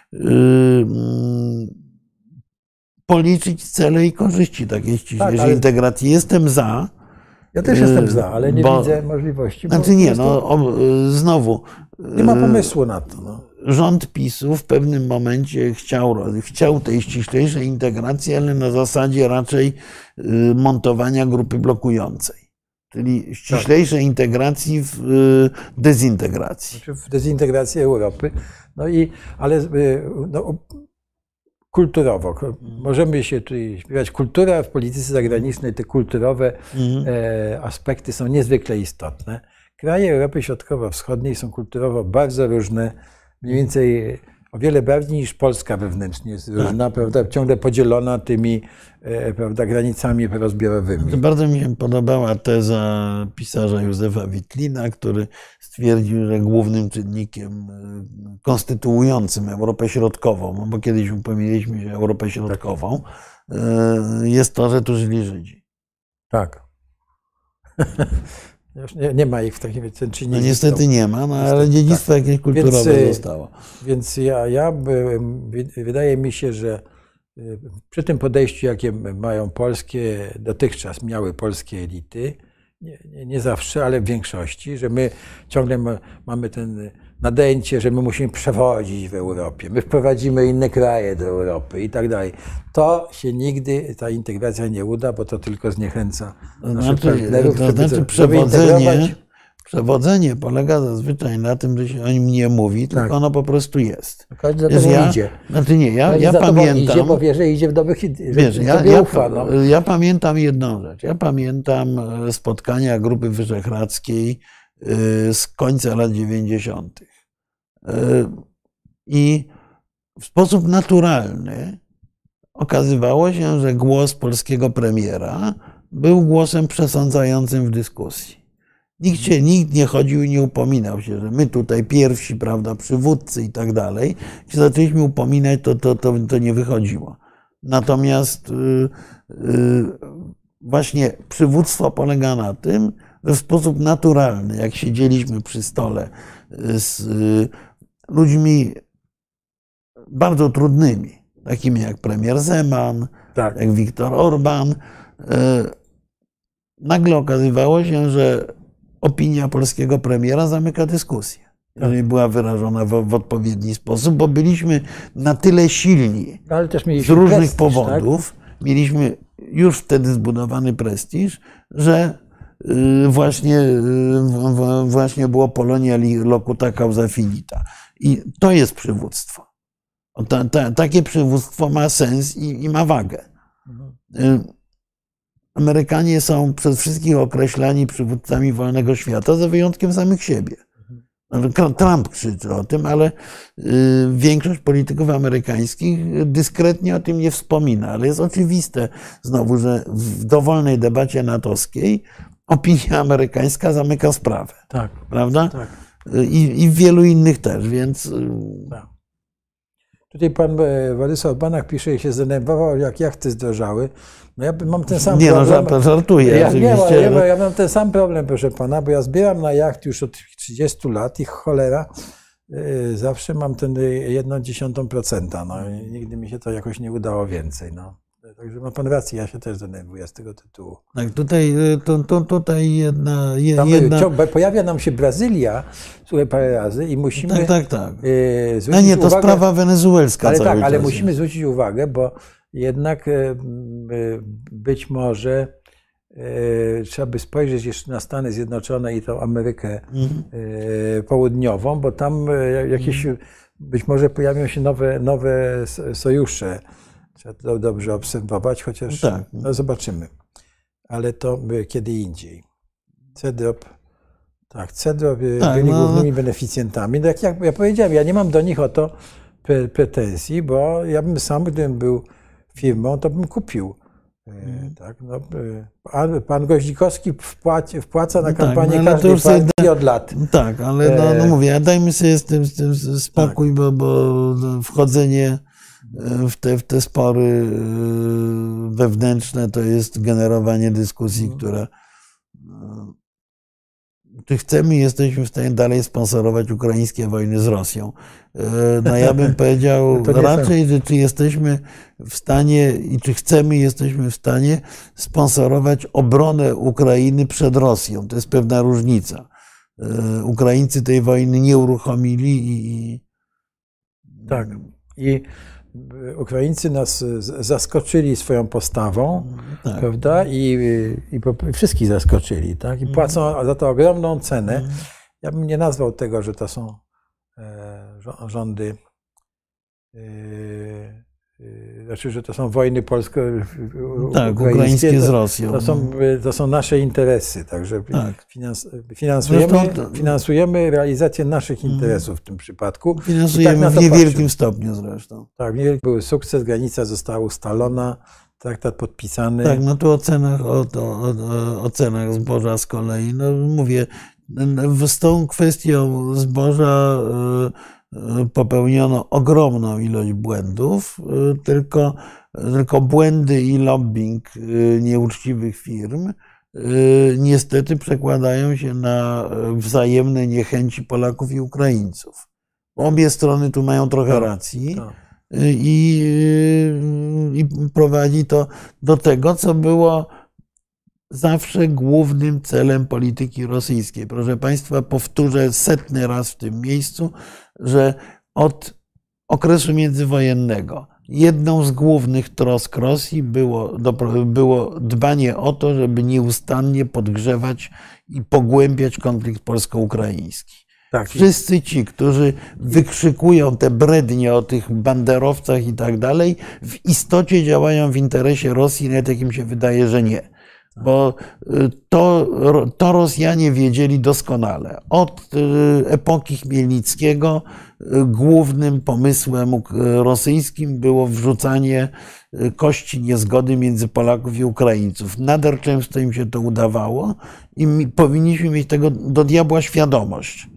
policzyć cele i korzyści takiej ściślejszej Tak, ale- integracji. Jestem za. Ja też jestem za, ale nie bo- widzę możliwości. bo Znaczy po nie, prostu no o, znowu. Nie ma pomysłu na to. No. Rząd PiSu w pewnym momencie chciał, chciał tej ściślejszej integracji, ale na zasadzie raczej y, montowania grupy blokującej. Czyli ściślejszej integracji w y, dezintegracji. Znaczy w dezintegracji Europy. No i, ale y, no, kulturowo. Możemy się tutaj śpiewać. Kultura w polityce zagranicznej, te kulturowe Mhm. e, aspekty są niezwykle istotne. Kraje Europy Środkowo-Wschodniej są kulturowo bardzo różne, mniej więcej o wiele bardziej niż Polska wewnętrznie jest różna, prawda, ciągle podzielona tymi e, prawda, granicami rozbiorowymi. Bardzo mi się podobała teza pisarza Józefa Wittlina, który stwierdził, że głównym czynnikiem y, konstytuującym Europę Środkową, bo kiedyś upomnieliśmy się Europę Środkową, y, jest to, że tu żyli Żydzi. Tak. Już nie, nie ma ich w takim ten czy nie No niestety są. nie ma, no, ale dziedzictwo tak. jakieś kulturowe Więc, y, zostało. Więc ja, ja byłem, wydaje mi się, że y, przy tym podejściu, jakie mają polskie, dotychczas miały polskie elity, nie, nie, nie zawsze, ale w większości, że my ciągle ma, mamy ten nadęcie, że my musimy przewodzić w Europie, my wprowadzimy inne kraje do Europy i tak dalej. To się nigdy, ta integracja nie uda, bo to tylko zniechęca To naszych znaczy, partnerów, to żeby, znaczy żeby przewodzenie, integrować. przewodzenie polega zazwyczaj na tym, że się o nim nie mówi, tylko Tak. ono po prostu jest. Każdy za Wiesz, tobą ja, idzie. Znaczy nie, ja, Każdy ja za tobą pamiętam... idzie, bo wie, że idzie w dobrych idei, że Wiesz, ja, tobie ja, ufa. No. ja pamiętam jedną rzecz. Ja pamiętam e, spotkania Grupy Wyszehradzkiej e, z końca lat dziewięćdziesiątych. E, I w sposób naturalny okazywało się, że głos polskiego premiera był głosem przesądzającym w dyskusji. Nikt, się, nikt nie chodził i nie upominał się, że my tutaj pierwsi, prawda, przywódcy i tak dalej. Jak się zaczęliśmy upominać, to, to, to, to nie wychodziło. Natomiast yy, yy, właśnie przywództwo polega na tym, że w sposób naturalny, jak siedzieliśmy przy stole z yy, ludźmi bardzo trudnymi, takimi jak premier Zeman, Tak. jak Viktor Orban, yy, nagle okazywało się, że opinia polskiego premiera zamyka dyskusję, jeżeli była wyrażona w, w odpowiedni sposób, bo byliśmy na tyle silni Ale też z mieliśmy różnych prestiż, powodów, mieliśmy już wtedy zbudowany prestiż, że y, właśnie, y, w- w- właśnie było Polonia locuta causa finita. I to jest przywództwo. O, ta, ta, takie przywództwo ma sens i, i ma wagę. Y, Amerykanie są przez wszystkich określani przywódcami wolnego świata, za wyjątkiem samych siebie. Trump krzyczy o tym, ale y, większość polityków amerykańskich dyskretnie o tym nie wspomina. Ale jest oczywiste znowu, że w dowolnej debacie natowskiej opinia amerykańska zamyka sprawę. Tak. Prawda? Tak. I, i w wielu innych też, więc y, Tak. Tutaj pan e, Władysław Banach pisze, że się zdenerwował, jak jachty zdrożały. No ja mam ten sam nie no, problem. żart- żartuję Ja, nie, oczywiście. ja, ale- ja mam ten sam problem, proszę pana, bo ja zbieram na jacht już od trzydziestu lat i cholera, y, zawsze mam ten jedną dziesiątą procenta. No, i nigdy mi się to jakoś nie udało więcej. No. Także ma pan rację, ja się też denerwuję z tego tytułu. Tak, tutaj, y, to, to, tutaj jedna, je- Tam, jedna... ciąg- bo pojawia nam się Brazylia, słuchaj, parę razy i musimy Tak, tak, tak. y, No zwrócić nie, to uwagę, sprawa wenezuelska ale cały tak, ale czas musimy jest. zwrócić uwagę, bo jednak y, y, być może y, trzeba by spojrzeć jeszcze na Stany Zjednoczone i tą Amerykę Mhm. y, Południową, bo tam y, jakieś, być może pojawią się nowe, nowe s- sojusze. Trzeba to dobrze obserwować, chociaż Tak. no, zobaczymy. Ale to y, kiedy indziej. CEDROP, tak, CEDROP y, Tak, byli no. głównymi beneficjentami. No, jak ja, ja powiedziałem, ja nie mam do nich o to pre- pretensji, bo ja bym sam, gdybym był firmą, to bym kupił. Y, Tak, no, y, a pan Goździkowski wpłaci, wpłaca na No tak, kampanię no ale to każdej już sobie partii da- od lat. Tak, ale no, no E, mówię, dajmy sobie z tym, z tym spokój, bo, bo wchodzenie w te, w te spory y, wewnętrzne to jest generowanie dyskusji, która, y, czy chcemy i jesteśmy w stanie dalej sponsorować ukraińskie wojny z Rosją? No ja bym powiedział raczej, że czy jesteśmy w stanie i czy chcemy i jesteśmy w stanie sponsorować obronę Ukrainy przed Rosją. To jest pewna różnica. Ukraińcy tej wojny nie uruchomili i... Tak. I Ukraińcy nas zaskoczyli swoją postawą, tak. prawda? I, i, i wszystkich zaskoczyli, tak? I płacą za to ogromną cenę. Ja bym nie nazwał tego, że to są e, rządy, e, e, znaczy, że to są wojny polsko tak, ukraińskie z Rosją. To są, to są nasze interesy, także tak. finans, finansujemy, Zresztą, finansujemy realizację naszych interesów w tym przypadku. Finansujemy tak w niewielkim patrzę. stopniu zresztą. Tak, był sukces, granica została ustalona, traktat podpisany. Tak, no tu o cenach, o, o, o cenach zboża z kolei, no mówię, z tą kwestią zboża popełniono ogromną ilość błędów, tylko, tylko błędy i lobbying nieuczciwych firm niestety przekładają się na wzajemne niechęci Polaków i Ukraińców. Obie strony tu mają trochę tak, racji tak. I, i prowadzi to do tego, co było zawsze głównym celem polityki rosyjskiej. Proszę Państwa, powtórzę setny raz w tym miejscu, że od okresu międzywojennego jedną z głównych trosk Rosji było, było dbanie o to, żeby nieustannie podgrzewać i pogłębiać konflikt polsko-ukraiński. Tak. Wszyscy ci, którzy wykrzykują te brednie o tych banderowcach i tak dalej, w istocie działają w interesie Rosji, nawet jak im się wydaje, że nie. Bo to, to Rosjanie wiedzieli doskonale. Od epoki Chmielnickiego głównym pomysłem rosyjskim było wrzucanie kości niezgody między Polaków i Ukraińców. Nader często im się to udawało i powinniśmy mieć tego do diabła świadomość.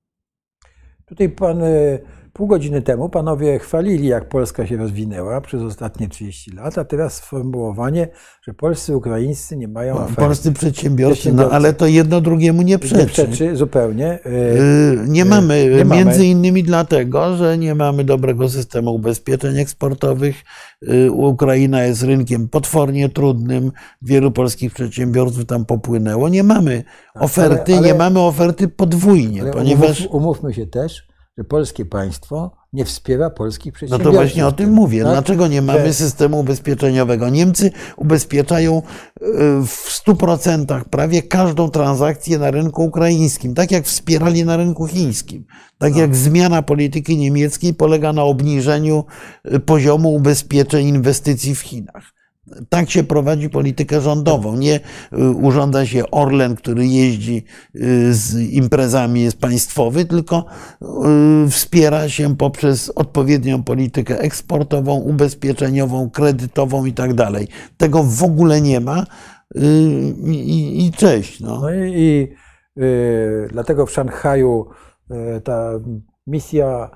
Tutaj pan pół godziny temu panowie chwalili, jak Polska się rozwinęła przez ostatnie trzydzieści lat, a teraz sformułowanie, że polscy Ukraińscy nie mają oferty. Polscy przedsiębiorcy, no ale to jedno drugiemu nie przeczy. Nie przeczy, zupełnie. Nie mamy, nie między mamy. innymi dlatego, że nie mamy dobrego systemu ubezpieczeń eksportowych. Ukraina jest rynkiem potwornie trudnym, wielu polskich przedsiębiorców tam popłynęło. Nie mamy oferty, ale, ale, nie mamy oferty podwójnie, ale ponieważ... Umów, umówmy się też, że polskie państwo nie wspiera polskich przedsiębiorców. No to właśnie o tym mówię. Tak? Dlaczego nie mamy systemu ubezpieczeniowego? Niemcy ubezpieczają w stu procentach prawie każdą transakcję na rynku ukraińskim, tak jak wspierali na rynku chińskim. Tak no. jak zmiana polityki niemieckiej polega na obniżeniu poziomu ubezpieczeń inwestycji w Chinach. Tak się prowadzi politykę rządową. Nie urządza się Orlen, który jeździ z imprezami, jest państwowy, tylko wspiera się poprzez odpowiednią politykę eksportową, ubezpieczeniową, kredytową i tak dalej. Tego w ogóle nie ma i, i cześć. No, no i, i y, dlatego w Szanghaju y, ta misja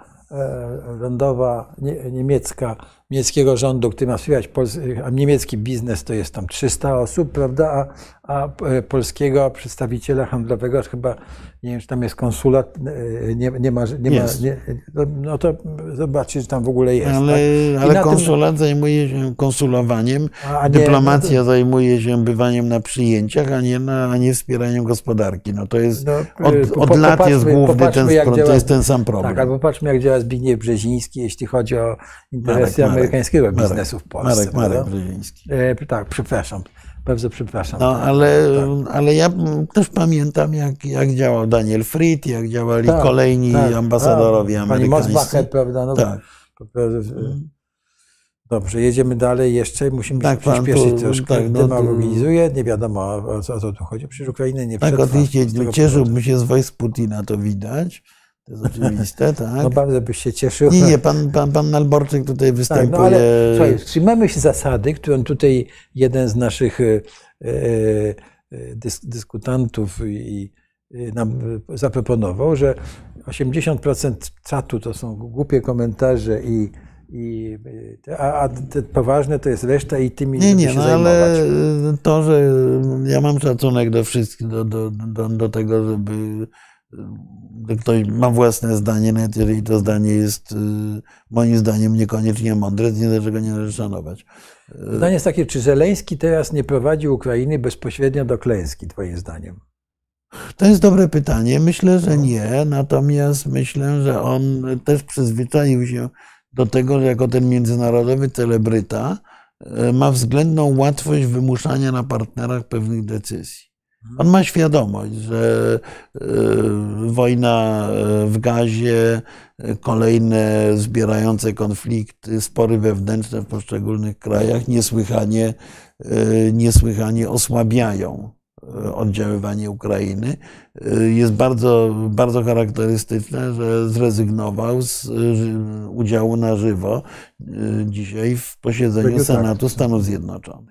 lądowa niemiecka, niemieckiego rządu, który ma wspierać a niemiecki biznes, to jest tam trzysta osób, prawda, a, a polskiego przedstawiciela handlowego chyba, nie wiem, czy tam jest konsulat, nie, nie ma, nie ma nie, no to zobaczcie, że tam w ogóle jest. Ale, tak? ale konsulat tym... zajmuje się konsulowaniem, a nie, dyplomacja no to... zajmuje się bywaniem na przyjęciach, a nie, na, a nie wspieraniem gospodarki. No to jest, no, od, od po, lat jest główny ten, działa, to jest ten sam problem. Tak, albo patrzmy, jak działa Zbigniew Brzeziński, jeśli chodzi o interesy Marek, amerykańskiego Marek, biznesu w Polsce. Marek, Marek Brzeziński. E, tak, przepraszam. Bardzo przepraszam. No, ale, tak. ale ja też pamiętam, jak, jak działał Daniel Fried, jak działali tak, kolejni tak, ambasadorowie tak. amerykańscy. Pani Mosbacher, prawda? No, tak. Dobrze, jedziemy dalej jeszcze. Musimy tak, przyspieszyć tu, troszkę. Tak, no, demoralizuje. Nie wiadomo, o co, o co tu chodzi. Przecież Ukraina nie przetrwa. Tak, oczywiście. Cieszyłbym się z wojsk Putina, to widać. To jest oczywiste, tak? No bardzo byś się cieszył. Nie, nie, pan, pan, pan Nalborczyk tutaj występuje. Tak, no ale słuchaj, trzymamy się zasady, którą tutaj jeden z naszych e, e, dysk, dyskutantów i, i nam zaproponował, że osiemdziesiąt procent czatu to są głupie komentarze i, i a, a te poważne to jest reszta i tymi Nie, żeby nie, się no zajmować. ale to, że ja mam szacunek do wszystkich, do, do, do, do tego, żeby gdy ktoś ma własne zdanie, nawet jeżeli to zdanie jest moim zdaniem niekoniecznie mądre, nie dlaczego nie należy szanować. Pytanie jest takie, czy Żeleński teraz nie prowadzi Ukrainy bezpośrednio do klęski, twoim zdaniem? To jest dobre pytanie. Myślę, że nie, natomiast myślę, że on też przyzwyczaił się do tego, że jako ten międzynarodowy celebryta ma względną łatwość wymuszania na partnerach pewnych decyzji. On ma świadomość, że wojna w Gazie, kolejne zbierające konflikty, spory wewnętrzne w poszczególnych krajach niesłychanie, niesłychanie osłabiają oddziaływanie Ukrainy. Jest bardzo, bardzo charakterystyczne, że zrezygnował z udziału na żywo dzisiaj w posiedzeniu Senatu Stanów Zjednoczonych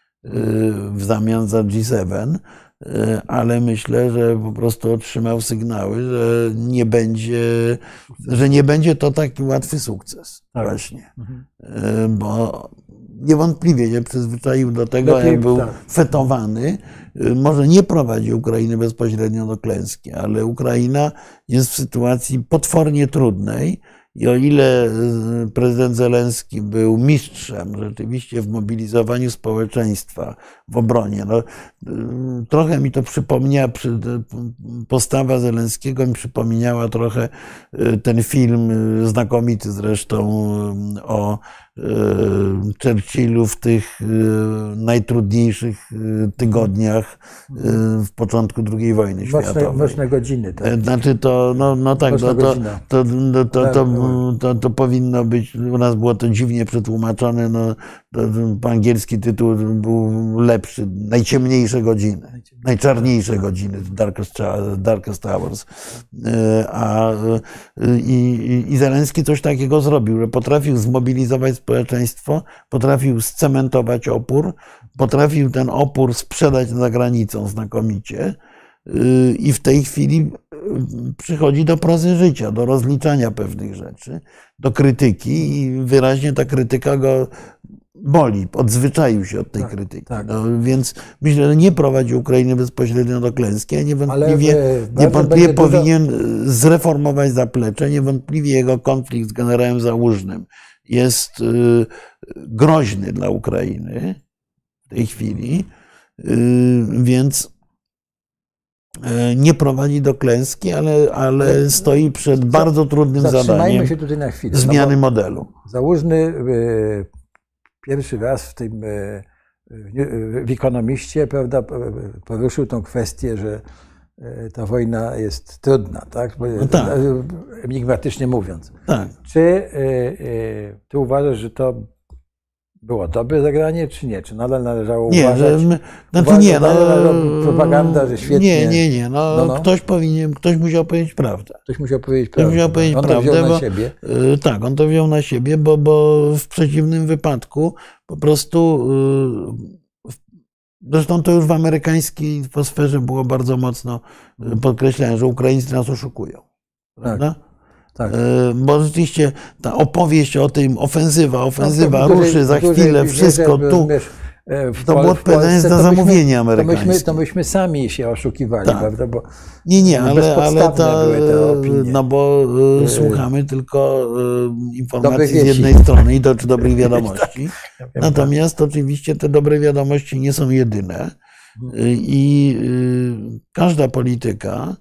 w zamian za G siedem, ale myślę, że po prostu otrzymał sygnały, że nie będzie, że nie będzie to taki łatwy sukces. Tak. Właśnie. Mhm. Bo niewątpliwie się przyzwyczaił do tego, jak był tak. fetowany. Może nie prowadzi Ukrainy bezpośrednio do klęski, ale Ukraina jest w sytuacji potwornie trudnej i o ile prezydent Zełenski był mistrzem rzeczywiście w mobilizowaniu społeczeństwa w obronie, no, trochę mi to przypomniała, postawa Zełenskiego mi przypomniała trochę ten film znakomity zresztą o Churchillu w tych najtrudniejszych tygodniach w początku drugiej wojny światowej. Ważne godziny. Tak. Znaczy to, no, no tak, to, to, to, to, to, to, to, to powinno być, u nas było to dziwnie przetłumaczone, no, to, po angielski tytuł był lepszy, najciemniejsze godziny, najczarniejsze godziny, darkest, darkest hours. A, i, i Zełenski coś takiego zrobił, że potrafił zmobilizować społeczeństwo, potrafił scementować opór, potrafił ten opór sprzedać za granicą znakomicie i w tej chwili przychodzi do prozy życia, do rozliczania pewnych rzeczy, do krytyki i wyraźnie ta krytyka go boli, odzwyczaił się od tej tak, krytyki. Tak. No, więc myślę, że nie prowadzi Ukrainy bezpośrednio do klęski, a niewątpliwie, niewątpliwie powinien dużo... zreformować zaplecze, niewątpliwie jego konflikt z generałem Załużnym jest groźny dla Ukrainy w tej chwili, więc nie prowadzi do klęski, ale, ale stoi przed bardzo trudnym zadaniem się tutaj na chwilę. zmiany no modelu. Załużny pierwszy raz w tym w Ekonomiście, prawda, poruszył tą kwestię, że ta wojna jest trudna, tak? No tak. Enigmatycznie mówiąc. Tak. Czy ty uważasz, że to było dobre zagranie, czy nie? Czy nadal należało nie, uważać? Że, znaczy uważać, nie, no, propaganda, że świetnie. Nie, nie, nie. No, no, no. Ktoś powinien, ktoś musiał powiedzieć prawdę. Ktoś musiał powiedzieć ktoś prawdę. Musiał powiedzieć on prawdę, to wziął bo, na siebie. Tak, on to wziął na siebie, bo, bo w przeciwnym wypadku po prostu, zresztą to już w amerykańskiej sferze było bardzo mocno podkreślane, że Ukraińcy nas oszukują. Prawda? Tak. Tak. Bo rzeczywiście ta opowieść o tym, ofensywa, ofensywa, no, ruszy dużej, za chwilę, wszystko tu, rozumiesz, w to było odpowiadanie na zamówienie amerykańskie. To myśmy, to myśmy sami się oszukiwali, tak. prawda? Bo nie, nie, ale, ale to, były te opinie. No bo y, słuchamy tylko y, informacji z jednej strony i do, czy dobrych wiadomości. tak, ja Natomiast tak. oczywiście te dobre wiadomości nie są jedyne i y, każda polityka,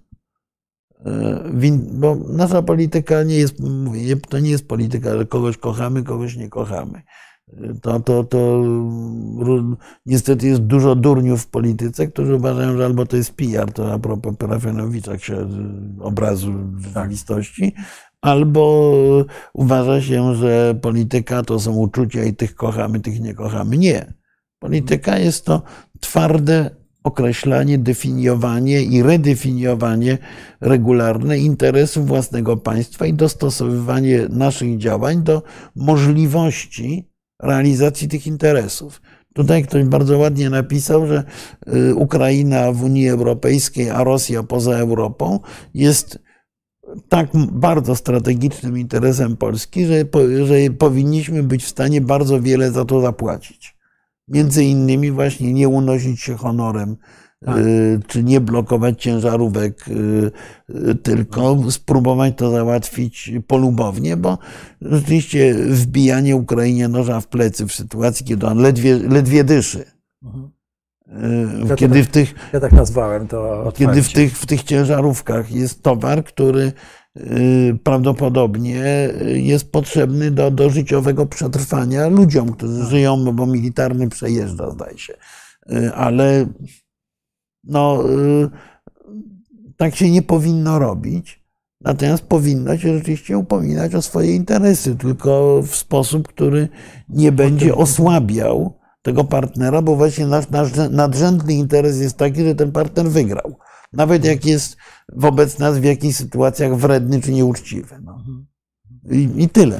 bo nasza polityka nie jest, mówię, to nie jest polityka, że kogoś kochamy, kogoś nie kochamy. To, to, to niestety jest dużo durniów w polityce, którzy uważają, że albo to jest P R, to a propos Parafianowicza, obrazu rzeczywistości, albo uważa się, że polityka to są uczucia i tych kochamy, tych nie kochamy. Nie. Polityka jest to twarde określanie, definiowanie i redefiniowanie regularne interesów własnego państwa i dostosowywanie naszych działań do możliwości realizacji tych interesów. Tutaj ktoś bardzo ładnie napisał, że Ukraina w Unii Europejskiej, a Rosja poza Europą jest tak bardzo strategicznym interesem Polski, że, że powinniśmy być w stanie bardzo wiele za to zapłacić. Między innymi właśnie nie unosić się honorem, tak. czy nie blokować ciężarówek, tylko spróbować to załatwić polubownie, bo rzeczywiście wbijanie Ukrainie noża w plecy w sytuacji, kiedy on ledwie, ledwie dyszy. Mhm. Ja Kiedy tak, w tych, ja tak nazwałem to otwarcie. Kiedy w tych, w tych ciężarówkach jest towar, który prawdopodobnie jest potrzebny do, do życiowego przetrwania ludziom, którzy żyją, bo militarny przejeżdża, zdaje się. Ale no, tak się nie powinno robić. Natomiast powinno się rzeczywiście upominać o swoje interesy, tylko w sposób, który nie będzie osłabiał tego partnera, bo właśnie nasz, nasz nadrzędny interes jest taki, że ten partner wygrał. Nawet jak jest wobec nas w jakichś sytuacjach wredny czy nieuczciwy. No. I, I tyle.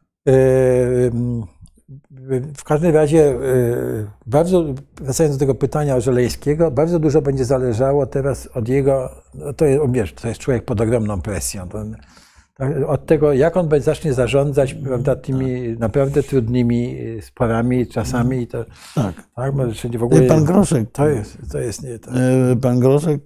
W każdym razie, bardzo, wracając do tego pytania o Żeleńskiego, bardzo dużo będzie zależało teraz od jego, no to, jest, wiesz, to jest człowiek pod ogromną presją, to, od tego, jak on zacznie zarządzać, prawda, tymi naprawdę trudnymi sporami, czasami. To, tak. tak może w ogóle, pan Groszek, to jest, to jest nie tak. Pan Groszek,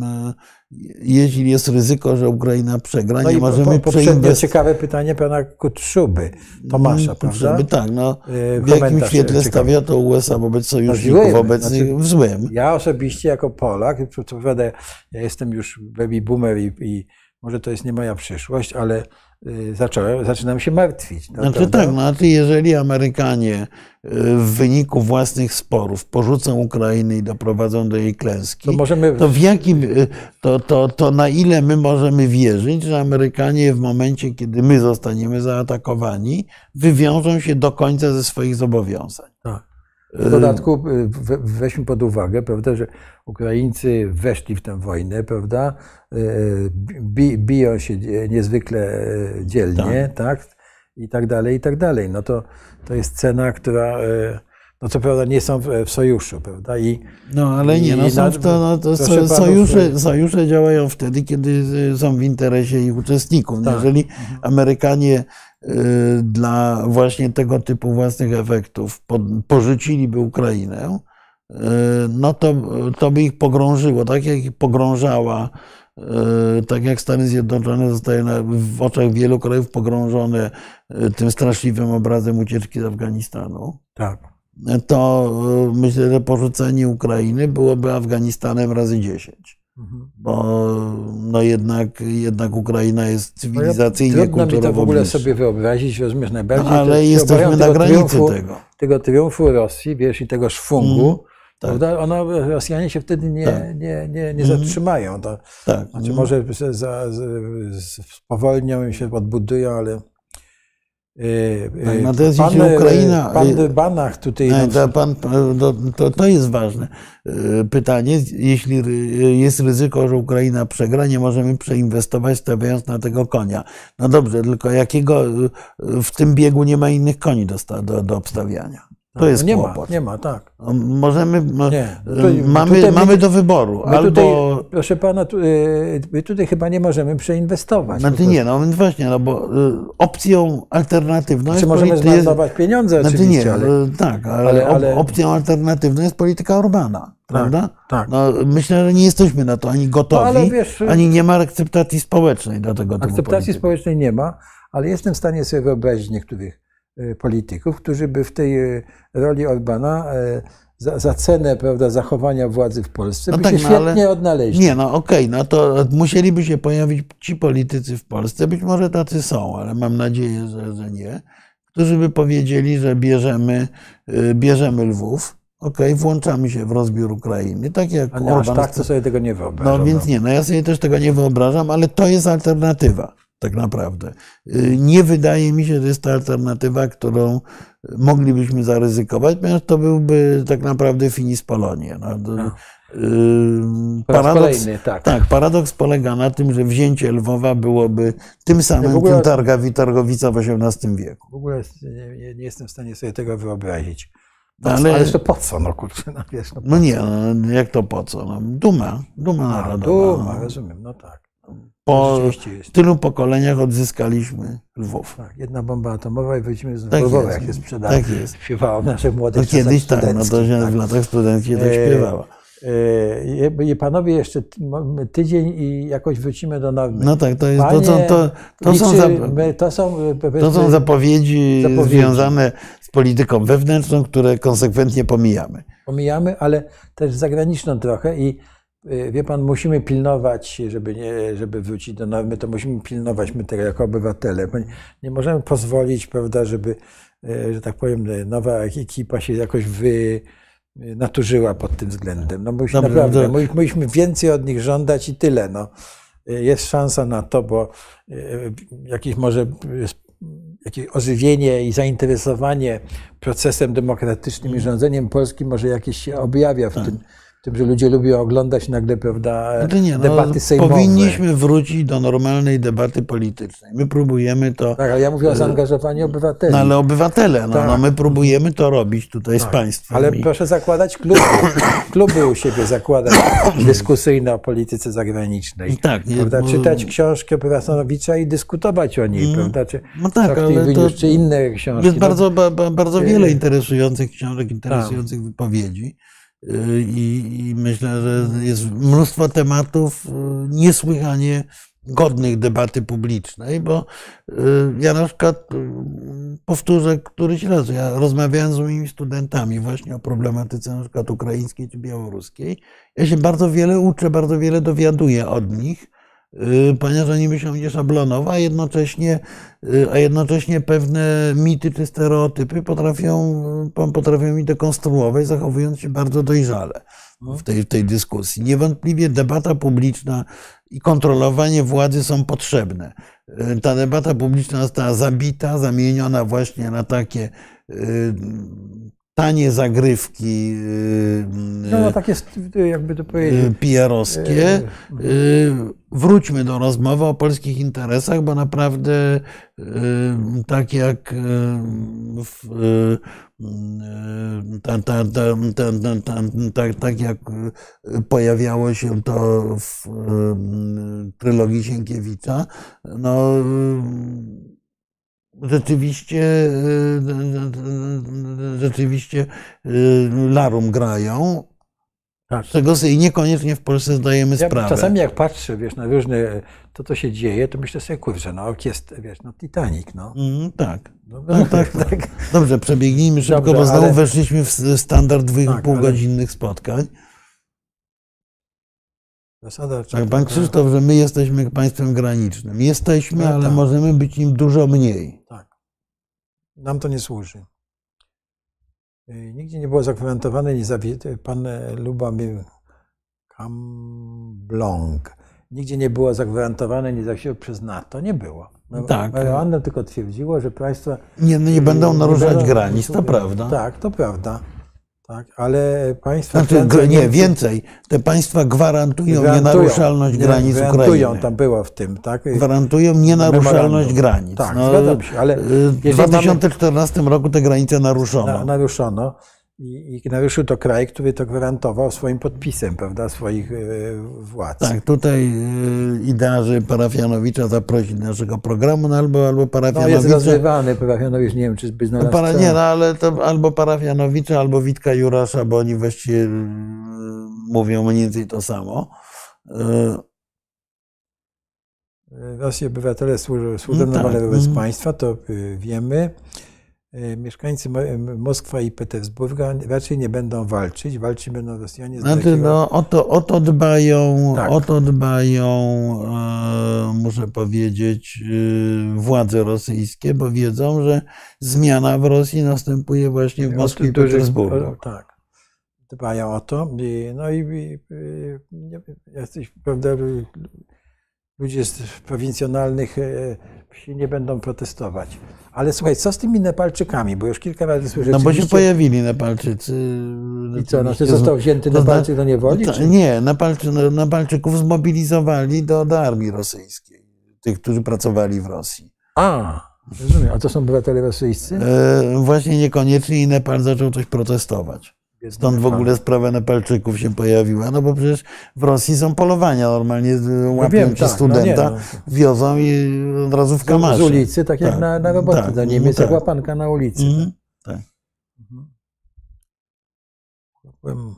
jeśli jest ryzyko, że Ukraina przegra, no nie i możemy po, przeinwestować. Ciekawe pytanie pana Kutszuby, Tomasza, prawda? Tak, no, w jakim świetle ciekawe. Stawia to U S A wobec sojuszników obecnych znaczy, w złym? Ja osobiście jako Polak, co prawda ja jestem już baby boomer i, i może to jest nie moja przyszłość, ale zacząłem, zaczynam się martwić. No, znaczy prawda? Tak, no, znaczy jeżeli Amerykanie w wyniku własnych sporów porzucą Ukrainę i doprowadzą do jej klęski, to, możemy... to w jakim, to, to, to na ile my możemy wierzyć, że Amerykanie w momencie, kiedy my zostaniemy zaatakowani, wywiążą się do końca ze swoich zobowiązań. Tak. W dodatku weźmy pod uwagę, prawda, że Ukraińcy weszli w tę wojnę, prawda, bi, biją się niezwykle dzielnie, tak. tak, i tak dalej, i tak dalej. No to, to jest cena, która, no co prawda nie są w, w sojuszu, prawda. I, no ale nie, no, są w to, no, to so, sojusze, sojusze działają wtedy, kiedy są w interesie ich uczestników. Tak. Jeżeli Amerykanie dla właśnie tego typu własnych efektów porzuciliby Ukrainę, no to, to by ich pogrążyło, tak jak ich pogrążała, tak jak Stany Zjednoczone zostały w oczach wielu krajów pogrążone tym straszliwym obrazem ucieczki z Afganistanu. Tak. To myślę, że porzucenie Ukrainy byłoby Afganistanem razy dziesięć. Bo no jednak, jednak Ukraina jest cywilizacyjnie, no ja, trudno kulturowo mi to w ogóle bliższa. sobie wyobrazić, rozumiesz, najbardziej. No, ale to, jesteśmy na granicy triumfu, tego. Tego triumfu Rosji, wiesz, i tego szwungu, mm, tak. prawda? Ono, Rosjanie się wtedy nie, tak. nie, nie, nie zatrzymają. To, tak. Znaczy mm. może za, za, spowolnią i się odbudują, ale Tak, natomiast pan, jeśli Ukraina, pan Banach tutaj... To, pan, to, to jest ważne pytanie. Jeśli jest ryzyko, że Ukraina przegra, nie możemy przeinwestować, stawiając na tego konia. No dobrze, tylko jakiego w tym biegu nie ma innych koni do, do, do obstawiania? To no, jest nie kłopot. ma, nie ma, tak. Możemy, nie. Tutaj, mamy, tutaj mamy my, do wyboru. My albo... tutaj, proszę pana, tu, my tutaj chyba nie możemy przeinwestować. Znaczy nie, no więc właśnie, no bo opcją alternatywną znaczy jest... możemy zmarnować jest, pieniądze znaczy oczywiście, nie, ale... Tak, ale, ale opcją alternatywną jest polityka Orbana, prawda? Tak, tak. No, myślę, że nie jesteśmy na to ani gotowi, no, wiesz, ani nie ma akceptacji społecznej do tego typu Akceptacji polityki. społecznej nie ma, ale jestem w stanie sobie wyobrazić niektórych polityków, którzy by w tej roli Orbana za, za cenę, prawda, zachowania władzy w Polsce no by tak, się świetnie no, ale, odnaleźli. Nie, no okej, okay, no to musieliby się pojawić ci politycy w Polsce, być może tacy są, ale mam nadzieję, że, że nie, którzy by powiedzieli, że bierzemy, bierzemy Lwów, okej, okay, włączamy się w rozbiór Ukrainy, tak jak A nie, Orban. Tak, to sobie tego nie wyobrażam. No więc nie, no ja sobie też tego nie wyobrażam, ale to jest alternatywa. Tak naprawdę. Nie wydaje mi się, że jest to alternatywa, którą moglibyśmy zaryzykować, ponieważ to byłby tak naprawdę finis Polonie. No, no. Paradoks, kolejny, tak. tak, paradoks polega na tym, że wzięcie Lwowa byłoby tym samym, w ogóle, Targowi, Targowica w osiemnastym wieku. W ogóle nie, nie jestem w stanie sobie tego wyobrazić. No, ale, ale to po co, no kurczę, no wiesz. No, no nie, no, jak to po co? No, duma, duma A, narodowa. Duma, rozumiem, no tak. po Rzeczywiście jest. tylu pokoleniach odzyskaliśmy Lwów. Tak, jedna bomba atomowa i wyjdziemy z Tak Lwowa, jest, jak się sprzedało. tak jest. Śpiewało w naszych No młodych kiedyś czasach tak, no to studenckich, się tak. w latach studenckich tak E, śpiewało. e, I panowie, jeszcze ty- mo- tydzień i jakoś wrócimy do Normy. No tak, to, jest, to, Panie, są, to, to, są, liczymy- za, to są, e, to powiedzmy, są zapowiedzi, zapowiedzi. związane z polityką wewnętrzną, które konsekwentnie pomijamy. pomijamy, ale też zagraniczną trochę i y, wie pan, musimy pilnować, żeby, nie, żeby wrócić do normy, to musimy pilnować my tego jako obywatele. Bo nie, nie możemy pozwolić, prawda, żeby, y, że tak powiem, nowa ekipa się jakoś wy, naturzyła pod tym względem. No musimy, Dobrze, naprawdę, to- mu- musimy więcej od nich żądać i tyle. No. Y, Jest szansa na to, bo y, jakieś może y, jakieś ożywienie i zainteresowanie procesem demokratycznym i rządzeniem polskim może jakieś się objawia w tym, w tym, że ludzie lubią oglądać nagle, prawda, Znaczy nie, no, debaty sejmowe. powinniśmy wrócić do normalnej debaty politycznej. My próbujemy to, Tak, ale ja mówię o zaangażowaniu obywateli. no ale obywatele, no, Tak. no my próbujemy to robić tutaj z Tak, państwem. ale I- proszę zakładać kluby, kluby u siebie zakładać dyskusyjne o polityce zagranicznej. tak, nie, Prawda? bo- Czytać książkę Prasanowicza i dyskutować o niej, prawda? Czy no tak, ale Aktywiuniusz, to- czy inne książki. Jest No, bardzo, ba, ba, bardzo Yy. wiele interesujących książek, interesujących wypowiedzi. Yy, I, I myślę, że jest mnóstwo tematów yy, niesłychanie godnych debaty publicznej, bo yy, ja na przykład yy, powtórzę któryś raz, ja rozmawiałem z moimi studentami właśnie o problematyce na przykład ukraińskiej czy białoruskiej. Ja się bardzo wiele uczę, bardzo wiele dowiaduję od nich, yy, ponieważ oni myślą nieszablonowo, a jednocześnie, yy, a jednocześnie pewne mity czy stereotypy potrafią, po- potrafią mi dekonstruować, zachowując się bardzo dojrzale w tej, w tej dyskusji. Niewątpliwie debata publiczna i kontrolowanie władzy są potrzebne. Yy, Ta debata publiczna została zabita, zamieniona właśnie na takie yy, tanie zagrywki yy, no, no tak jest, jakby to powiedzieć. P R owskie. Wróćmy do rozmowy o polskich interesach, bo naprawdę y, tak jak y, w, y, ta, ta, ta, ta, ta, ta, tak, tak jak y, pojawiało się to w y, trylogii Sienkiewicza, no y, rzeczywiście y, rzeczywiście y, larum grają, Tak. z czego sobie niekoniecznie w Polsce zdajemy Ja sprawę. czasami jak patrzę, wiesz, na różne, to co się dzieje, to myślę sobie, kurczę, no orkiestrę, wiesz, no Titanic, no. Mm, tak. no, Tak, tak, tak. Dobrze, przebiegnijmy szybko, Dobrze, bo znowu ale- weszliśmy w standard dwóch i Tak, pół ale- godzinnych spotkań. Zasada, Tak, pan Krzysztof, że my jesteśmy państwem granicznym. Jesteśmy, No ale tak. możemy być nim dużo mniej. Tak. Nam to nie służy. Y, Nigdzie nie było zagwarantowane, nie zawie... pan e, Lubomir Camblong, nigdzie nie było zagwarantowane niezawisiłość przez NATO. Nie było. No, Tak. Memorandum tylko twierdziło, że państwa Nie, no nie będą nie naruszać będą- granic, to prawda. Tak, to prawda. Tak, ale państwa... Znaczy, Francja, gr- nie, Niemcy więcej. Te państwa gwarantują, gwarantują- nienaruszalność nie, granic gwarantują, Ukrainy. tam było w tym, tak? Gwarantują nienaruszalność Memorandum. granic. Tak, No, zgadzam się, ale y, w jeżeli dwa tysiące czternastym roku te granice naruszono. Na, naruszono i, i naruszył to kraj, który to gwarantował swoim podpisem, prawda, swoich e, władz. Tak, tutaj y, idea, że parafianowicza zaprosić do naszego programu, no albo, albo No jest parafianowicza. rozrywany, parafianowicz, nie wiem, czy by No, znalazł para, co. nie, no ale to albo parafianowicza, albo Witka Jurasza, bo oni właściwie y, mówią mniej więcej to samo. Y, Rosji obywatele służą, służą No normalnie tak, wobec mm. państwa, to y, wiemy. Y, Mieszkańcy Mo- m- Moskwa i Petersburga raczej nie będą walczyć, walczyć będą Rosjanie z Znaczy, dalekiego- no, o, to, o to dbają, Tak. o to dbają, e, muszę powiedzieć, e, władze rosyjskie, bo wiedzą, że zmiana w Rosji następuje właśnie w o Moskwie i dużych- Petersburgu. o- Tak. Dbają o to. I, no i, i y, nie wiem, jacyś, prawda, y, ludzie z prowincjonalnych e, wsi nie będą protestować. Ale słuchaj, co z tymi Nepalczykami? Bo już kilka razy słyszę, No bo się rzeczywiście- pojawili Nepalczycy. I co, no, czy Rzeczywiście, został wzięty to Nepalczyk do niewoli? no to- czy? Nie, Nepalczy, Nepalczyków zmobilizowali do, do armii rosyjskiej. Tych, którzy pracowali w Rosji. A, rozumiem. A to są obywatele rosyjscy? E, właśnie niekoniecznie i Nepal zaczął coś protestować. Stąd w ogóle sprawa Nepalczyków się pojawiła, no bo przecież w Rosji są polowania, normalnie łapią wiem, ci tak, no studenta, nie, no. wiozą i od razu w Z kamasze. ulicy, tak jak Tak, na, na roboty tak, do no Niemiec, tak. jak łapanka na ulicy. Mhm, tak. Mhm. Byłem-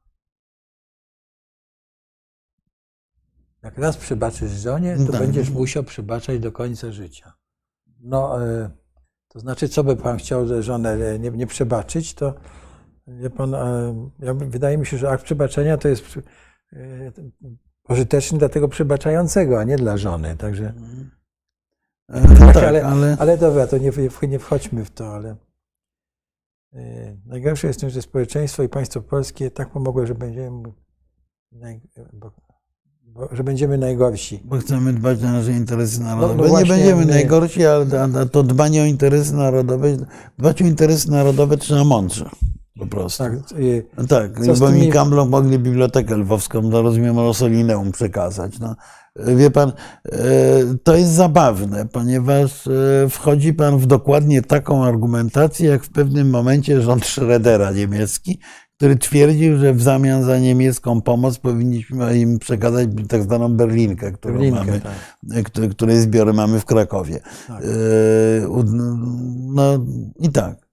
Jak raz przebaczysz żonie, to Tak. będziesz musiał przebaczać do końca życia. No, e, to znaczy, co by pan chciał, że żonę nie, nie przebaczyć, to wie pan, e, ja, wydaje mi się, że akt przebaczenia to jest e, pożyteczny dla tego przebaczającego, a nie dla żony. Także, E, tak, tak, ale, ale ale dobra, to nie, nie, nie wchodźmy w to, ale e, najgorsze jest to, że społeczeństwo i państwo polskie tak pomogło, że będziemy, naj, bo, bo, że będziemy najgorsi. bo chcemy dbać o nasze interesy narodowe. no nie właśnie będziemy my- najgorsi, ale ale to dbanie o interesy narodowe, dbać o interesy narodowe trzeba mądrze. Po prostu. Tak, e, Tak, Co z bo tymi- mi Kamblok mogli Bibliotekę Lwowską, no rozumiem, Rosolineum przekazać. No, wie pan, e, to jest zabawne, ponieważ e, wchodzi pan w dokładnie taką argumentację, jak w pewnym momencie rząd Schrödera niemiecki, który twierdził, że w zamian za niemiecką pomoc powinniśmy im przekazać tak zwaną Berlinkę, którą Berlinkę, mamy, tak. któ- której zbiory mamy w Krakowie. Tak. E, u- No i tak.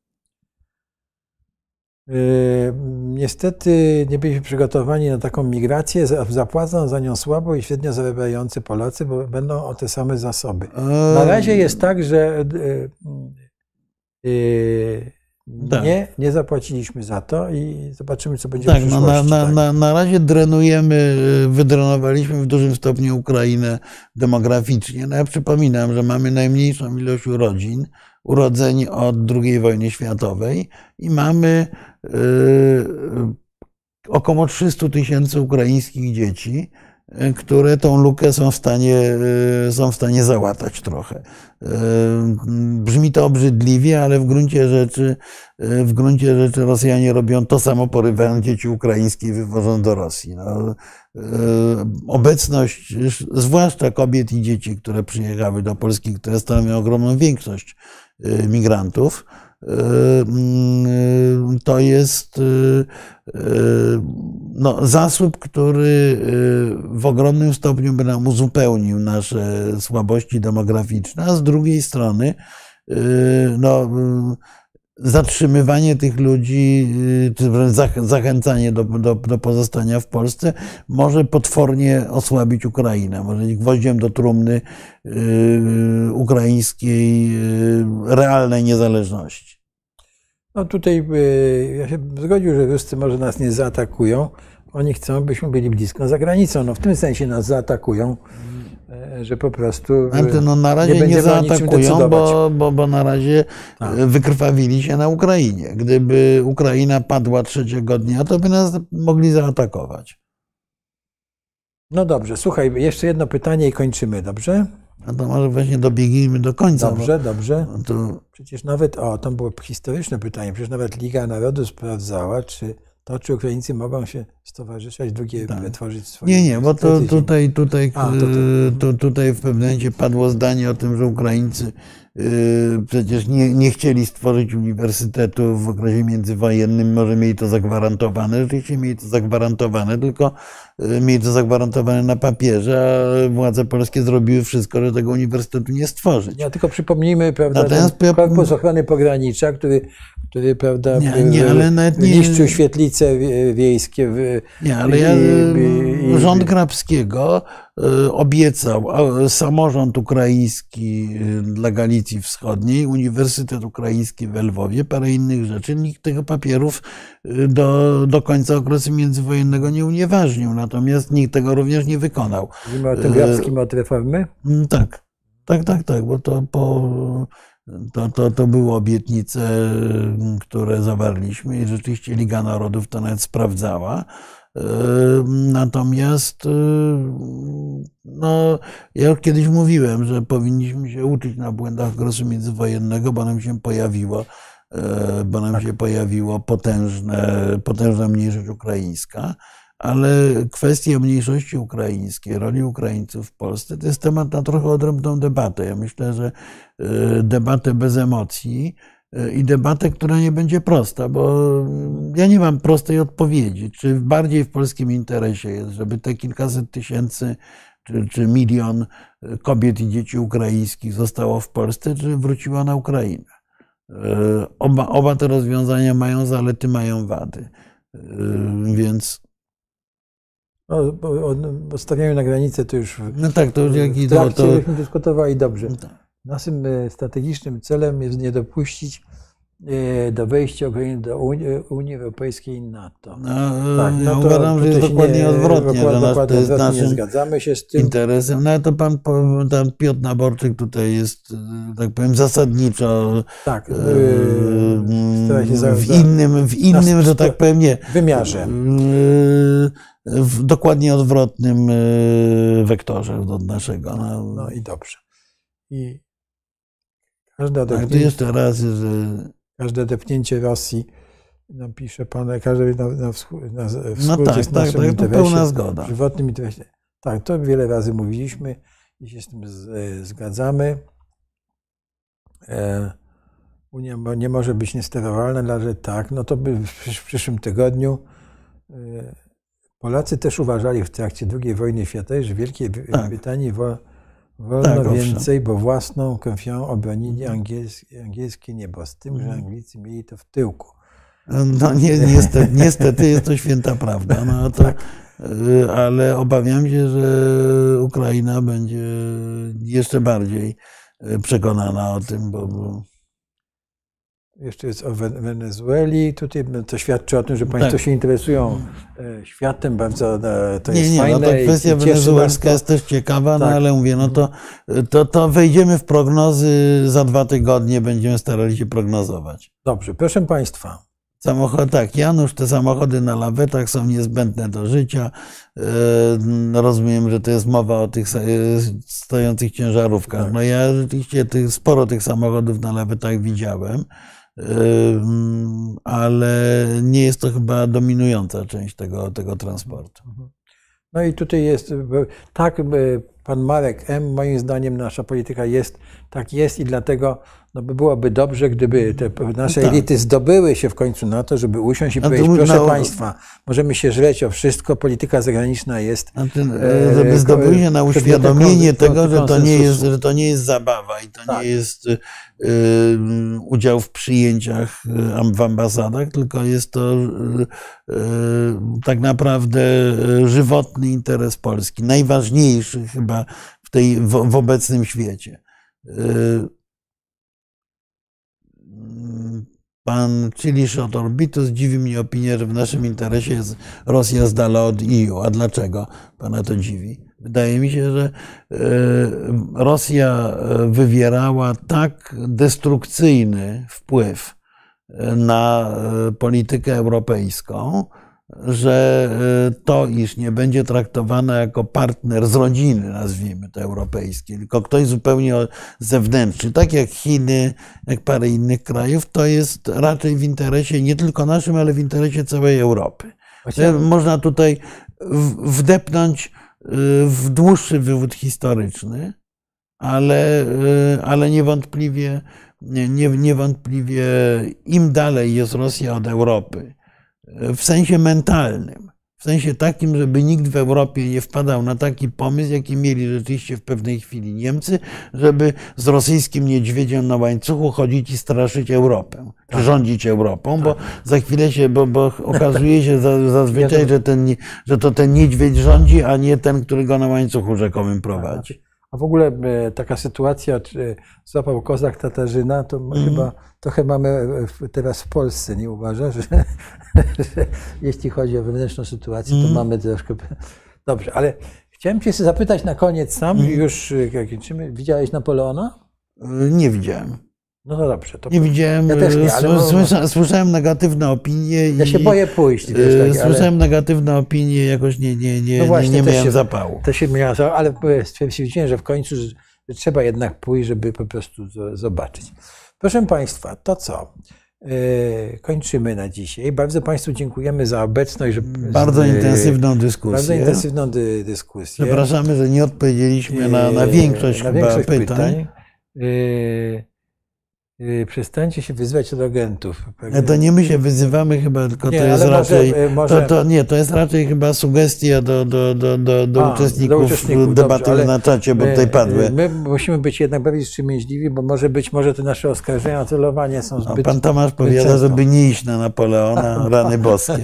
Yy, Niestety nie byliśmy przygotowani na taką migrację. Za- Zapłacą za nią słabo i średnio zarabiający Polacy, bo będą o te same zasoby. Na razie jest tak, że yy, yy, Tak. nie, nie zapłaciliśmy za to i zobaczymy, co będzie Tak, w no przyszłości. na, na, tak. na, na razie drenujemy, wydrenowaliśmy w dużym stopniu Ukrainę demograficznie. No ja przypominam, że mamy najmniejszą ilość urodzin, urodzeń od drugiej wojny światowej i mamy y, około trzysta tysięcy ukraińskich dzieci, y, które tą lukę są w stanie, y, są w stanie załatać trochę. Y, Brzmi to obrzydliwie, ale w gruncie rzeczy, y, w gruncie rzeczy Rosjanie robią to samo, porywając dzieci ukraińskie i wywożą do Rosji. No, y, obecność, zwłaszcza kobiet i dzieci, które przyjechały do Polski, które stanowią ogromną większość y, migrantów, to jest no, zasób, który w ogromnym stopniu by nam uzupełnił nasze słabości demograficzne, a z drugiej strony no, zatrzymywanie tych ludzi, czy wręcz zachęcanie do, do, do pozostania w Polsce może potwornie osłabić Ukrainę, może być gwoździem do trumny yy, ukraińskiej yy, realnej niezależności. No tutaj yy, ja się zgodził, że Ruscy może nas nie zaatakują. Oni chcą, byśmy byli blisko za granicą. No w tym sensie nas zaatakują, yy, że po prostu yy, Ale no, na razie nie, nie zaatakują, bo, bo, bo na razie A. wykrwawili się na Ukrainie. Gdyby Ukraina padła trzeciego dnia, to by nas mogli zaatakować. No dobrze, słuchaj, jeszcze jedno pytanie i kończymy, dobrze? No to może właśnie dobiegnijmy do końca. Dobrze, dobrze. Bo to... Przecież nawet, o, to było historyczne pytanie, przecież nawet Liga Narodów sprawdzała, czy to, czy Ukraińcy mogą się stowarzyszać, drugie Tak. tworzyć swoje... Nie, nie, bo to uniwersytety. tutaj, tutaj, A, to, to. to, tutaj w pewnym momencie padło zdanie o tym, że Ukraińcy y, przecież nie, nie chcieli stworzyć uniwersytetu w okresie międzywojennym, może mieli to zagwarantowane, rzeczywiście mieli to zagwarantowane, tylko y, mieli to zagwarantowane na papierze, a władze polskie zrobiły wszystko, żeby tego uniwersytetu nie stworzyć. Ja tylko przypomnijmy, prawda, Natomiast ten ja- Korpus Ochrony Pogranicza, który, który prawda, Nie, w- nie, ale nawet nie- niszczył świetlice wie- wiejskie. W, Nie, ale ja, i- i- rząd Grabskiego y, obiecał a, samorząd ukraiński y, dla Galicji Wschodniej, Uniwersytet Ukraiński w Lwowie, parę innych rzeczy. Nikt tego papierów y, do, do końca okresu międzywojennego nie unieważnił, natomiast nikt tego również nie wykonał. Mówimy o tym grabskim od reformy. Mm, Tak, tak, tak, tak, bo to, po, to, to, to były obietnice, które zawarliśmy i rzeczywiście Liga Narodów to nawet sprawdzała. Natomiast no, ja już kiedyś mówiłem, że powinniśmy się uczyć na błędach okresu międzywojennego, bo nam się pojawiło, bo nam się pojawiło potężne, potężna mniejszość ukraińska. Ale kwestia mniejszości ukraińskiej, roli Ukraińców w Polsce, to jest temat na trochę odrębną debatę. Ja myślę, że debatę bez emocji i debatę, która nie będzie prosta, bo ja nie mam prostej odpowiedzi, czy bardziej w polskim interesie jest, żeby te kilkaset tysięcy czy, czy milion kobiet i dzieci ukraińskich zostało w Polsce, czy wróciło na Ukrainę. Oba, oba te rozwiązania mają zalety, mają wady. Więc no, bo, bo stawiamy na granicę, to już no tak, to już jak w i trakcie to, byśmy dyskutowali dobrze. to, Naszym strategicznym celem jest nie dopuścić do wejścia Ukrainy do Unii, Unii Europejskiej i NATO. No, tak, ja no uważam, że jest dokładnie nie, odwrotnie. Dokładnie, To, dokładnie to jest odwrotnie, naszym nie zgadzamy się z tym. interesem. No to pan, pan Piotr Naborczyk tutaj jest, tak powiem, zasadniczo tak, e, za, w innym, w innym, że tak powiem, nie, wymiarze. W dokładnie odwrotnym wektorze od naszego. No, no i dobrze. I każde tak, to odepchnięcie, jeszcze raz, że każde odepchnięcie Rosji, nam pisze pan, każdy na, na, wschód, na wschód no tak, jest tak, naszym tak, to interesie, pełna zgoda. w żywotnym interesie. Tak, to wiele razy mówiliśmy i się z tym z, zgadzamy. E, Unia nie może być niesterowalna, ale tak, no to by w, w przyszłym tygodniu e, Polacy też uważali w trakcie drugiej wojny światowej, że w Wielkiej tak. Brytanii wo, wolno tak, więcej, bo własną krwią obronili angielskie, angielskie niebo, z tym, że Anglicy mieli to w tyłku. No nie, niestety, niestety jest to święta prawda, no to, tak. ale obawiam się, że Ukraina będzie jeszcze bardziej przekonana o tym, bo... Jeszcze jest o Wenezueli. Tutaj to świadczy o tym, że Państwo tak. się interesują światem, bardzo to jest nie, nie, fajne. No to kwestia wenezuelska jest też ciekawa, tak. no ale mówię, no to, to, to wejdziemy w prognozy, za dwa tygodnie będziemy starali się prognozować. Dobrze, proszę Państwa. Samochody, tak, Janusz, te samochody na lawetach są niezbędne do życia. Rozumiem, że to jest mowa o tych stojących ciężarówkach. Tak. No ja rzeczywiście tych, sporo tych samochodów na lawetach widziałem, ale nie jest to chyba dominująca część tego, tego transportu. No i tutaj jest, tak, pan Marek M., moim zdaniem nasza polityka jest, tak jest i dlatego no by byłoby dobrze, gdyby te nasze tak. elity zdobyły się w końcu na to, żeby usiąść i A powiedzieć, to, proszę no, Państwa, możemy się żreć o wszystko, polityka zagraniczna jest... Znaczy, żeby zdobyły się na uświadomienie tego, że to, nie jest, że to nie jest zabawa i to tak. nie jest y, udział w przyjęciach w ambasadach, tylko jest to y, y, tak naprawdę żywotny interes Polski, najważniejszy chyba w, tej, w, w obecnym świecie. Y, Pan Chilisz od Orbitus, dziwi mnie opinia, że w naszym interesie jest Rosja z dala od E U. A dlaczego pana to dziwi? Wydaje mi się, że Rosja wywierała tak destrukcyjny wpływ na politykę europejską, że to, iż nie będzie traktowana jako partner z rodziny, nazwijmy to europejskiej, tylko ktoś zupełnie zewnętrzny, tak jak Chiny, jak parę innych krajów, to jest raczej w interesie nie tylko naszym, ale w interesie całej Europy. Właśnie... Można tutaj wdepnąć w dłuższy wywód historyczny, ale, ale niewątpliwie, nie, niewątpliwie im dalej jest Rosja od Europy, w sensie mentalnym, w sensie takim, żeby nikt w Europie nie wpadał na taki pomysł, jaki mieli rzeczywiście w pewnej chwili Niemcy, żeby z rosyjskim niedźwiedziem na łańcuchu chodzić i straszyć Europę, czy rządzić Europą, bo za chwilę się, bo, bo okazuje się zazwyczaj, że, ten, że to ten niedźwiedź rządzi, a nie ten, który go na łańcuchu rzekomym prowadzi. A w ogóle taka sytuacja, czy złapał kozak Tatarzyna, to mm. chyba trochę mamy teraz w Polsce, nie uważasz? Że, że jeśli chodzi o wewnętrzną sytuację, to mm. mamy troszkę... Dobrze, ale chciałem cię zapytać na koniec sam, mm. już jak kończymy, widziałeś Napoleona? Nie widziałem. No to dobrze. To nie widziałem, ja też nie, ale słysza, słyszałem negatywne opinie. Ja się i, boję pójść. Wiesz, tak, słyszałem ale... negatywne opinie, jakoś nie, nie, nie, no właśnie, nie, nie miałem się, zapału. To się miałem, ale stwierdziłem, że w końcu że, że trzeba jednak pójść, żeby po prostu zobaczyć. Proszę Państwa, to co? Yy, kończymy na dzisiaj. Bardzo Państwu dziękujemy za obecność. Że, bardzo z, intensywną dyskusję. Bardzo intensywną dy, dyskusję. Przepraszamy, że nie odpowiedzieliśmy na, na większość, na chyba większość pytań. pytań. Yy, Yy, przestańcie się wyzywać od agentów. No to nie my się wyzywamy chyba, tylko Nie, to jest ale może- raczej. może- To, to, nie, to jest raczej chyba sugestia do, do, do, do, do, A, uczestników, do uczestników, debaty dobrze, ale na czacie, bo my, tutaj padły. My musimy być jednak bardziej wstrzemięźliwi, bo może być może te nasze oskarżenia o celowanie są No, zbyt... pan Tomasz powiada, często. żeby nie iść na Napoleona, rany boskie.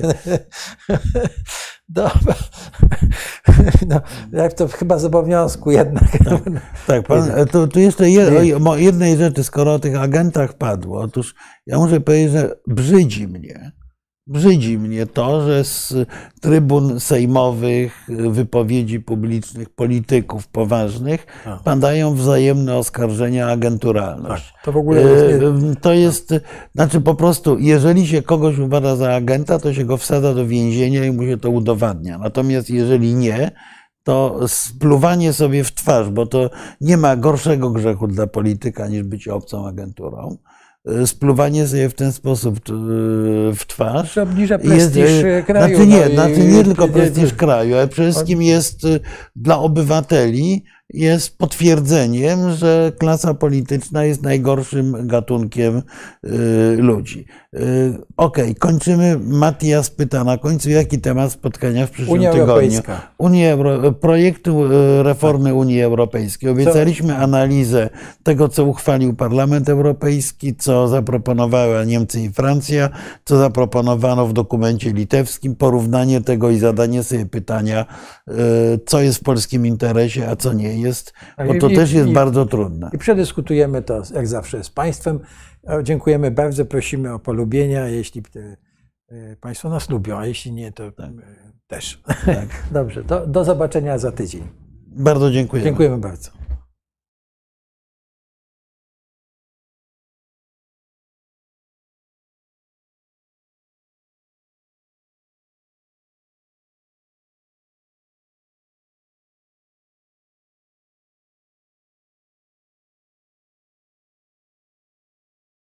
Dobra. No, jak to chyba z obowiązku jednak. Tak, pan, tu, tu jeszcze je, o jednej rzeczy, skoro o tych agentach padło. Otóż ja muszę powiedzieć, że brzydzi mnie, brzydzi mnie to, że z trybun sejmowych, wypowiedzi publicznych nie poważnych A. padają wzajemne oskarżenia o agenturalność. Tak, to w ogóle jest nie... E, To jest, znaczy po prostu, jeżeli się kogoś uważa za agenta, to się go wsadza do więzienia i mu się to udowadnia. Natomiast jeżeli nie, to spluwanie sobie w twarz, bo to nie ma gorszego grzechu dla polityka niż bycie obcą agenturą. Spluwanie sobie w ten sposób w twarz. To obniża prestiż jest, kraju. Znaczy nie, no i- znaczy nie tylko i- prestiż kraju, ale przede wszystkim jest dla obywateli jest potwierdzeniem, że klasa polityczna jest najgorszym gatunkiem y, ludzi. Y, Okej, okay, kończymy. Matias pyta na końcu, jaki temat spotkania w przyszłym Unia tygodniu? Europejska. Unia Euro, projektu y, reformy Unii Europejskiej. Obiecaliśmy analizę tego, co uchwalił Parlament Europejski, co zaproponowały Niemcy i Francja, co zaproponowano w dokumencie litewskim, porównanie tego i zadanie sobie pytania, y, co jest w polskim interesie, a co nie jest, bo to I- też jest i- bardzo trudne. I przedyskutujemy to, jak zawsze, z Państwem. Dziękujemy bardzo, prosimy o polubienia, jeśli te, e, Państwo nas lubią, a jeśli nie, to e, też. Tak. Dobrze, do, do zobaczenia za tydzień. Bardzo dziękuję. Dziękujemy bardzo.